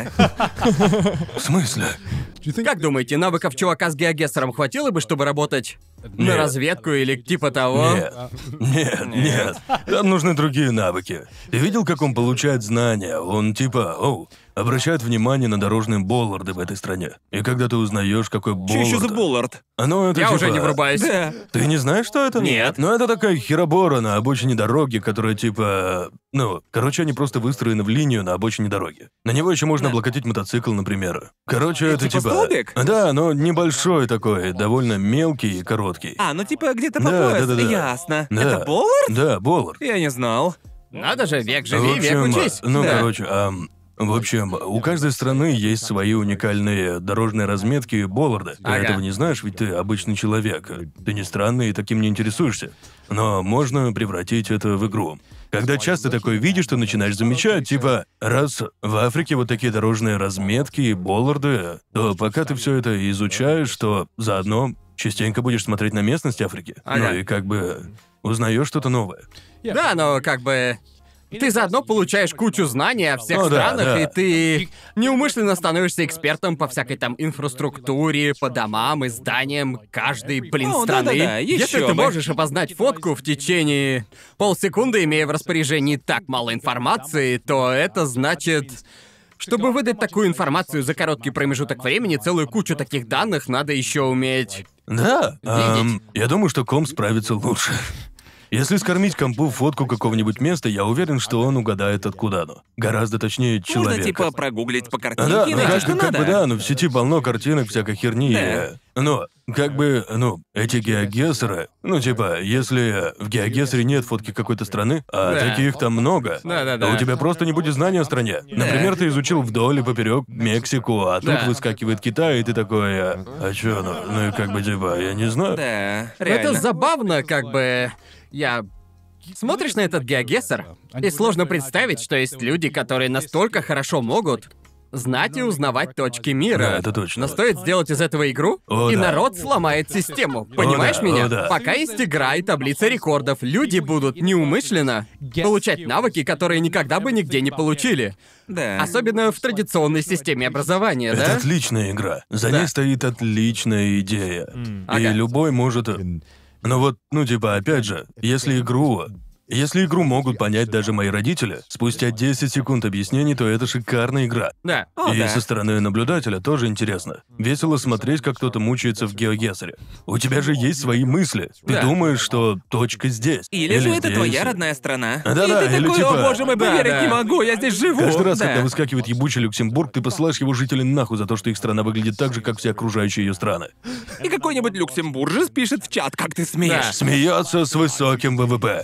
В смысле? Как думаете, навыков чувака с геогессером хватило бы, чтобы работать на Нет. разведку или типа того? Нет. Нет, нет. Там нужны другие навыки. Ты видел, как он получает знания? Он типа, оу, обращает внимание на дорожные болларды в этой стране. И когда ты узнаешь, какой Что боллард... еще за Буллард? Оно это Я типа... уже не врубаюсь. Да. Ты не знаешь, что это? Нет. Ну, это такая херобора на обочине дороги, которая типа... Ну, короче, они просто выстроены в линию на обочине дороги. На него еще можно облокотить мотоцикл, например. Короче, это типа типа... столбик? Да, но небольшой такой, довольно мелкий и короткий. А, ну типа где-то по Да, пояс. да, да, да. Ясно. Да. Это Буллард? Да, боллард. Я не знал. Надо же, век В живи, век общем, учись. ну, Да. короче, ам, в общем, у каждой страны есть свои уникальные дорожные разметки и болларды. Ты Ага. этого не знаешь, ведь ты обычный человек. Ты не странный и таким не интересуешься. Но можно превратить это в игру. Когда часто такое видишь, ты начинаешь замечать, типа, раз в Африке вот такие дорожные разметки и болларды, то пока ты все это изучаешь, то заодно частенько будешь смотреть на местность Африки. Ага. Ну и как бы узнаешь что-то новое. Да, но как бы... Ты заодно получаешь кучу знаний о всех О, да, странах, да. и ты неумышленно становишься экспертом по всякой там инфраструктуре, по домам и зданиям каждой, блин, О, страны. да-да-да, Если ещё ты бы. можешь опознать фотку в течение полсекунды, имея в распоряжении так мало информации, то это значит... Чтобы выдать такую информацию за короткий промежуток времени, целую кучу таких данных надо еще уметь. Да, ам, Видеть. я думаю, что комп справится лучше. Если скормить компу фотку какого-нибудь места, я уверен, что он угадает, откуда оно. Гораздо точнее человека. Можно типа прогуглить по А, картинке да, и ну найти, как, что как надо. бы да, ну в сети полно картинок, всякой херни. Да. и, Но, как бы, ну, эти геогессеры, ну типа, если в геогессере нет фотки какой-то страны, а Да. таких там много, Да-да-да. то у тебя просто не будет знания о стране. Например, ты изучил вдоль и поперек Мексику, а тут Да. выскакивает Китай, и ты такой, а, а чё, ну, ну и как бы типа, я не знаю. Да, Но реально. это забавно, как бы... Я... Смотришь на этот геогессер, и сложно представить, что есть люди, которые настолько хорошо могут знать и узнавать точки мира. Да, это точно. Но стоит сделать из этого игру, О, и да. народ сломает систему. Понимаешь да, меня? о, да. Пока есть игра и таблица рекордов, люди будут неумышленно получать навыки, которые никогда бы нигде не получили. Да. Особенно в традиционной системе образования, Это да? отличная игра. За Да. ней стоит отличная идея. И Ага. любой может... Но вот, ну типа, опять же, если игру... Если игру могут понять даже мои родители, спустя десять секунд объяснений, то это шикарная игра. Да. О, И да. со стороны наблюдателя тоже интересно. Весело смотреть, как кто-то мучается в геогессере. У тебя же есть свои мысли. Ты Да. думаешь, что точка здесь. Или же это здесь. твоя родная страна. Да-да, и ты или такой, типа- о боже мой, Да, поверить да. не могу, я здесь живу. Каждый раз, Да. когда выскакивает ебучий Люксембург, ты посылаешь его жителей нахуй за то, что их страна выглядит так же, как все окружающие ее страны. И какой-нибудь люксембуржец пишет в чат, как ты смеешь. Смеется с высоким ВВП.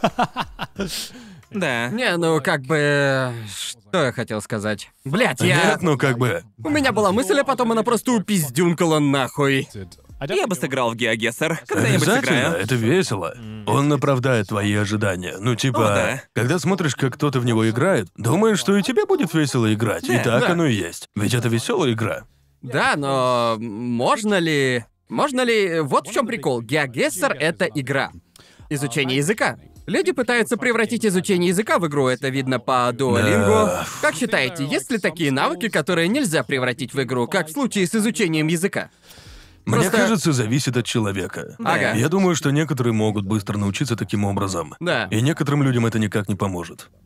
Да. Не, ну как бы... Что я хотел сказать? Блять, я... Нет, ну как бы. У меня была мысль, а потом она просто упиздюнкала нахуй. Я бы сыграл в геогессер. Когда-нибудь Обязательно, сыграю. это весело. Он оправдает твои ожидания. Ну, типа, О, да. когда смотришь, как кто-то в него играет, думаешь, что и тебе будет весело играть. и Да, так да. оно и есть. Ведь это веселая игра. Да, но можно ли... Можно ли... Вот в чем прикол. Геогессер — это игра. Изучение языка. Люди пытаются превратить изучение языка в игру, это видно по Duolingo. Да. Как считаете, есть ли такие навыки, которые нельзя превратить в игру, как в случае с изучением языка? Мне Просто- кажется, зависит от человека. Ага. Я думаю, что некоторые могут быстро научиться таким образом. Да. И некоторым людям это никак не поможет.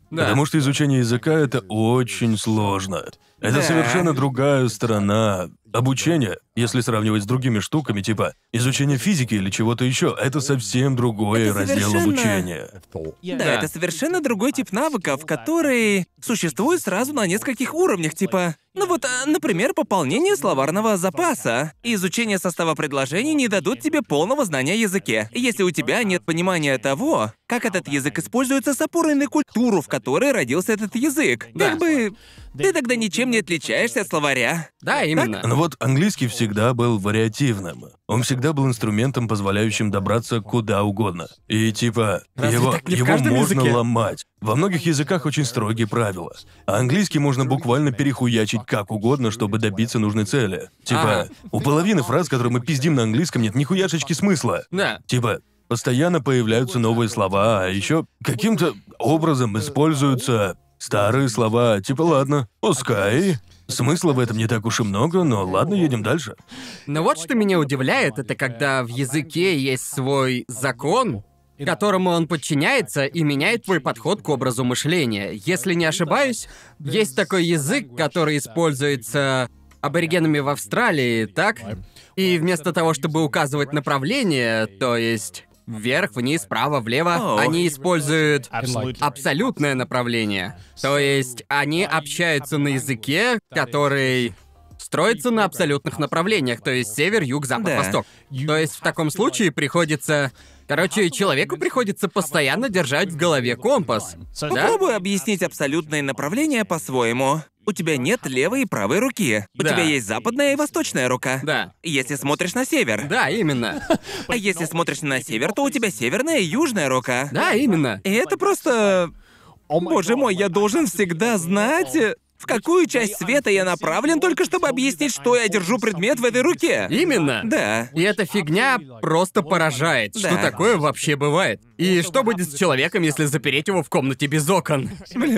Да. Потому что изучение языка — это очень сложно. Это Да. совершенно другая сторона обучения, если сравнивать с другими штуками, типа изучение физики или чего-то еще. Это совсем другой Это раздел совершенно- обучения. Да, Да. это совершенно другой тип навыков, который существует сразу на нескольких уровнях, типа... Ну вот, а, например, пополнение словарного запаса. И изучение состава предложений не дадут тебе полного знания о языке, если у тебя нет понимания того, как этот язык используется с опорой на культуру, в которой родился этот язык. Да. Как бы... Ты тогда ничем не отличаешься от словаря. Да, именно. Но вот английский всегда был вариативным. Он всегда был инструментом, позволяющим добраться куда угодно. И типа, Разве его, так не в его каждом можно языке? ломать. Во многих языках очень строгие правила. А английский можно буквально перехуячить как угодно, чтобы добиться нужной цели. Типа, Ага. у половины фраз, которые мы пиздим на английском, нет ни хуяшечки смысла. Да. Типа, постоянно появляются новые слова, а еще каким-то образом используются старые слова. Типа, ладно, пускай. Смысла в этом не так уж и много, но ладно, едем дальше. Но вот что меня удивляет, это когда в языке есть свой закон, которому он подчиняется и меняет твой подход к образу мышления. Если не ошибаюсь, есть такой язык, который используется аборигенами в Австралии, так? И вместо того, чтобы указывать направление, то есть вверх, вниз, вправо, влево, О. они используют абсолютное направление. То есть они общаются на языке, который строится на абсолютных направлениях, то есть север, юг, запад, Да. восток. То есть в таком случае приходится... Короче, человеку приходится постоянно держать в голове компас. Да? Попробуй объяснить абсолютное направление по-своему. У тебя нет левой и правой руки. У Да. тебя есть западная и восточная рука. Да. Если смотришь на север. Да, именно. А если смотришь на север, то у тебя северная и южная рука. Да, именно. И это просто... Боже мой, я должен всегда знать, в какую часть света я направлен, только чтобы объяснить, что я держу предмет в этой руке. Именно. Да. И эта фигня просто поражает, что Да. такое вообще бывает. И что будет с человеком, если запереть его в комнате без окон?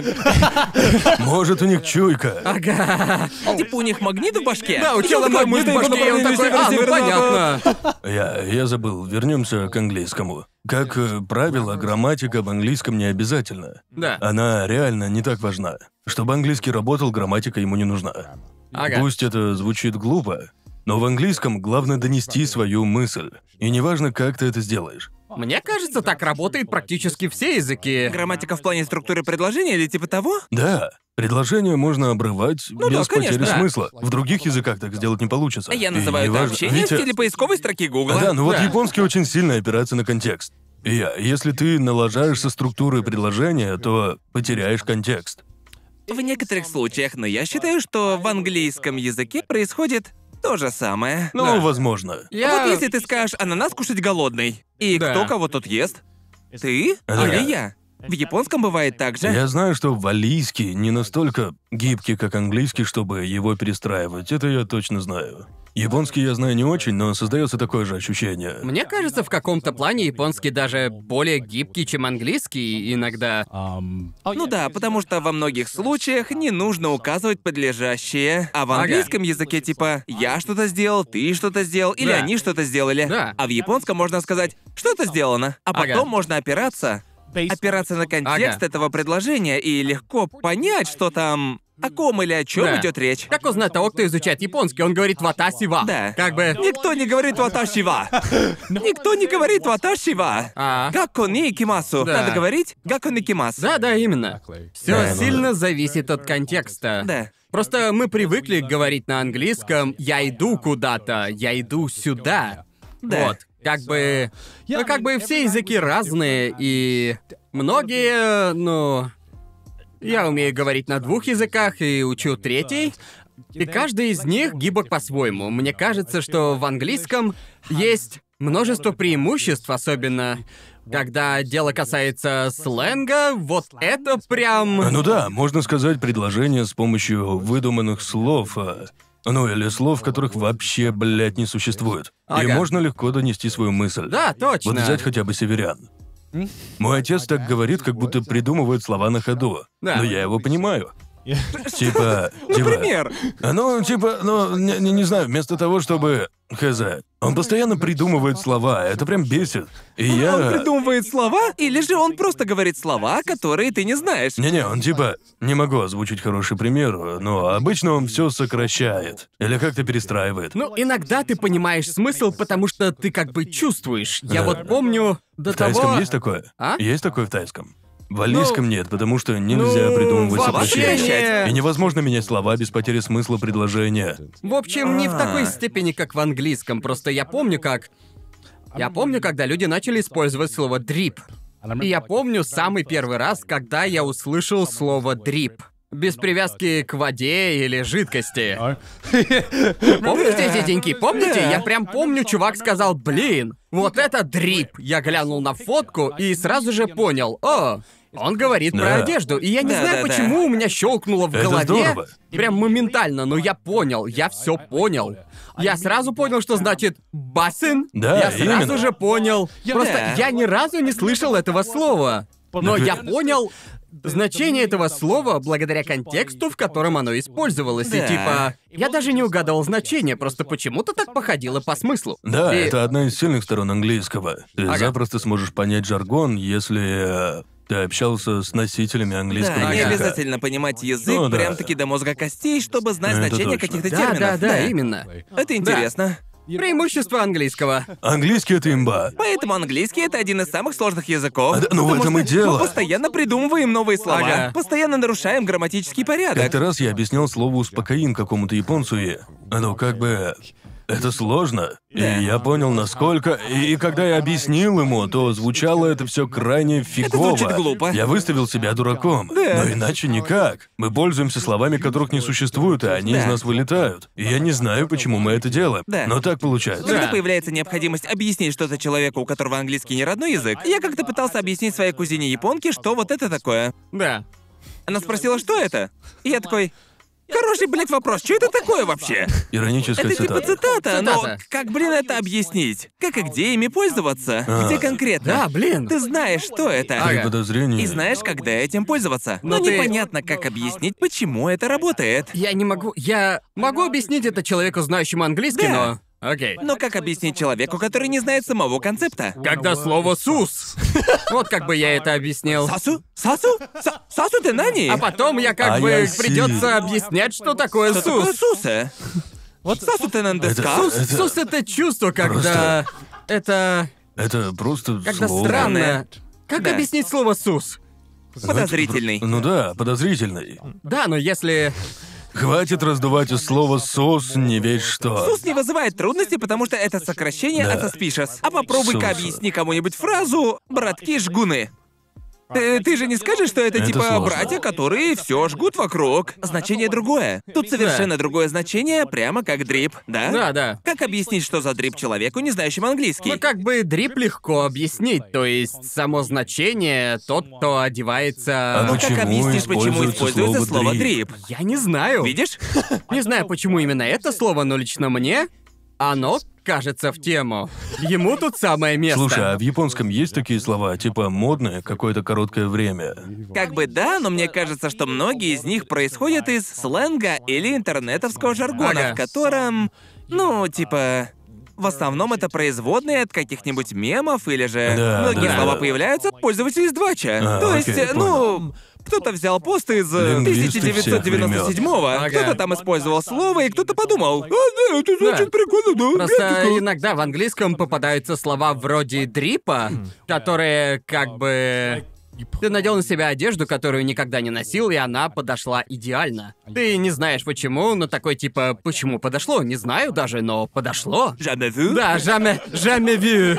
Может, у них чуйка. Ага. Типа у них магнит в башке? Да, у чела такой, магнит в «Мы идем по башке, и он направлению такой, а, ну север-северо-запад». понятно. Я, я забыл, вернемся к английскому. Как э, правило, грамматика в английском не обязательна. Да. Она реально не так важна. Чтобы английский работал, грамматика ему не нужна. Ага. Пусть это звучит глупо, но в английском главное донести свою мысль. И неважно, как ты это сделаешь. Мне кажется, так работает практически все языки. Грамматика в плане структуры предложения или типа того? Да, предложение можно обрывать да, без конечно, потери да. смысла. В других языках так сделать не получится. Я И называю это неважно- общение Витя- в стиле поисковой строки Гугла. Да, ну вот Да. японский очень сильно опирается на контекст. И я, если ты налажаешь со структурой предложения, то потеряешь контекст. В некоторых случаях, но я считаю, что в английском языке происходит то же самое. Ну, Да. возможно. Я... Вот если ты скажешь «ананас кушать голодный», и Да. кто кого тут ест? Ты Да. или я? В японском бывает так же. Я знаю, что валийский не настолько гибкий, как английский, чтобы его перестраивать. Это я точно знаю. Японский я знаю не очень, но создается такое же ощущение. Мне кажется, в каком-то плане японский даже более гибкий, чем английский иногда. Ну да, потому что во многих случаях не нужно указывать подлежащее, а в Ага. английском языке типа «я что-то сделал», «ты что-то сделал» или Да. «они что-то сделали». Да. А в японском можно сказать «что-то сделано», а Ага. потом можно опираться, опираться на контекст Ага. этого предложения и легко понять, что там, о ком или о чем Да. идет речь. Как узнать того, кто изучает японский? Он говорит «ватаси ва». Да. Как бы... Никто не говорит «ваташи ва». Никто не говорит «ваташи ва». А. «Гакко ни икимасу». Да. Надо говорить «гакко ни икимасу». Да, да, именно. Все Да, ну сильно зависит от контекста. Да. Просто мы привыкли говорить на английском «я иду куда-то», «я иду сюда». Да. Вот. Как бы... Ну, как бы все языки разные, и... Многие, ну... Я умею говорить на двух языках и учу третий, и каждый из них гибок по-своему. Мне кажется, что в английском есть множество преимуществ, особенно когда дело касается сленга, вот это прям... Ну да, можно сказать предложение с помощью выдуманных слов. а, Ну, или слов, которых вообще, блядь, не существует. И Ага. можно легко донести свою мысль. Да, точно. Вот взять хотя бы северян. Мой отец так говорит, как будто придумывает слова на ходу. Да. Но я его понимаю. Типа, типа... Например. Ну, типа, ну, не, не- не знаю, вместо того, чтобы... Хз. Он постоянно придумывает слова, это прям бесит. И я... Он придумывает слова, или же он просто говорит слова, которые ты не знаешь? Не-не, он типа... Не могу озвучить хороший пример, но обычно он все сокращает. Или как-то перестраивает. Ну, иногда ты понимаешь смысл, потому что ты как бы чувствуешь. Я Да. вот помню до В тайском того... есть такое? А? Есть такое в тайском? В алийском нет, потому что нельзя ну, придумывать вообще сокращения. не- И невозможно менять слова без потери смысла предложения. В общем, не в такой степени, как в английском. Просто я помню, как... Я помню, когда люди начали использовать слово «дрип». И я помню самый первый раз, когда я услышал слово «дрип». Без привязки к воде или жидкости. Помните эти деньки? Помните? Я прям помню, чувак сказал, блин, вот это дрип. Я глянул на фотку и сразу же понял, о, он говорит про Да. одежду. И я не Да, знаю, да, да. почему у меня щелкнуло в Это голове. здорово. Прям моментально, но я понял, я все понял. Я сразу понял, что значит бассейн. Да, я сразу именно. же понял. Просто Да. я ни разу не слышал этого слова. Но я понял значение этого слова благодаря контексту, в котором оно использовалось. И Да. типа, я даже не угадал значение, просто почему-то так походило по смыслу. Да, И- это одна из сильных сторон английского. Ты Ага. запросто сможешь понять жаргон, если э, ты общался с носителями английского Да, не языка. обязательно понимать язык Ну да. прям-таки до мозга костей, чтобы знать Это значение точно. каких-то Да, терминов. да, да, именно. Это интересно. Преимущество английского. Английский — это имба. Поэтому английский — это один из самых сложных языков. А да, ну в потому этом и что дело. Мы постоянно придумываем новые слова, Ага. постоянно нарушаем грамматический порядок. Как-то раз я объяснял слово «успокоин» какому-то японцу, и оно как бы... Это сложно. Да. И я понял, насколько... И, и когда я объяснил ему, то звучало это все крайне фигово. звучит глупо. Я выставил себя дураком. Да. Но иначе никак. Мы пользуемся словами, которых не существует, и они из Да. нас вылетают. И я не знаю, почему мы это делаем. Да. Но так получается. Когда Да. появляется необходимость объяснить что-то человеку, у которого английский не родной язык, я как-то пытался объяснить своей кузине японке, что вот это такое. Да. Она спросила, что это? И я такой... Хороший, блядь, вопрос, что это такое вообще? Ироническая Это типа цитата. цитата, но Цитата. как, блин, это объяснить? Как и где ими пользоваться? А. Где конкретно? Да, блин. Ты знаешь, что это. При Ага. подозрении... И знаешь, когда этим пользоваться. Но Но ты- непонятно, как объяснить, почему это работает. Я не могу... Я могу объяснить это человеку, знающему английский, Да. но... Окей. Но как объяснить человеку, который не знает самого концепта? Когда слово «сус». Вот как бы я это объяснил. Сасу? Сасу? Са- Сасу ты нани? А потом я как А бы я си. придется объяснять, что такое Что такое сус. суса? Вот сасу ты нандеска? Это- Сус, сус это чувство, когда... Это... Это просто Когда слово. странно. Как Да. объяснить слово «сус»? Подозрительный. Ну да, подозрительный. Да, но если... Хватит раздувать из слова «сос» не весь что. Сус не вызывает трудностей, потому что это сокращение Да. от suspicious. А попробуй-ка Сус. объясни кому-нибудь фразу «братки жгуны». Ты, ты же не скажешь, что это, Это типа сложно. братья, которые все жгут вокруг. Значение другое. Тут совершенно другое значение, прямо как дрип, да? Да, да. Как объяснить, что за дрип человеку, не знающему английский? Ну, как бы дрип легко объяснить, то есть само значение тот, кто одевается... А Ну как почему объяснишь, почему используется используется слово слово «дрип»? дрип? Я не знаю. Видишь? Не знаю, почему именно это слово, но лично мне оно кажется в тему. Ему тут самое место. Слушай, а в японском есть такие слова, типа «модное» какое-то короткое время? Как бы да, но мне кажется, что многие из них происходят из сленга или интернетовского жаргона, Ага. в котором, ну, типа... В основном это производные от каких-нибудь мемов или же Да, многие да. слова появляются от пользователей из двача. А, То окей, есть, ну, кто-то взял пост из э, Лингвисты тысяча девятьсот девяносто седьмого, всех времен. кто-то Ага. там использовал слово, и кто-то подумал, а, да, это звучит Да. прикольно, да, Просто гляньте-ка». иногда в английском попадаются слова вроде дрипа, которые как бы... Ты надел на себя одежду, которую никогда не носил, и она подошла идеально. Ты не знаешь почему, но такой типа, почему подошло? Не знаю даже, но подошло. Jamais vu? Да, jamais, jamais vu.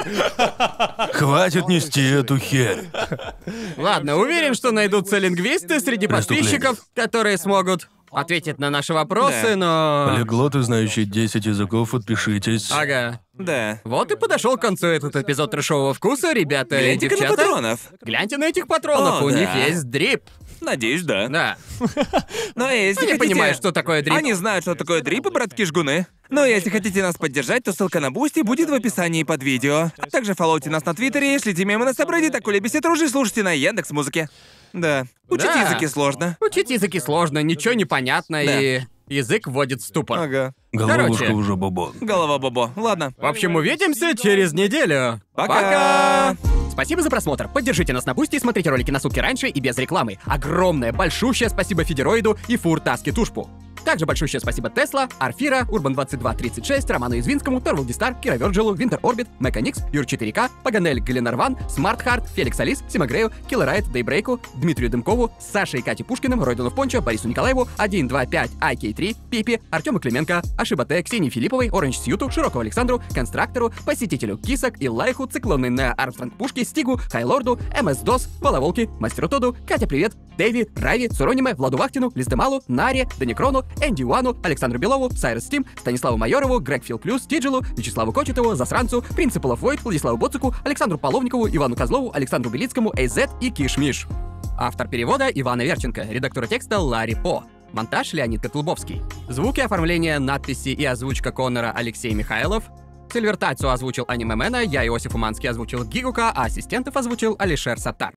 Хватит нести эту херь. Ладно, уверен, что найдутся лингвисты среди Преступление. подписчиков, которые смогут ответить на наши вопросы, Да. но... Полиглоты, знающие десять языков, отпишитесь. Ага. Да. Вот и подошел к концу этот эпизод трешового вкуса, ребята и Гляньте-ка на девчата. патронов. Гляньте на этих патронов, О, у да. них есть дрип. Надеюсь, да. Да. Но если Они хотите... понимают, что такое дрип. Они знают, что такое дрип и братки-жгуны. Но если хотите нас поддержать, то ссылка на Бусти будет в описании под видео. А также фоллоуте нас на Твиттере, шлите мемы на Сабреддит, а коли бесед ружей слушайте на Яндекс.Музыке. Да. Учить Да. языки сложно. Учить языки сложно, ничего не понятно, Да. и язык вводит в ступор. Ага. Головушка Короче. уже бобо. Голова Бобо. Ладно. В общем, увидимся через неделю. Пока! Спасибо за просмотр. Поддержите нас на Бусти и смотрите ролики на сутки раньше и без рекламы. Огромное, большущее спасибо Федероиду и Фуртаске Тушпу. Также большущее спасибо Тесла, Арфира, Урбан двадцать два тридцать шесть, Роману Извинскому, Торвал Дистар, Кира Вёрджилу, Винтер Орбит, Меканикс, Юр четыре ка, Паганель Галенарван, Смарт Харт, Феликс Алис, Симагрею, Киллерайт, Дейбрейку, Дмитрию Дымкову, Саше и Кате Пушкиным, Ройдену в Пончо, Борису Николаеву, один два пять ай кей три, Пипи, Артему Клименко, Ашибате, Ксении Филипповой, Оранж Сьюту, Широкову Александру, Констрактору, Посетителю Кисок, Иллайху, Циклонной Нео Армстронг Пушки, Стигу, Хайлорду, МС-Дос, Балаволки, Мастеру Тоду, Катя Привет, Дэви, Рави, Сурониме, Владу Вахтину, Лиздемалу, Наре, Даникрону, Энди Уану, Александру Белову, Сайрес Стим, Станиславу Майорову, Грег Фил Плюс, Тиджилу, Вячеславу Кочетову, Засранцу, Принципу Лафойд, Владиславу Боцику, Александру Половникову, Ивану Козлову, Александру Белицкому, Эйзет и Кишмиш. Автор перевода Ивана Верченко, редактор текста Ларри По. Монтаж Леонид Котлубовский. Звуки, оформление, надписи и озвучка Коннора Алексей Михайлов. Сильвертацию озвучил Анимемена, я Иосиф Уманский озвучил Гигука, а ассистентов озвучил Алишер Саттар.